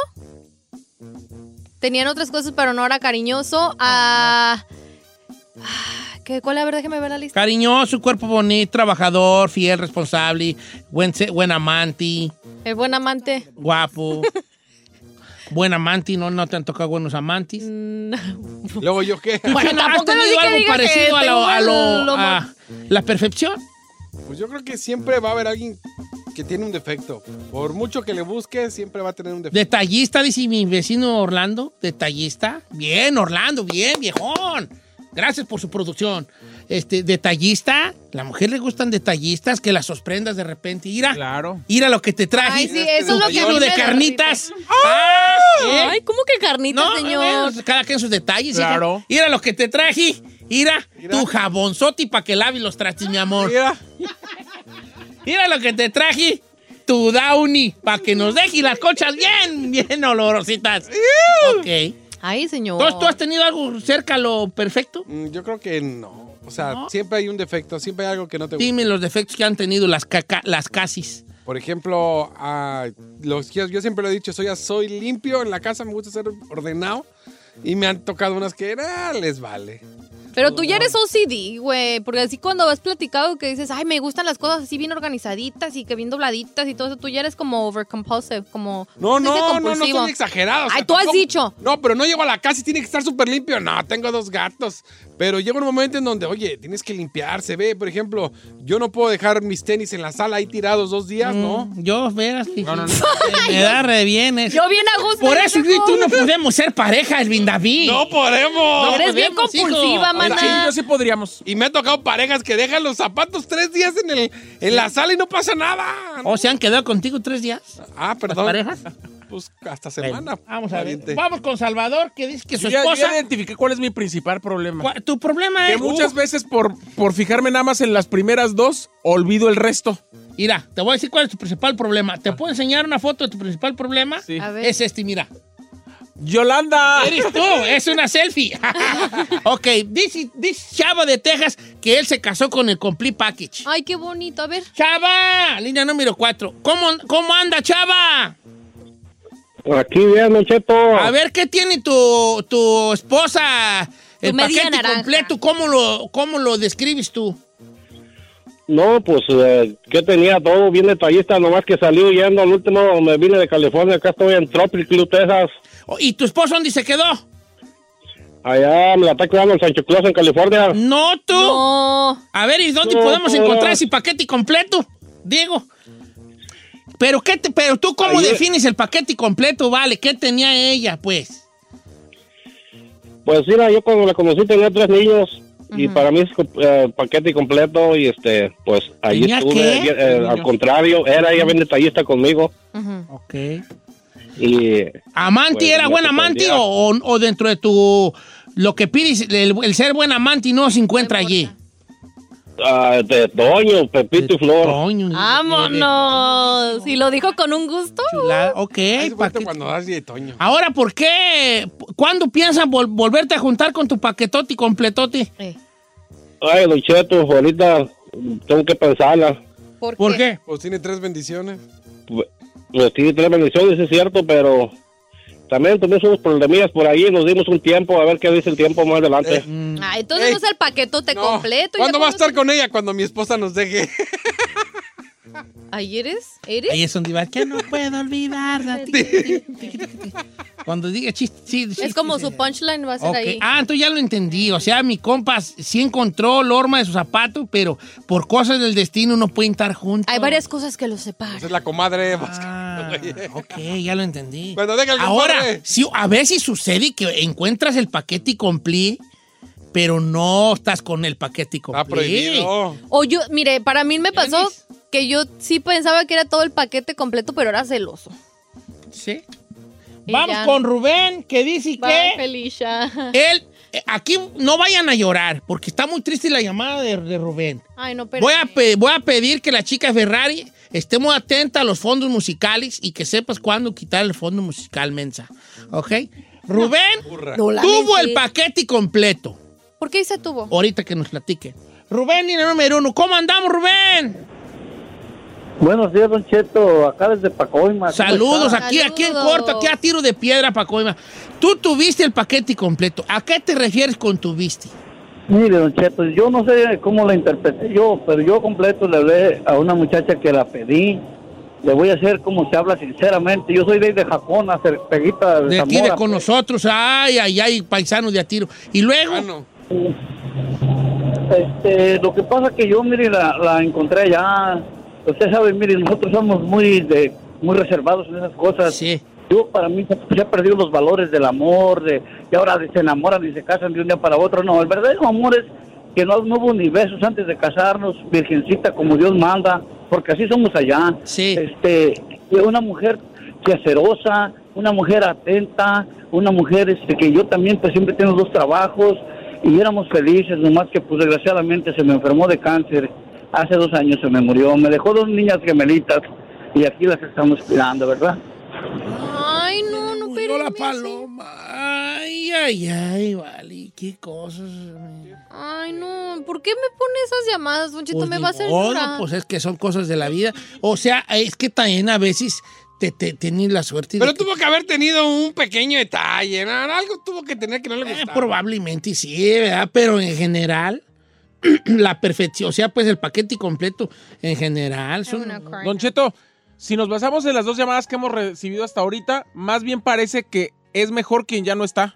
Tenían otras cosas, pero no era cariñoso. Ah, ah, ¿qué, ¿Cuál? A ver, déjeme ver la lista. Cariñoso, cuerpo bonito, trabajador, fiel, responsable, buen, se- buen amante, El buen amante. guapo. Buen amante, ¿no, no te han tocado buenos amantes? Luego yo qué. Bueno, ¿has tampoco no tenido di que algo diga que parecido a, lo, tengo a, lo- lo- a la perfección? Pues yo creo que siempre va a haber alguien que tiene un defecto. Por mucho que le busque, siempre va a tener un defecto. Detallista, dice mi vecino Orlando. Detallista. Bien, Orlando, bien, viejón. Gracias por su producción. Este, detallista. La mujer le gustan detallistas que las sorprendas de repente. Ira. Claro. Ira lo que te traje. Ay, sí, eso es lo Tu que a kilo mí de me da carnitas. risa. Ah, ¿eh? Ay, ¿cómo que carnitas, No, señor? bueno, cada quien sus detalles. hija. Claro. Mira lo que te traje. Mira, tu jabonzote para que laves los trastes, mi amor. Mira, Mira lo que te traje. Tu Downy para que nos deje las conchas bien, bien olorositas. Ok. Ay, señor. Entonces, ¿tú has tenido algo cerca a lo perfecto? mm, yo creo que no. O sea, ¿No? siempre hay un defecto, siempre hay algo que no te gusta. Dime los defectos que han tenido las, caca- las casis. Por ejemplo, ah, los, yo, yo siempre lo he dicho, soy, soy limpio en la casa, me gusta ser ordenado. Y me han tocado unas que ah, les vale. Pero tú ya eres O C D, güey, porque así cuando has platicado que dices, ay, me gustan las cosas así bien organizaditas y que bien dobladitas y todo eso, tú ya eres como overcompulsive, como... No, ¿cómo se dice? no, no, no Compulsivo. soy exagerado. o sea, Ay, tú has tampoco- dicho. No, pero no llego a la casa y tiene que estar súper limpio. No, tengo dos gatos. Pero llega un momento en donde, oye, tienes que limpiarse, ve. Por ejemplo, yo no puedo dejar mis tenis en la sala ahí tirados dos días, ¿no? Mm, Yo, veras, que No, no, no. me da re bien eso. Yo bien a gusto. Por yo eso yo y mejor. tú no podemos ser pareja, Elvin David. ¡No podemos! Eres bien podemos, hijo. compulsiva, Sí, maná. yo sí podríamos. Y me ha tocado parejas que dejan los zapatos tres días en, el, en la sala y no pasa nada. ¿O se han quedado contigo tres días? Ah, ¿Las perdón. parejas? Pues hasta semana. Vamos a ver. pariente. Vamos con Salvador, que dice que su Yo ya, yo esposa... ya identifiqué cuál es mi principal problema. ¿Cuál- Tu problema Que es... muchas veces por, por fijarme nada más en las primeras dos, olvido el resto. Mira, te voy a decir cuál es tu principal problema. ¿Te puedo enseñar una foto de tu principal problema? Sí. A ver. Es este, mira. ¡Yolanda! Eres tú, es una selfie. Ok, dice, dice Chava de Texas que él se casó con el Complete Package. Ay, qué bonito. A ver. Chava, línea número cuatro. ¿Cómo, cómo anda, Chava? Aquí bien, Don Cheto. A ver, ¿qué tiene tu, tu esposa? El media paquete naranja. completo, ¿cómo lo, cómo lo describes tú? No, pues, eh, que tenía todo bien detallista, nomás que salí huyendo al último, me vine de California, acá estoy en Tropic Club, Texas. Oh, ¿y tu esposo dónde se quedó? Allá me la está cuidando en Sancho Claus, en California. No, tú. No. A ver, ¿y dónde No, podemos no. encontrar ese paquete completo? Diego. Pero, ¿qué te, pero tú, ¿cómo Ahí es. defines el paquete completo, vale? ¿Qué tenía ella, pues? Pues mira, yo cuando la conocí tenía tres niños. Y para mí es eh, paquete completo y este, pues ahí ¿Tenía estuve. qué? eh, al contrario, era ella bien detallista conmigo. Ok. Y ¿Amante pues, era me buen amante sorprendía. o, o- o dentro de tu... Lo que pides, el, el ser buen amante no se encuentra allí? ah, de Toño, Pepito y Flor. ¡Vámonos! ¿Y lo dijo con un gusto? Chulada, ok. Eso fue paquete- cuando das de Toño. Ahora, ¿por qué? ¿Cuándo piensas vol- volverte a juntar con tu paquetote completote? Ay, Don Cheto, ahorita tengo que pensarla. ¿Por, ¿Por qué? Pues tiene tres bendiciones. Pues sí, tres bendiciones, es cierto, pero también tuvimos unos problemillas por ahí, nos dimos un tiempo, a ver qué dice el tiempo más adelante. Ah, entonces Ey. no es el paquetote No. completo. ¿Cuándo ya va a cuando- estar con ella? Cuando mi esposa nos deje. ¿Ahí eres? ¿Eres? Ahí es donde iba, que no puedo olvidar. Cuando diga chiste, sí, Es chiste, como sí. su punchline va a ser Ok. ahí. Ah, entonces ya lo entendí. O sea, mi compa sí encontró la horma de su zapato, pero por cosas del destino no pueden estar juntos. Hay varias cosas que lo separan. Esa es la comadre. Ah, ok, ya lo entendí. Cuando deja el Ahora, compadre. sí, a veces sucede que encuentras el paquete completo, pero no estás con el paquete completo. Está prohibido. O yo, mire, para mí me pasó que yo sí pensaba que era todo el paquete completo, pero era celoso. Sí. Y Vamos ya con no. Rubén, que dice Bye, que Felicia. él, eh, aquí no vayan a llorar, porque está muy triste la llamada de, de Rubén. Ay, no, pero. Voy a, pe- voy a pedir que la chica Ferrari esté muy atenta a los fondos musicales y que sepas cuándo quitar el fondo musical, mensa. ¿Ok? Rubén No la tuvo mencí. el paquete completo. ¿Por qué se tuvo? Ahorita que nos platique. Rubén, niño número uno. ¿Cómo andamos, Rubén? Buenos días, Don Cheto, acá desde Pacoima. ¿cómo Saludos, está? aquí, aquí en corto, aquí a tiro de piedra, Pacoima. Tú tuviste el paquete completo. ¿A qué te refieres con tuviste? Mire, Don Cheto, yo no sé cómo lo interpreté yo, pero yo completo le hablé a una muchacha que la pedí. Le voy a hacer como se habla sinceramente. Yo soy de, de Jacona, Peguita de, De aquí, Zamora. de con nosotros. Ay, ay, ay, paisanos de a tiro. Y luego... Este, lo que pasa que yo, mire, la, la encontré allá. Usted sabe, mire, nosotros somos muy de muy reservados en esas cosas. Sí. Yo, para mí, se, se ha perdido los valores del amor, de, y ahora se enamoran y se casan de un día para otro. No, el verdadero amor es que no, no hubo ni besos antes de casarnos, virgencita, como Dios manda, porque así somos allá. Sí. Este, y una mujer caserosa, una mujer atenta, una mujer este, que yo también pues siempre tengo dos trabajos y éramos felices, nomás que pues desgraciadamente se me enfermó de cáncer. Hace dos años se me murió, me dejó dos niñas gemelitas y aquí las estamos cuidando, ¿verdad? Ay, no, no, pero. la paloma. Ay, ay, ay, vale, qué cosas. Ay, no, ¿por qué me pone esas llamadas, Don Cheto? Pues me ni va a hacer modo, llorar. pues es que son cosas de la vida. O sea, es que también a veces te, te, tienes la suerte de Pero que- tuvo que haber tenido un pequeño detalle, ¿no? Algo tuvo que tener que no le Eh, gustaba. probablemente sí, ¿verdad? Pero en general, la perfección, o sea, pues el paquete completo en general. Son... Don Cheto, si nos basamos en las dos llamadas que hemos recibido hasta ahorita, más bien parece que es mejor quien ya no está.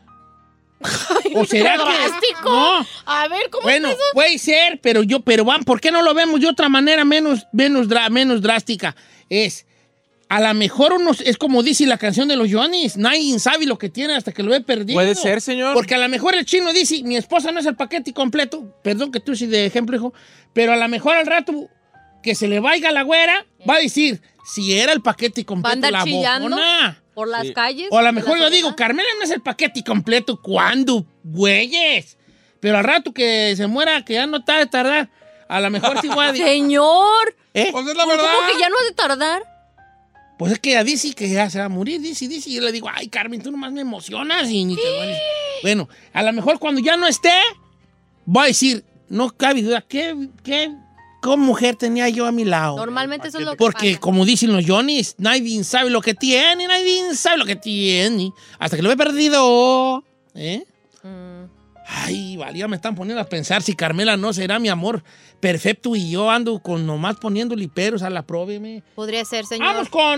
¿O será ¡Qué que drástico! no? A ver, ¿cómo Bueno, es eso? puede ser, pero yo, pero van, ¿por qué no lo vemos de otra manera menos, menos, dra- menos drástica? Es, a lo mejor uno, es como dice la canción de los Johnny's, nadie sabe lo que tiene hasta que lo ve perdido. Puede ser, señor. Porque a lo mejor el chino dice, mi esposa no es el paquete completo, perdón que tú sí de ejemplo, hijo, pero a lo mejor al rato que se le vaya la güera, va a decir, si era el paquete ¿Va a completo, andar la chillando bofona. por las calles? O a lo de mejor la yo digo, soledad? Carmela no es el paquete completo. ¿Cuándo? Güeyes. Pero al rato que se muera, que ya no está de tardar, a lo mejor sí voy a decir. Señor. ¿Eh? Pues es la ¿Cómo verdad. que ya no ha de tardar? Pues es que ella dice que ya se va a morir, dice, dice. Y yo le digo, ay, Carmen, tú nomás me emocionas y ni te mueres. Bueno, a lo mejor cuando ya no esté, voy a decir, no cabe duda, ¿qué, qué, qué mujer tenía yo a mi lado? Normalmente eso es lo que Porque, pasa. como dicen los Johnny's, nadie sabe lo que tiene, nadie sabe lo que tiene. Hasta que lo he perdido. ¿Eh? Mm. Ay, valía, me están poniendo a pensar si Carmela no será mi amor perfecto y yo ando con nomás poniendo liperos a la próbeme. Podría ser, señor. Vamos con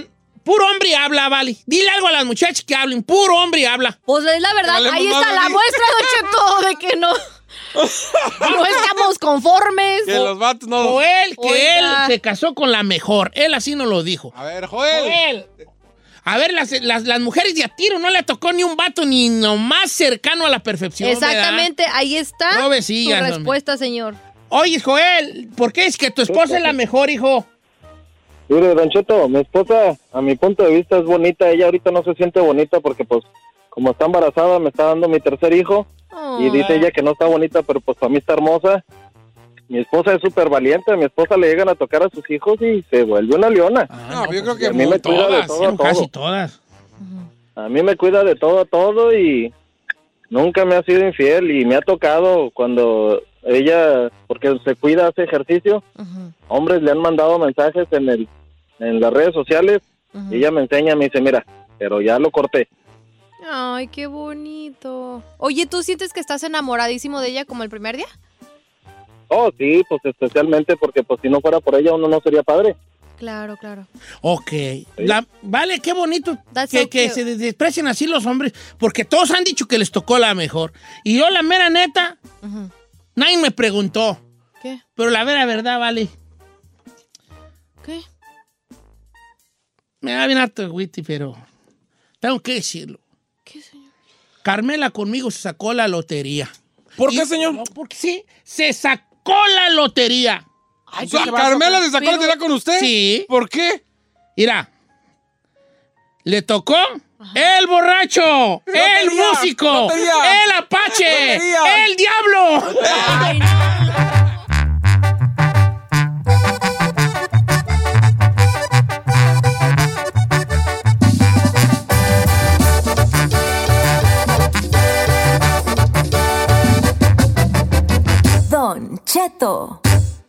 Puro hombre habla, vale. Dile algo a las muchachas que hablen. Puro hombre habla. Pues es la verdad, Vale, ahí mamá, está la vale. muestra, Don Cheto, de que no, no estamos conformes. Que los vatos no... Joel, que Oiga. él se casó con la mejor. Él así nos lo dijo. A ver, Joel. Joel. A ver, las, las, las mujeres de a tiro no le tocó ni un vato ni nomás cercano a la perfección. Exactamente, ahí está No me su sigas, hombre. respuesta, señor. Oye, Joel, ¿por qué es que tu esposa es la mejor, hijo? Mire, Don Cheto, mi esposa, a mi punto de vista, es bonita. Ella ahorita no se siente bonita porque, pues, como está embarazada, me está dando mi tercer hijo. Oh. Y dice ella que no está bonita, pero pues para mí está hermosa. Mi esposa es súper valiente. A mi esposa le llegan a tocar a sus hijos y se vuelve una leona. No, yo creo que a mí me cuida de Todas, todo a sí, casi todo. todas. A mí me cuida de todo a todo y nunca me ha sido infiel. Y me ha tocado cuando ella, porque se cuida, hace ejercicio, hombres le han mandado mensajes en el en las redes sociales y ella me enseña, me dice, mira, pero ya lo corté. Ay, qué bonito. Oye, ¿tú sientes que estás enamoradísimo de ella como el primer día? Oh, sí, pues especialmente porque pues si no fuera por ella uno no sería padre. Claro, claro. Ok. La- vale, qué bonito That's que, so que cute. se des- desprecien así los hombres, porque todos han dicho que les tocó la mejor. Y yo, la mera neta, Ujú. nadie me preguntó. ¿Qué? Pero la vera verdad, vale. ¿Qué? Me da bien harto de Witty, pero tengo que decirlo. ¿Qué, señor? Carmela conmigo se sacó la lotería. ¿Por Y- qué, señor? No, porque sí, se sacó la lotería. O sea, ¿Carmela se sacó la lotería con usted? Sí. ¿Por qué? Mira, le tocó el borracho, el Lotería, músico, lotería, el apache, lotería. el diablo. Ay, no. Don Cheto.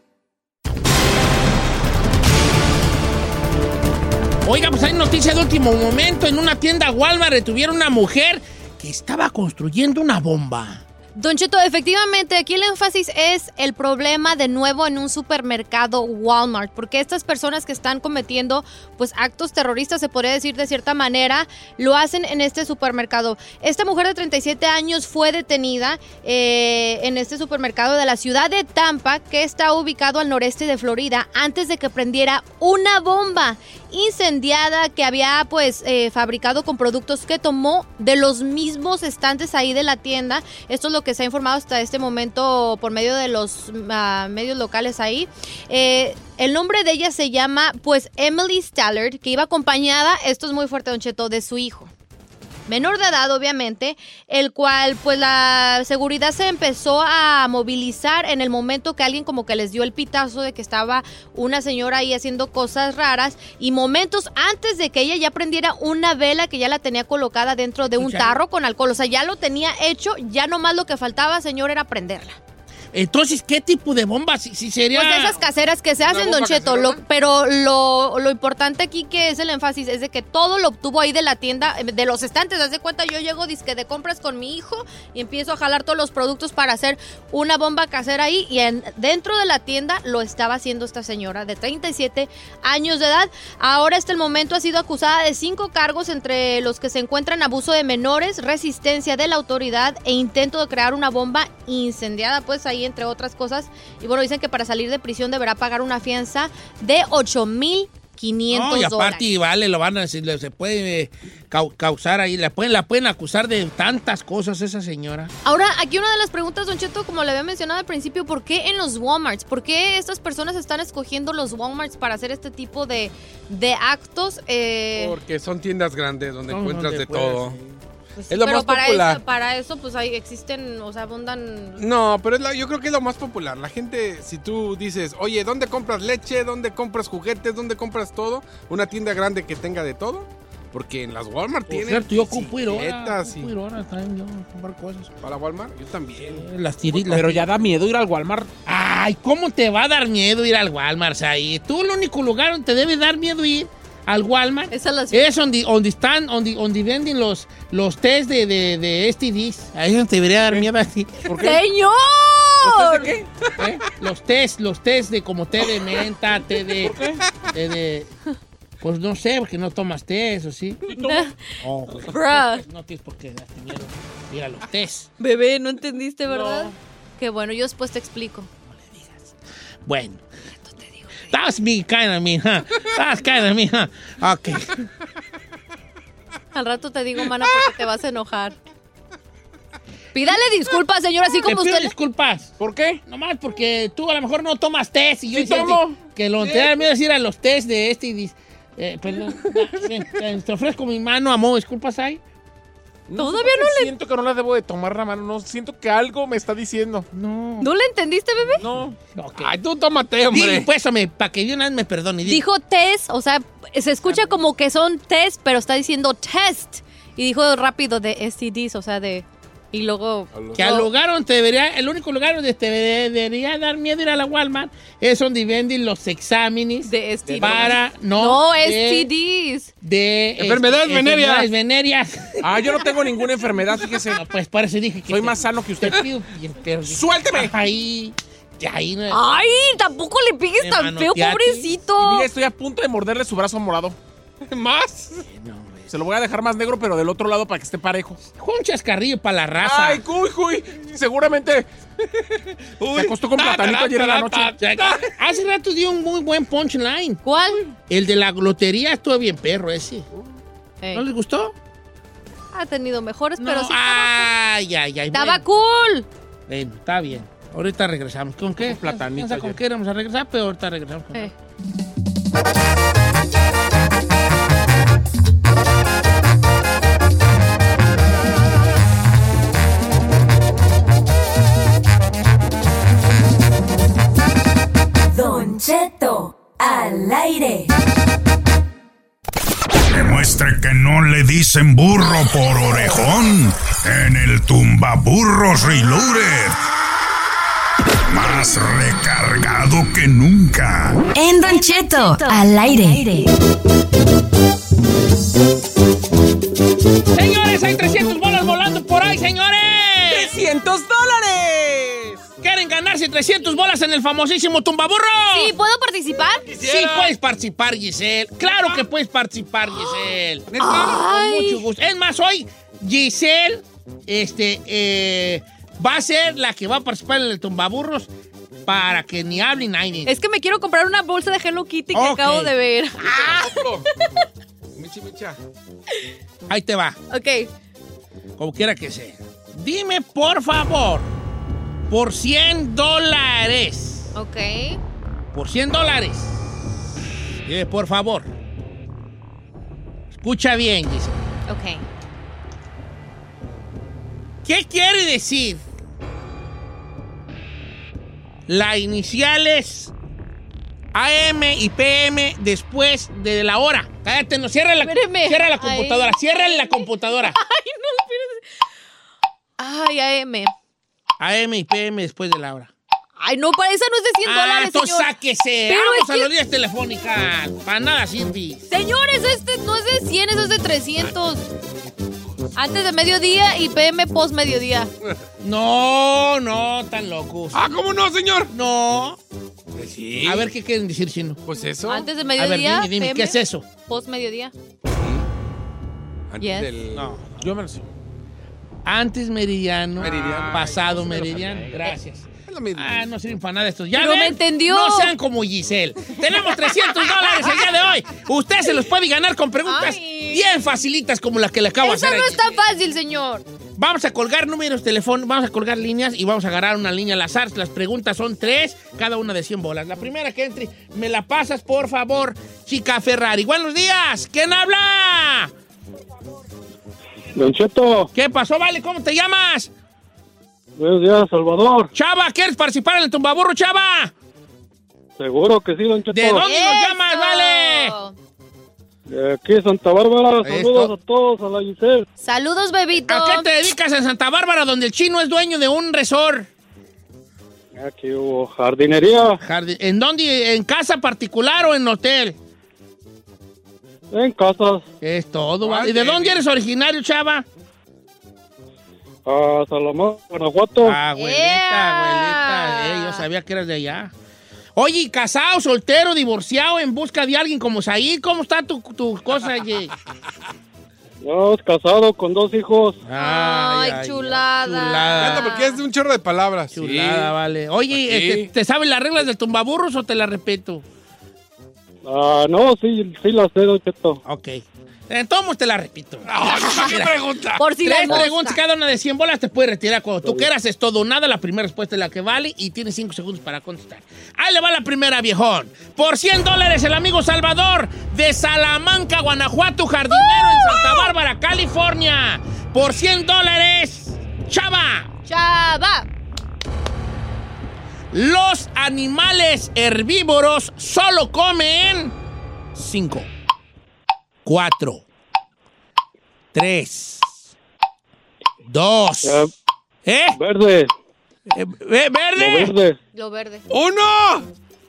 Oiga, pues hay noticia de último momento. En una tienda Walmart detuvieron una mujer que estaba construyendo una bomba. Don Cheto, efectivamente, aquí el énfasis es el problema de nuevo en un supermercado Walmart, porque estas personas que están cometiendo pues actos terroristas, se podría decir de cierta manera, lo hacen en este supermercado. Esta mujer de treinta y siete años fue detenida eh, en este supermercado de la ciudad de Tampa, que está ubicado al noreste de Florida, antes de que prendiera una bomba incendiada que había pues eh, fabricado con productos que tomó de los mismos estantes ahí de la tienda. Esto es lo que se ha informado hasta este momento por medio de los uh, medios locales ahí. Eh, el nombre de ella se llama pues Emily Stallard, que iba acompañada, esto es muy fuerte, Don Cheto, de su hijo. Menor de edad, obviamente, el cual, pues, la seguridad se empezó a movilizar en el momento que alguien como que les dio el pitazo de que estaba una señora ahí haciendo cosas raras, y momentos antes de que ella ya prendiera una vela que ya la tenía colocada dentro de un Ya. tarro con alcohol. O sea, ya lo tenía hecho, ya nomás lo que faltaba, señor, era prenderla. Entonces, ¿qué tipo de bomba? Si, si sería... Pues de esas caseras que se hacen, Don Cheto, lo- pero lo, lo importante aquí que es el énfasis es de que todo lo obtuvo ahí de la tienda, de los estantes. Haz de cuenta, yo llego disque de compras con mi hijo y empiezo a jalar todos los productos para hacer una bomba casera ahí, y en, dentro de la tienda lo estaba haciendo esta señora de treinta y siete años de edad. Ahora hasta el momento ha sido acusada de cinco cargos, entre los que se encuentran abuso de menores, resistencia de la autoridad e intento de crear una bomba incendiada, pues ahí entre otras cosas. Y bueno, dicen que para salir de prisión deberá pagar una fianza de ocho mil quinientos No, y dólares. aparte, vale, lo van a decir, le- se puede eh, cau- causar ahí, la pueden, la pueden acusar de tantas cosas esa señora. Ahora, aquí una de las preguntas, Don Cheto, como le había mencionado al principio, ¿por qué en los Walmarts? ¿Por qué estas personas están escogiendo los Walmarts para hacer este tipo de, de actos? Eh, Porque son tiendas grandes donde Son encuentras donde de puedes, todo. pues, es lo pero más para popular. Eso, para eso, pues ahí existen, o sea, abundan... No, pero es la- yo creo que es lo más popular. La gente, si tú dices, oye, ¿dónde compras leche? ¿Dónde compras juguetes? ¿Dónde compras todo? Una tienda grande que tenga de todo. Porque en las Walmart Por tienen cierto, yo ocupo ir ahora, bicicletas y- ocupo ir ahora también yo a comprar cosas. ¿Para Walmart? Yo también. Eh, Las tiritas. Pero ya da miedo ir al Walmart. Ay, ¿cómo te va a dar miedo ir al Walmart ahí? Tú, el único lugar donde te debe dar miedo ir al Walmart Esa es la- es donde, donde están, donde, donde venden los, los test de, de, de S T Ds. Ahí es donde te debería dar miedo a ti. ¿Por ¡Señor! ¿Los test de qué? ¿Eh? Los test, los test de como té de menta, té de... té de- Pues no sé, porque no tomas té, eso sí. Oh, pues, Bruh. no tienes por qué darte miedo. Mira los tés. Bebé, ¿no entendiste, verdad? No. Qué bueno, yo después te explico. No le digas. Bueno. That's me, kind of me, huh? That's kind of me, huh? Ok. Al rato te digo, mana, porque te vas a enojar. Pídale disculpas, señor, así como te pido usted... disculpas. ¿Por qué? Nomás porque tú a lo mejor no tomas test y yo sí decía tomo. Que lo sí. te da miedo decir a los test de este y dices, eh, perdón, te, te ofrezco mi mano, amor, disculpas ahí. No Todavía no le... Siento que no la debo de tomar la mano, no, siento que algo me está diciendo. No. ¿No le entendiste, bebé? No. Okay. Ay, tú tómate, hombre. Dile, pues, para que de una vez me perdone. Dile. Dijo test, o sea, se escucha como que son test, pero está diciendo test. Y dijo rápido de S T Ds, o sea, de... Y luego... Que al lugar donde te debería... El único lugar donde te debería dar miedo ir a la Walmart es donde venden los exámenes de S T Ds. Para... No, no de, S T Ds. De... Enfermedades venéreas. Enfermedades venéreas. Ah, yo no tengo ninguna enfermedad, fíjese. No, pues por eso dije que... Soy te, más sano que usted. Pido, pero, ¡suélteme! Ahí... ahí no, ¡ay! Tampoco le piques tan feo, pobrecito. Mire, estoy a punto de morderle su brazo morado. ¿Más? No. Se lo voy a dejar más negro, pero del otro lado para que esté parejo. Un chascarrillo para la raza. Ay, uy, uy. Seguramente. Uy, se acostó con platanito ayer en la noche. Hace rato dio un muy buen punchline. ¿Cuál? El de la lotería estuvo bien perro ese. Hey. ¿No les gustó? Ha tenido mejores, no, pero sí. Ay, ay, ay. Estaba bueno. cool. Bueno, está bien. Ahorita regresamos. ¿Con qué? Con platanito. No sé con qué éramos a regresar, pero ahorita regresamos. Con hey. Don Cheto al aire. Demuestre que no le dicen burro por orejón en el tumbaburros Reloaded. Más recargado que nunca. En Don Cheto al aire. Señores, hay trescientos bolas volando por ahí, señores. ¡trescientos dólares! ¿Quieren ganarse trescientos bolas en el famosísimo tumbaburro? Sí, ¿puedo participar? Sí, puedes participar, Giselle. Claro que puedes participar, Giselle. Ay. Con mucho gusto. Es más, hoy Giselle este, eh, va a ser la que va a participar en el tumbaburros para que ni hablen nadie. Es que me quiero comprar una bolsa de Hello Kitty que okay. acabo de ver. Ah. Michi, micha. Ahí te va. Ok. Como quiera que sea. Dime, por favor, por cien dólares. Ok. Por cien dólares. Dime, por favor. Escucha bien, Giselle. Ok. ¿Qué quiere decir las iniciales A M y P M después de la hora? Cállate, no, cierra la, cierra la computadora, cierra la computadora. Ay, no, espérate. Ay, A M. A M y P M después de la hora. Ay, no, para esa no es de cien ah, dólares, entonces señor. sáquese. Pero Vamos es a que... las líneas telefónicas. Para nada sirve. Señores, este no es de cien, eso es de trescientos. Antes de mediodía y P M post mediodía. No, no, tan locos. Ah, ¿cómo no, señor? No. Sí. A ver, ¿qué quieren decir, Chino? Pues eso. Antes de mediodía. A ver, dime, dime, P M, ¿qué es eso? Post mediodía. Antes yes. del... No. Yo me lo sé. Antes meridiano. Meridiano. Pasado Ay, meridiano. Gracias. Ah, no sirven para nada estos. Ya Pero ven, me entendió. No sean como Giselle. Tenemos trescientos dólares el día de hoy. Usted se los puede ganar con preguntas Ay. bien facilitas como las que le acabo de Eso hacer. no a está Giselle. fácil, señor. Vamos a colgar números, teléfono, vamos a colgar líneas y vamos a agarrar una línea al azar. Las preguntas son tres, cada una de cien bolas. La primera que entre, me la pasas, por favor, chica Ferrari. Buenos días, ¿quién habla? Don Cheto. ¿Qué pasó, vale? ¿Cómo te llamas? Buenos días, Salvador. Chava, ¿quieres participar en el tumbaburro, Chava? Seguro que sí, Don Cheto. ¿De dónde ¡Eso! nos llamas, vale? De aquí, Santa Bárbara. Saludos Esto. a todos, a la Giselle. Saludos, bebito. ¿A qué te dedicas en Santa Bárbara, donde el chino es dueño de un resort? Aquí hubo jardinería. Jardin- ¿En dónde? ¿En casa particular o en hotel? En casas. Es todo, ¿vale? ¿Y de dónde eres originario, Chava? A Salamanca, Guanajuato. Abuelita, Yeah. abuelita. Eh, yo sabía que eras de allá. Oye, casado, soltero, divorciado, en busca de alguien como Said, ¿cómo está tu, tu cosa, oye? No, es casado con dos hijos. Ay, ay, chulada. chulada. Canta porque es de un chorro de palabras. Chulada, Sí. vale. Oye, Sí. este, ¿te sabes las reglas del tumbaburros o te las repito? Ah, no, sí, sí la sé, Don Cheto. Ok. Entonces te la repito. ¿Qué pregunta? Por si Tres les gusta. preguntas, cada una de cien bolas te puedes retirar cuando tú quieras. Es todo o nada. La primera respuesta es la que vale y tienes cinco segundos para contestar. Ahí le va la primera, viejón. Por cien dólares, el amigo Salvador de Salamanca, Guanajuato, jardinero en Santa Bárbara, California. Por cien dólares, Chava. Chava. Los animales herbívoros solo comen cinco, cuatro, tres, dos, Eh, ¿eh? Verde. Eh, ¿Verde? Lo verde. Lo verde. ¡Uno!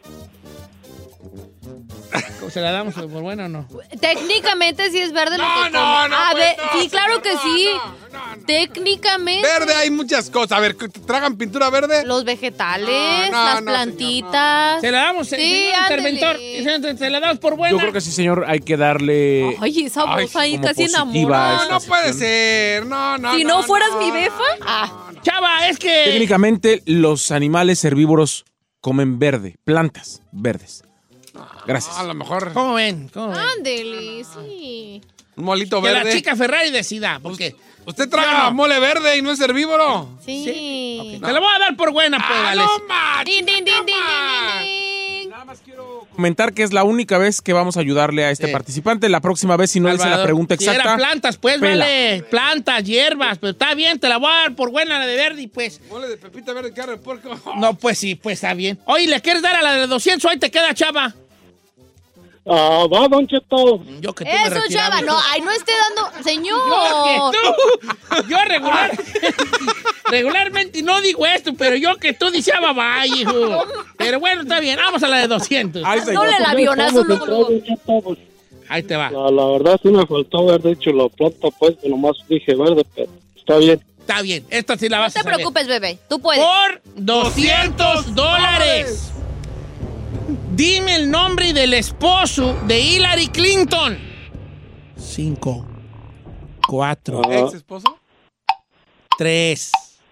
¿Se la damos por buena o no? Técnicamente sí es verde lo No, que no, come. no, A pues, ver, no, sí, claro señor, que no, sí. no, no, Técnicamente. Verde hay muchas cosas. A ver, ¿te ¿tragan pintura verde? Los vegetales, No, no, las no, plantitas. ¿Se la damos, Sí, señor ándele. interventor? ¿Se la damos por buena? Yo creo que sí, señor, hay que darle... Ay, esa Ay, voz ahí como casi positiva enamorada. No, no puede ser. No, no. Si no, fueras mi befa. Ah. Chava, es que... Técnicamente, los animales herbívoros comen verde, plantas verdes. Gracias. A lo mejor ¿Cómo ven? ¿Cómo ven? Ándele, sí. un molito Que la verde. chica Ferrari decida, porque... ¿Usted traga Yo no. mole verde y no es herbívoro? Sí. Te la voy a dar por buena, pues, ¡Ah, vale. no manches, Din, din, din, din, compa! din, din, din. Comentar que es la única vez que vamos a ayudarle a este Sí. participante. La próxima vez, si no dice la Salvador. pregunta Si exacta... era plantas, pues, pela. vale. Plantas, hierbas, pero está bien, te la voy a dar por buena la de verde y pues... Mole de pepita verde, carne de puerco. No, pues sí, pues está bien. Oye, ¿le quieres dar a la de doscientos? Ahí te queda, Chava. Ah, va, Don Cheto. Yo que tú me Eso, retiraba. Chava. No, ay, no esté dando. Señor. Yo que tú. Yo regular, regularmente no digo esto, pero yo que tú decía babá, hijo. Pero bueno, está bien. Vamos a la de doscientos. Ay, No señor. le el avionazo luego, luego. Don Cheto, pues, Ahí te va. La, la verdad sí me faltó haber dicho la planta, pues, que nomás dije verde, pero está bien. Está bien. Esta sí la No vas te a saber. preocupes, bebé. Tú puedes. Por doscientos dólares. Dime el nombre del esposo de Hillary Clinton. Cinco, cuatro, Ah, ¿Ex esposo? tres,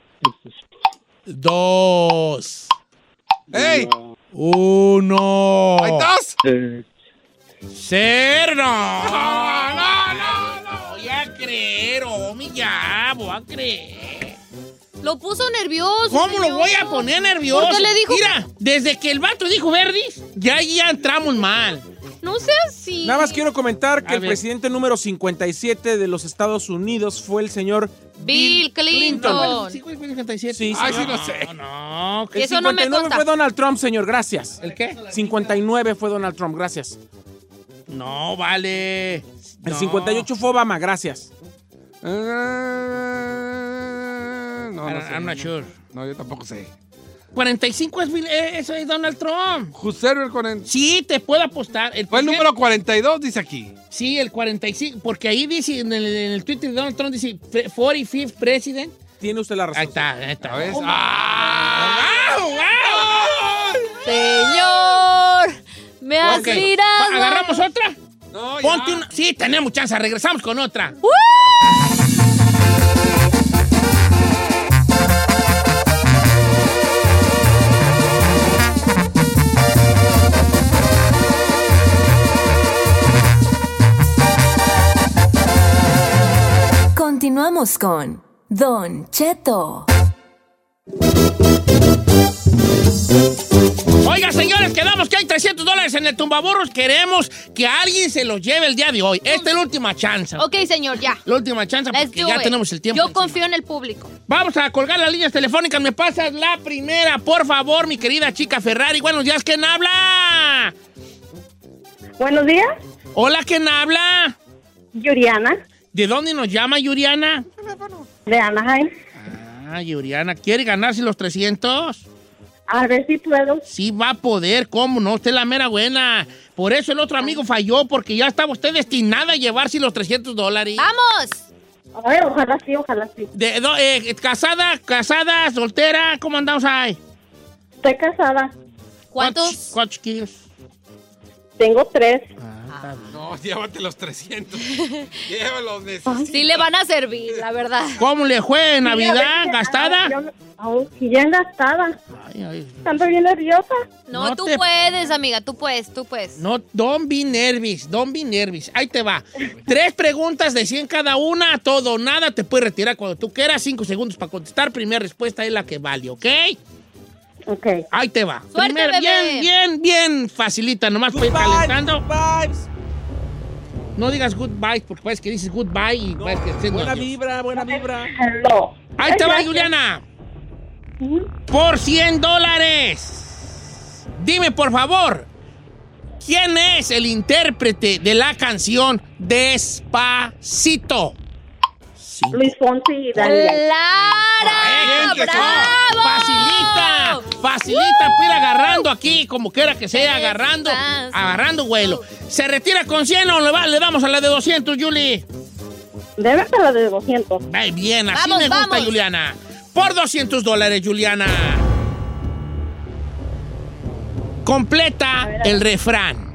dos, ¡Ey! uno. ¿Ahí estás? eh, Cero. No, no, no, no. Voy a creer, homie, ya, voy a creer. Lo puso nervioso. ¿Cómo lo señor. voy a poner nervioso? ¿Por qué le dijo? Mira, desde que el vato dijo verdis, ya, ya entramos mal. No sea así. Nada más quiero comentar que A el ver. presidente número cincuenta y siete de los Estados Unidos fue el señor Bill Clinton. Sí, güey, cincuenta y siete. Sí, Ay, sí, señor. no sé. No, no. Y El eso no me cincuenta y nueve consta. fue Donald Trump, señor, gracias. ¿El qué? cincuenta y nueve fue Donald Trump, gracias. No, vale. El No. cincuenta y ocho fue Obama, gracias. Eh, No, no I'm- sé. I'm not sure. No, yo tampoco sé. cuarenta y cinco es, Bill- eh, eso es Donald Trump. Husserl con el... Sí, te puedo apostar. El Fue el primer- número cuarenta y dos, dice aquí. Sí, el cuarenta y cinco, porque ahí dice, en el, en el Twitter de Donald Trump dice cuarenta y cinco president. Tiene usted la razón. Ahí está, ahí está. ¿Sabes? Oh, ¡Ah! ¡Wow, wow! Señor. Me has Ok, mirado. ¿va- ¿agarramos otra? No, ya. Ponte una. Sí, tenemos chance, regresamos con otra. ¡Uh! Continuamos con Don Cheto. Oiga, señores, quedamos que hay trescientos dólares en el tumbaburros. Queremos que alguien se los lleve el día de hoy. Esta es la última chance. Ok, señor, ya. La última chance Let's porque do ya it. tenemos el tiempo. Yo encima. confío en el público. Vamos a colgar las líneas telefónicas. ¿Me pasas la primera, por favor, mi querida chica Ferrari? Buenos días, ¿quién habla? Buenos días, Hola, ¿quién habla? Yuriana, ¿De dónde nos llama Yuriana? de Anaheim. Ah, Yuriana, ¿quiere ganarse los trescientos? A ver si puedo. Sí va a poder, ¿cómo no? Usted es la mera buena. Por eso el otro amigo falló, porque ya estaba usted destinada a llevarse los trescientos dólares. ¡Vamos! Ay, ojalá sí, ojalá sí. De, do- eh, ¿Casada, casada, soltera? ¿Cómo andamos ahí? Estoy casada. ¿Cuántos? ¿Cuántos chiquillos? Tengo tres. Ah, No, llévate los trescientos. Llévalos, necesito. Sí le van a servir, la verdad. ¿Cómo le fue en Navidad? Sí, a ver, ¿Gastada? yo- oh, sí, bien gastada. Ay, ay. Tanto bien nerviosa. No, No tú te- puedes, amiga, tú puedes, tú puedes. No, don't be nervous, don't be nervous. Ahí te va. Tres preguntas de cien cada una, todo o nada, te puedes retirar cuando tú quieras, cinco segundos para contestar. Primera respuesta es la que vale, ¿ok? Ok. Ahí te va. Suerte, Primero, bebé. bien, bien, bien facilita, nomás para ir calentando. Vibes. No digas goodbye, porque parece que dices goodbye y parece que estés Buena nervioso. vibra, buena vibra. Hello. Ahí te va, Gracias. Juliana. Por cien dólares. Dime, por favor, ¿quién es el intérprete de la canción Despacito? Luis Fonsi y Daniel. ¡Clara! Bien, ¡Bravo! Facilita, facilita, para ir agarrando aquí, como quiera que sea, agarrando, Despacito. agarrando vuelo. ¿Se retira con cien o le, va- le damos a la de doscientos, Julie? Debe ser la de doscientos. Ay, bien, así Vamos, me gusta, vamos. Juliana. Por doscientos dólares, Juliana. Completa A ver, a ver. el refrán.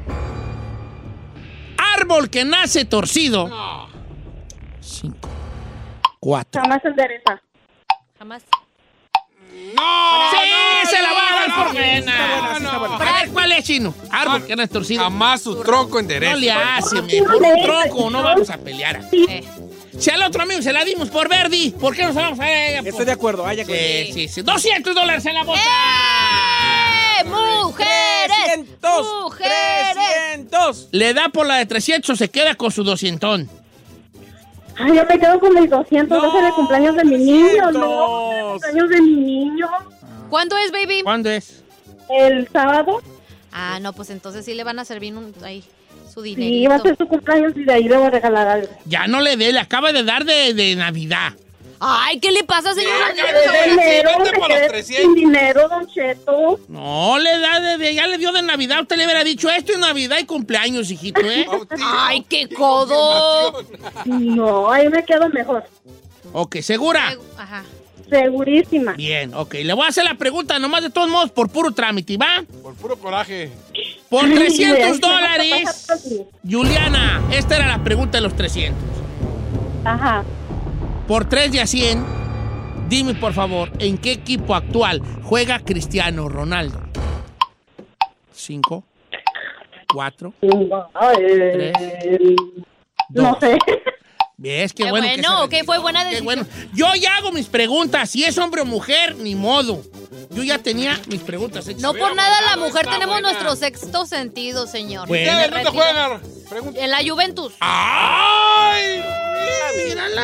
Árbol que nace torcido. Cinco. Cuatro. Jamás endereza. Jamás. ¡No! ¡Sí! no, ¡Se la no, va a dar no, por no, buena! no, no. A ver, ¿cuál es, Chino? Árbol que nace torcido. Jamás su tronco endereza. No le hace, me. Por un tronco no vamos a pelear aquí. Eh. Si al otro amigo se la dimos por Verdi, ¿por qué no se la vamos a ella? Estoy de acuerdo, vaya con Sí, sí, sí. doscientos dólares en la bolsa. ¡Eh! ¡Mujeres! trescientos. ¡Mujeres! trescientos. Le da por la de trescientos, se queda con su doscientón. Ay, yo me quedo con mis doscientos. No, Va a ser el cumpleaños de mi niño, ¿no? doscientos. El cumpleaños de mi niño. ¿Cuándo es, baby? ¿Cuándo es? El sábado. Ah, no, pues entonces sí le van a servir un, ahí su Sí, dinerito. va a ser su cumpleaños y de ahí le voy a regalar algo. Ya no le dé, le acaba de dar de, de Navidad. Ay, ¿qué le pasa, señora? Ya, De ya, dinero, sí, vete me por los quedé trescientos. sin dinero, Don Cheto. No, le da de, de- ya le dio de Navidad. Usted le hubiera dicho esto es Navidad y cumpleaños, hijito, ¿eh? Ay, qué codo. No, ahí me quedo mejor. Ok, ¿segura? Ajá. Segurísima. Bien, ok. Le voy a hacer la pregunta nomás de todos modos por puro trámite, ¿va? Por puro coraje. Por Ay, trescientos me dólares. vas a pasar. Juliana, esta era la pregunta de los trescientos. Ajá. Por tres de a cien, dime por favor, ¿en qué equipo actual juega Cristiano Ronaldo? Cinco, cuatro, Ay, no dos. sé. ¿Ves? Qué Qué bueno, bueno, que se que fue buena Qué decisión. bueno. Yo ya hago mis preguntas. Si es hombre o mujer, ni modo. Yo ya tenía mis preguntas hechas. No por nada la mujer está tenemos buena. nuestro sexto sentido, señor. Bueno. Me ¿Dónde retiro. juegan? Pregunta. En la Juventus. ¡Ay! ¡Mírala!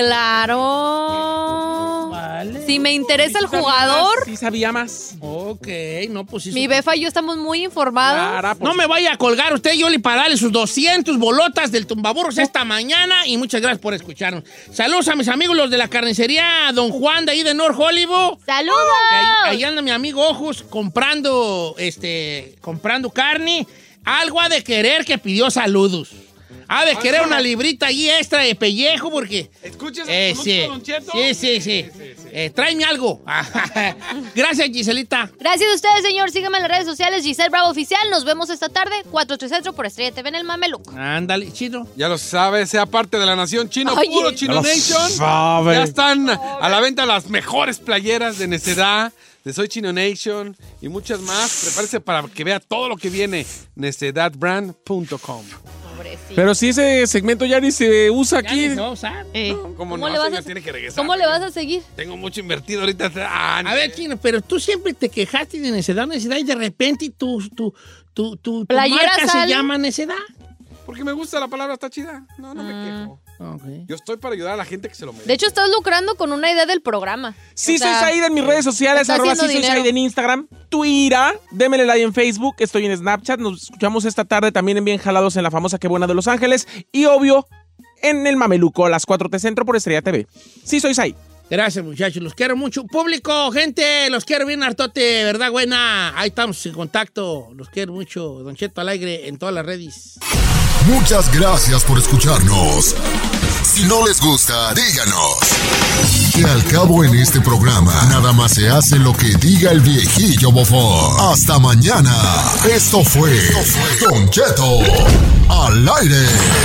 Claro. Vale. Si me interesa el Sí sabía jugador, más, Sí sabía más. Ok, no, pues sí. mi su- befa y yo estamos muy informados. Clara, pues. No me vaya a colgar usted, Yoli, para darle sus doscientos bolotas del tumbaburros esta mañana y muchas gracias por escucharnos. Saludos a mis amigos los de la carnicería Don Juan de ahí de North Hollywood. ¡Saludos! Ahí, ahí anda mi amigo Ojos comprando, este, comprando carne. Algo ha de querer que pidió saludos. Ha de querer una librita ahí extra de pellejo porque... ¿Escuchas Eh, mucho, sí. Don Cheto? sí, sí, sí. Eh, tráeme algo. Gracias, Giselita. Gracias a ustedes, señor. Síganme en las redes sociales, Giselle Bravo Oficial. Nos vemos esta tarde, cuatro tres Centro por Estrella T V en el Mameluco. Ándale, chido. Ya lo sabes, sea parte de la nación chino, Oye. puro Chino Ya lo Nation. sabe. Ya están a la venta las mejores playeras de Necedad, de Soy Chino Nation y muchas más. Prepárese para que vea todo lo que viene. necedad brand punto com. Pobrecito. Pero si ese segmento ya ni se usa Ya aquí. ni se va a usar. Eh, ¿Cómo, ¿Cómo no? le vas señor? a- Tiene que regresar. ¿Cómo le vas a seguir? Tengo mucho invertido ahorita. Ah, A ver, Chino, pero tú siempre te quejaste de necedad, necedad y de repente tu, tu, tu, tu, tu Playera marca sale. se llama necedad. porque me gusta la palabra, está chida. No, no me quejo. Ok. Yo estoy para ayudar a la gente que se lo merece. De hecho, estás lucrando con una idea del programa. Sí, O sea, soy Said en mis redes sociales, está arroba sí haciendo soy dinero. Said en Instagram, Twitter, démele like en Facebook, estoy en Snapchat, nos escuchamos esta tarde también en Bien Jalados en la famosa Qué Buena de Los Ángeles y obvio en el Mameluco a las cuatro T Centro por Estrella T V. Sí, soy Said. Gracias, muchachos. Los quiero mucho. Público, gente, los quiero bien hartote, ¿verdad, buena? Ahí estamos en contacto. Los quiero mucho. Don Cheto Alegre en todas las redes. Muchas gracias por escucharnos. Si no les gusta, díganos. Que al cabo en este programa, nada más se hace lo que diga el viejillo bofón. Hasta mañana. Esto fue, Esto fue Don Cheto al aire.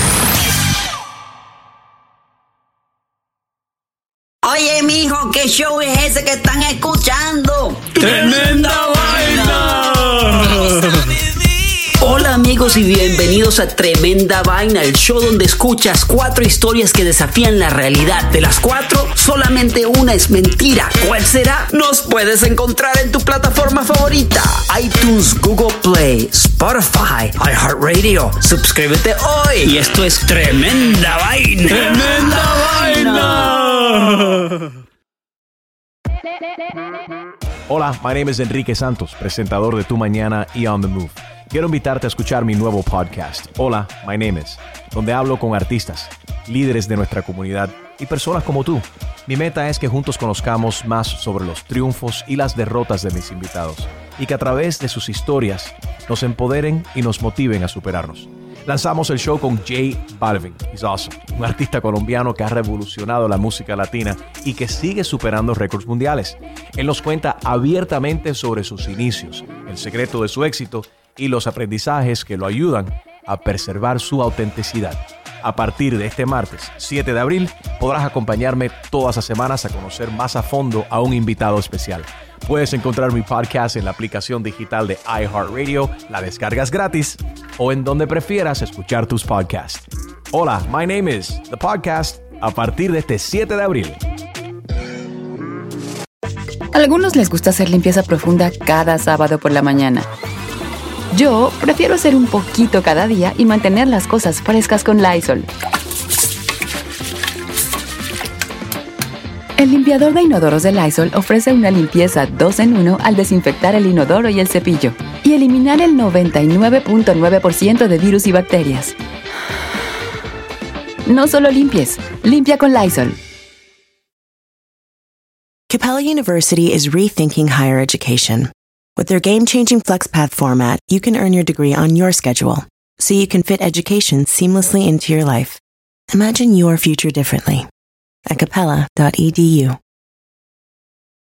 Oye, mijo, ¿qué show es ese que están escuchando? ¡Tremenda Vaina! Hola amigos y bienvenidos a Tremenda Vaina, el show donde escuchas cuatro historias que desafían la realidad. De las cuatro, solamente una es mentira. ¿Cuál será? Nos puedes encontrar en tu plataforma favorita: iTunes, Google Play, Spotify, iHeartRadio. Suscríbete hoy. Y esto es Tremenda Vaina. ¡Tremenda Vaina! Hola, my name is Enrique Santos, presentador de Tu Mañana y On The Move. Quiero invitarte a escuchar mi nuevo podcast, Hola, my name is, donde hablo con artistas, líderes de nuestra comunidad y personas como tú. Mi meta es que juntos conozcamos más sobre los triunfos y las derrotas de mis invitados y que a través de sus historias nos empoderen y nos motiven a superarnos. Lanzamos el show con J Balvin, he's awesome, un artista colombiano que ha revolucionado la música latina y que sigue superando récords mundiales. Él nos cuenta abiertamente sobre sus inicios, el secreto de su éxito y los aprendizajes que lo ayudan a preservar su autenticidad. A partir de este martes, siete de abril, podrás acompañarme todas las semanas a conocer más a fondo a un invitado especial. Puedes encontrar mi podcast en la aplicación digital de iHeartRadio, la descargas gratis, o en donde prefieras escuchar tus podcasts. Hola, my name is The Podcast, a partir de este siete de abril. A algunos les gusta hacer limpieza profunda cada sábado por la mañana. Yo prefiero hacer un poquito cada día y mantener las cosas frescas con Lysol. El limpiador de inodoros de Lysol ofrece una limpieza dos en uno al desinfectar el inodoro y el cepillo y eliminar el noventa y nueve punto nueve por ciento de virus y bacterias. No solo limpies, limpia con Lysol. Capella University is rethinking higher education. With their game-changing FlexPath format, you can earn your degree on your schedule, so you can fit education seamlessly into your life. Imagine your future differently at capella dot e d u.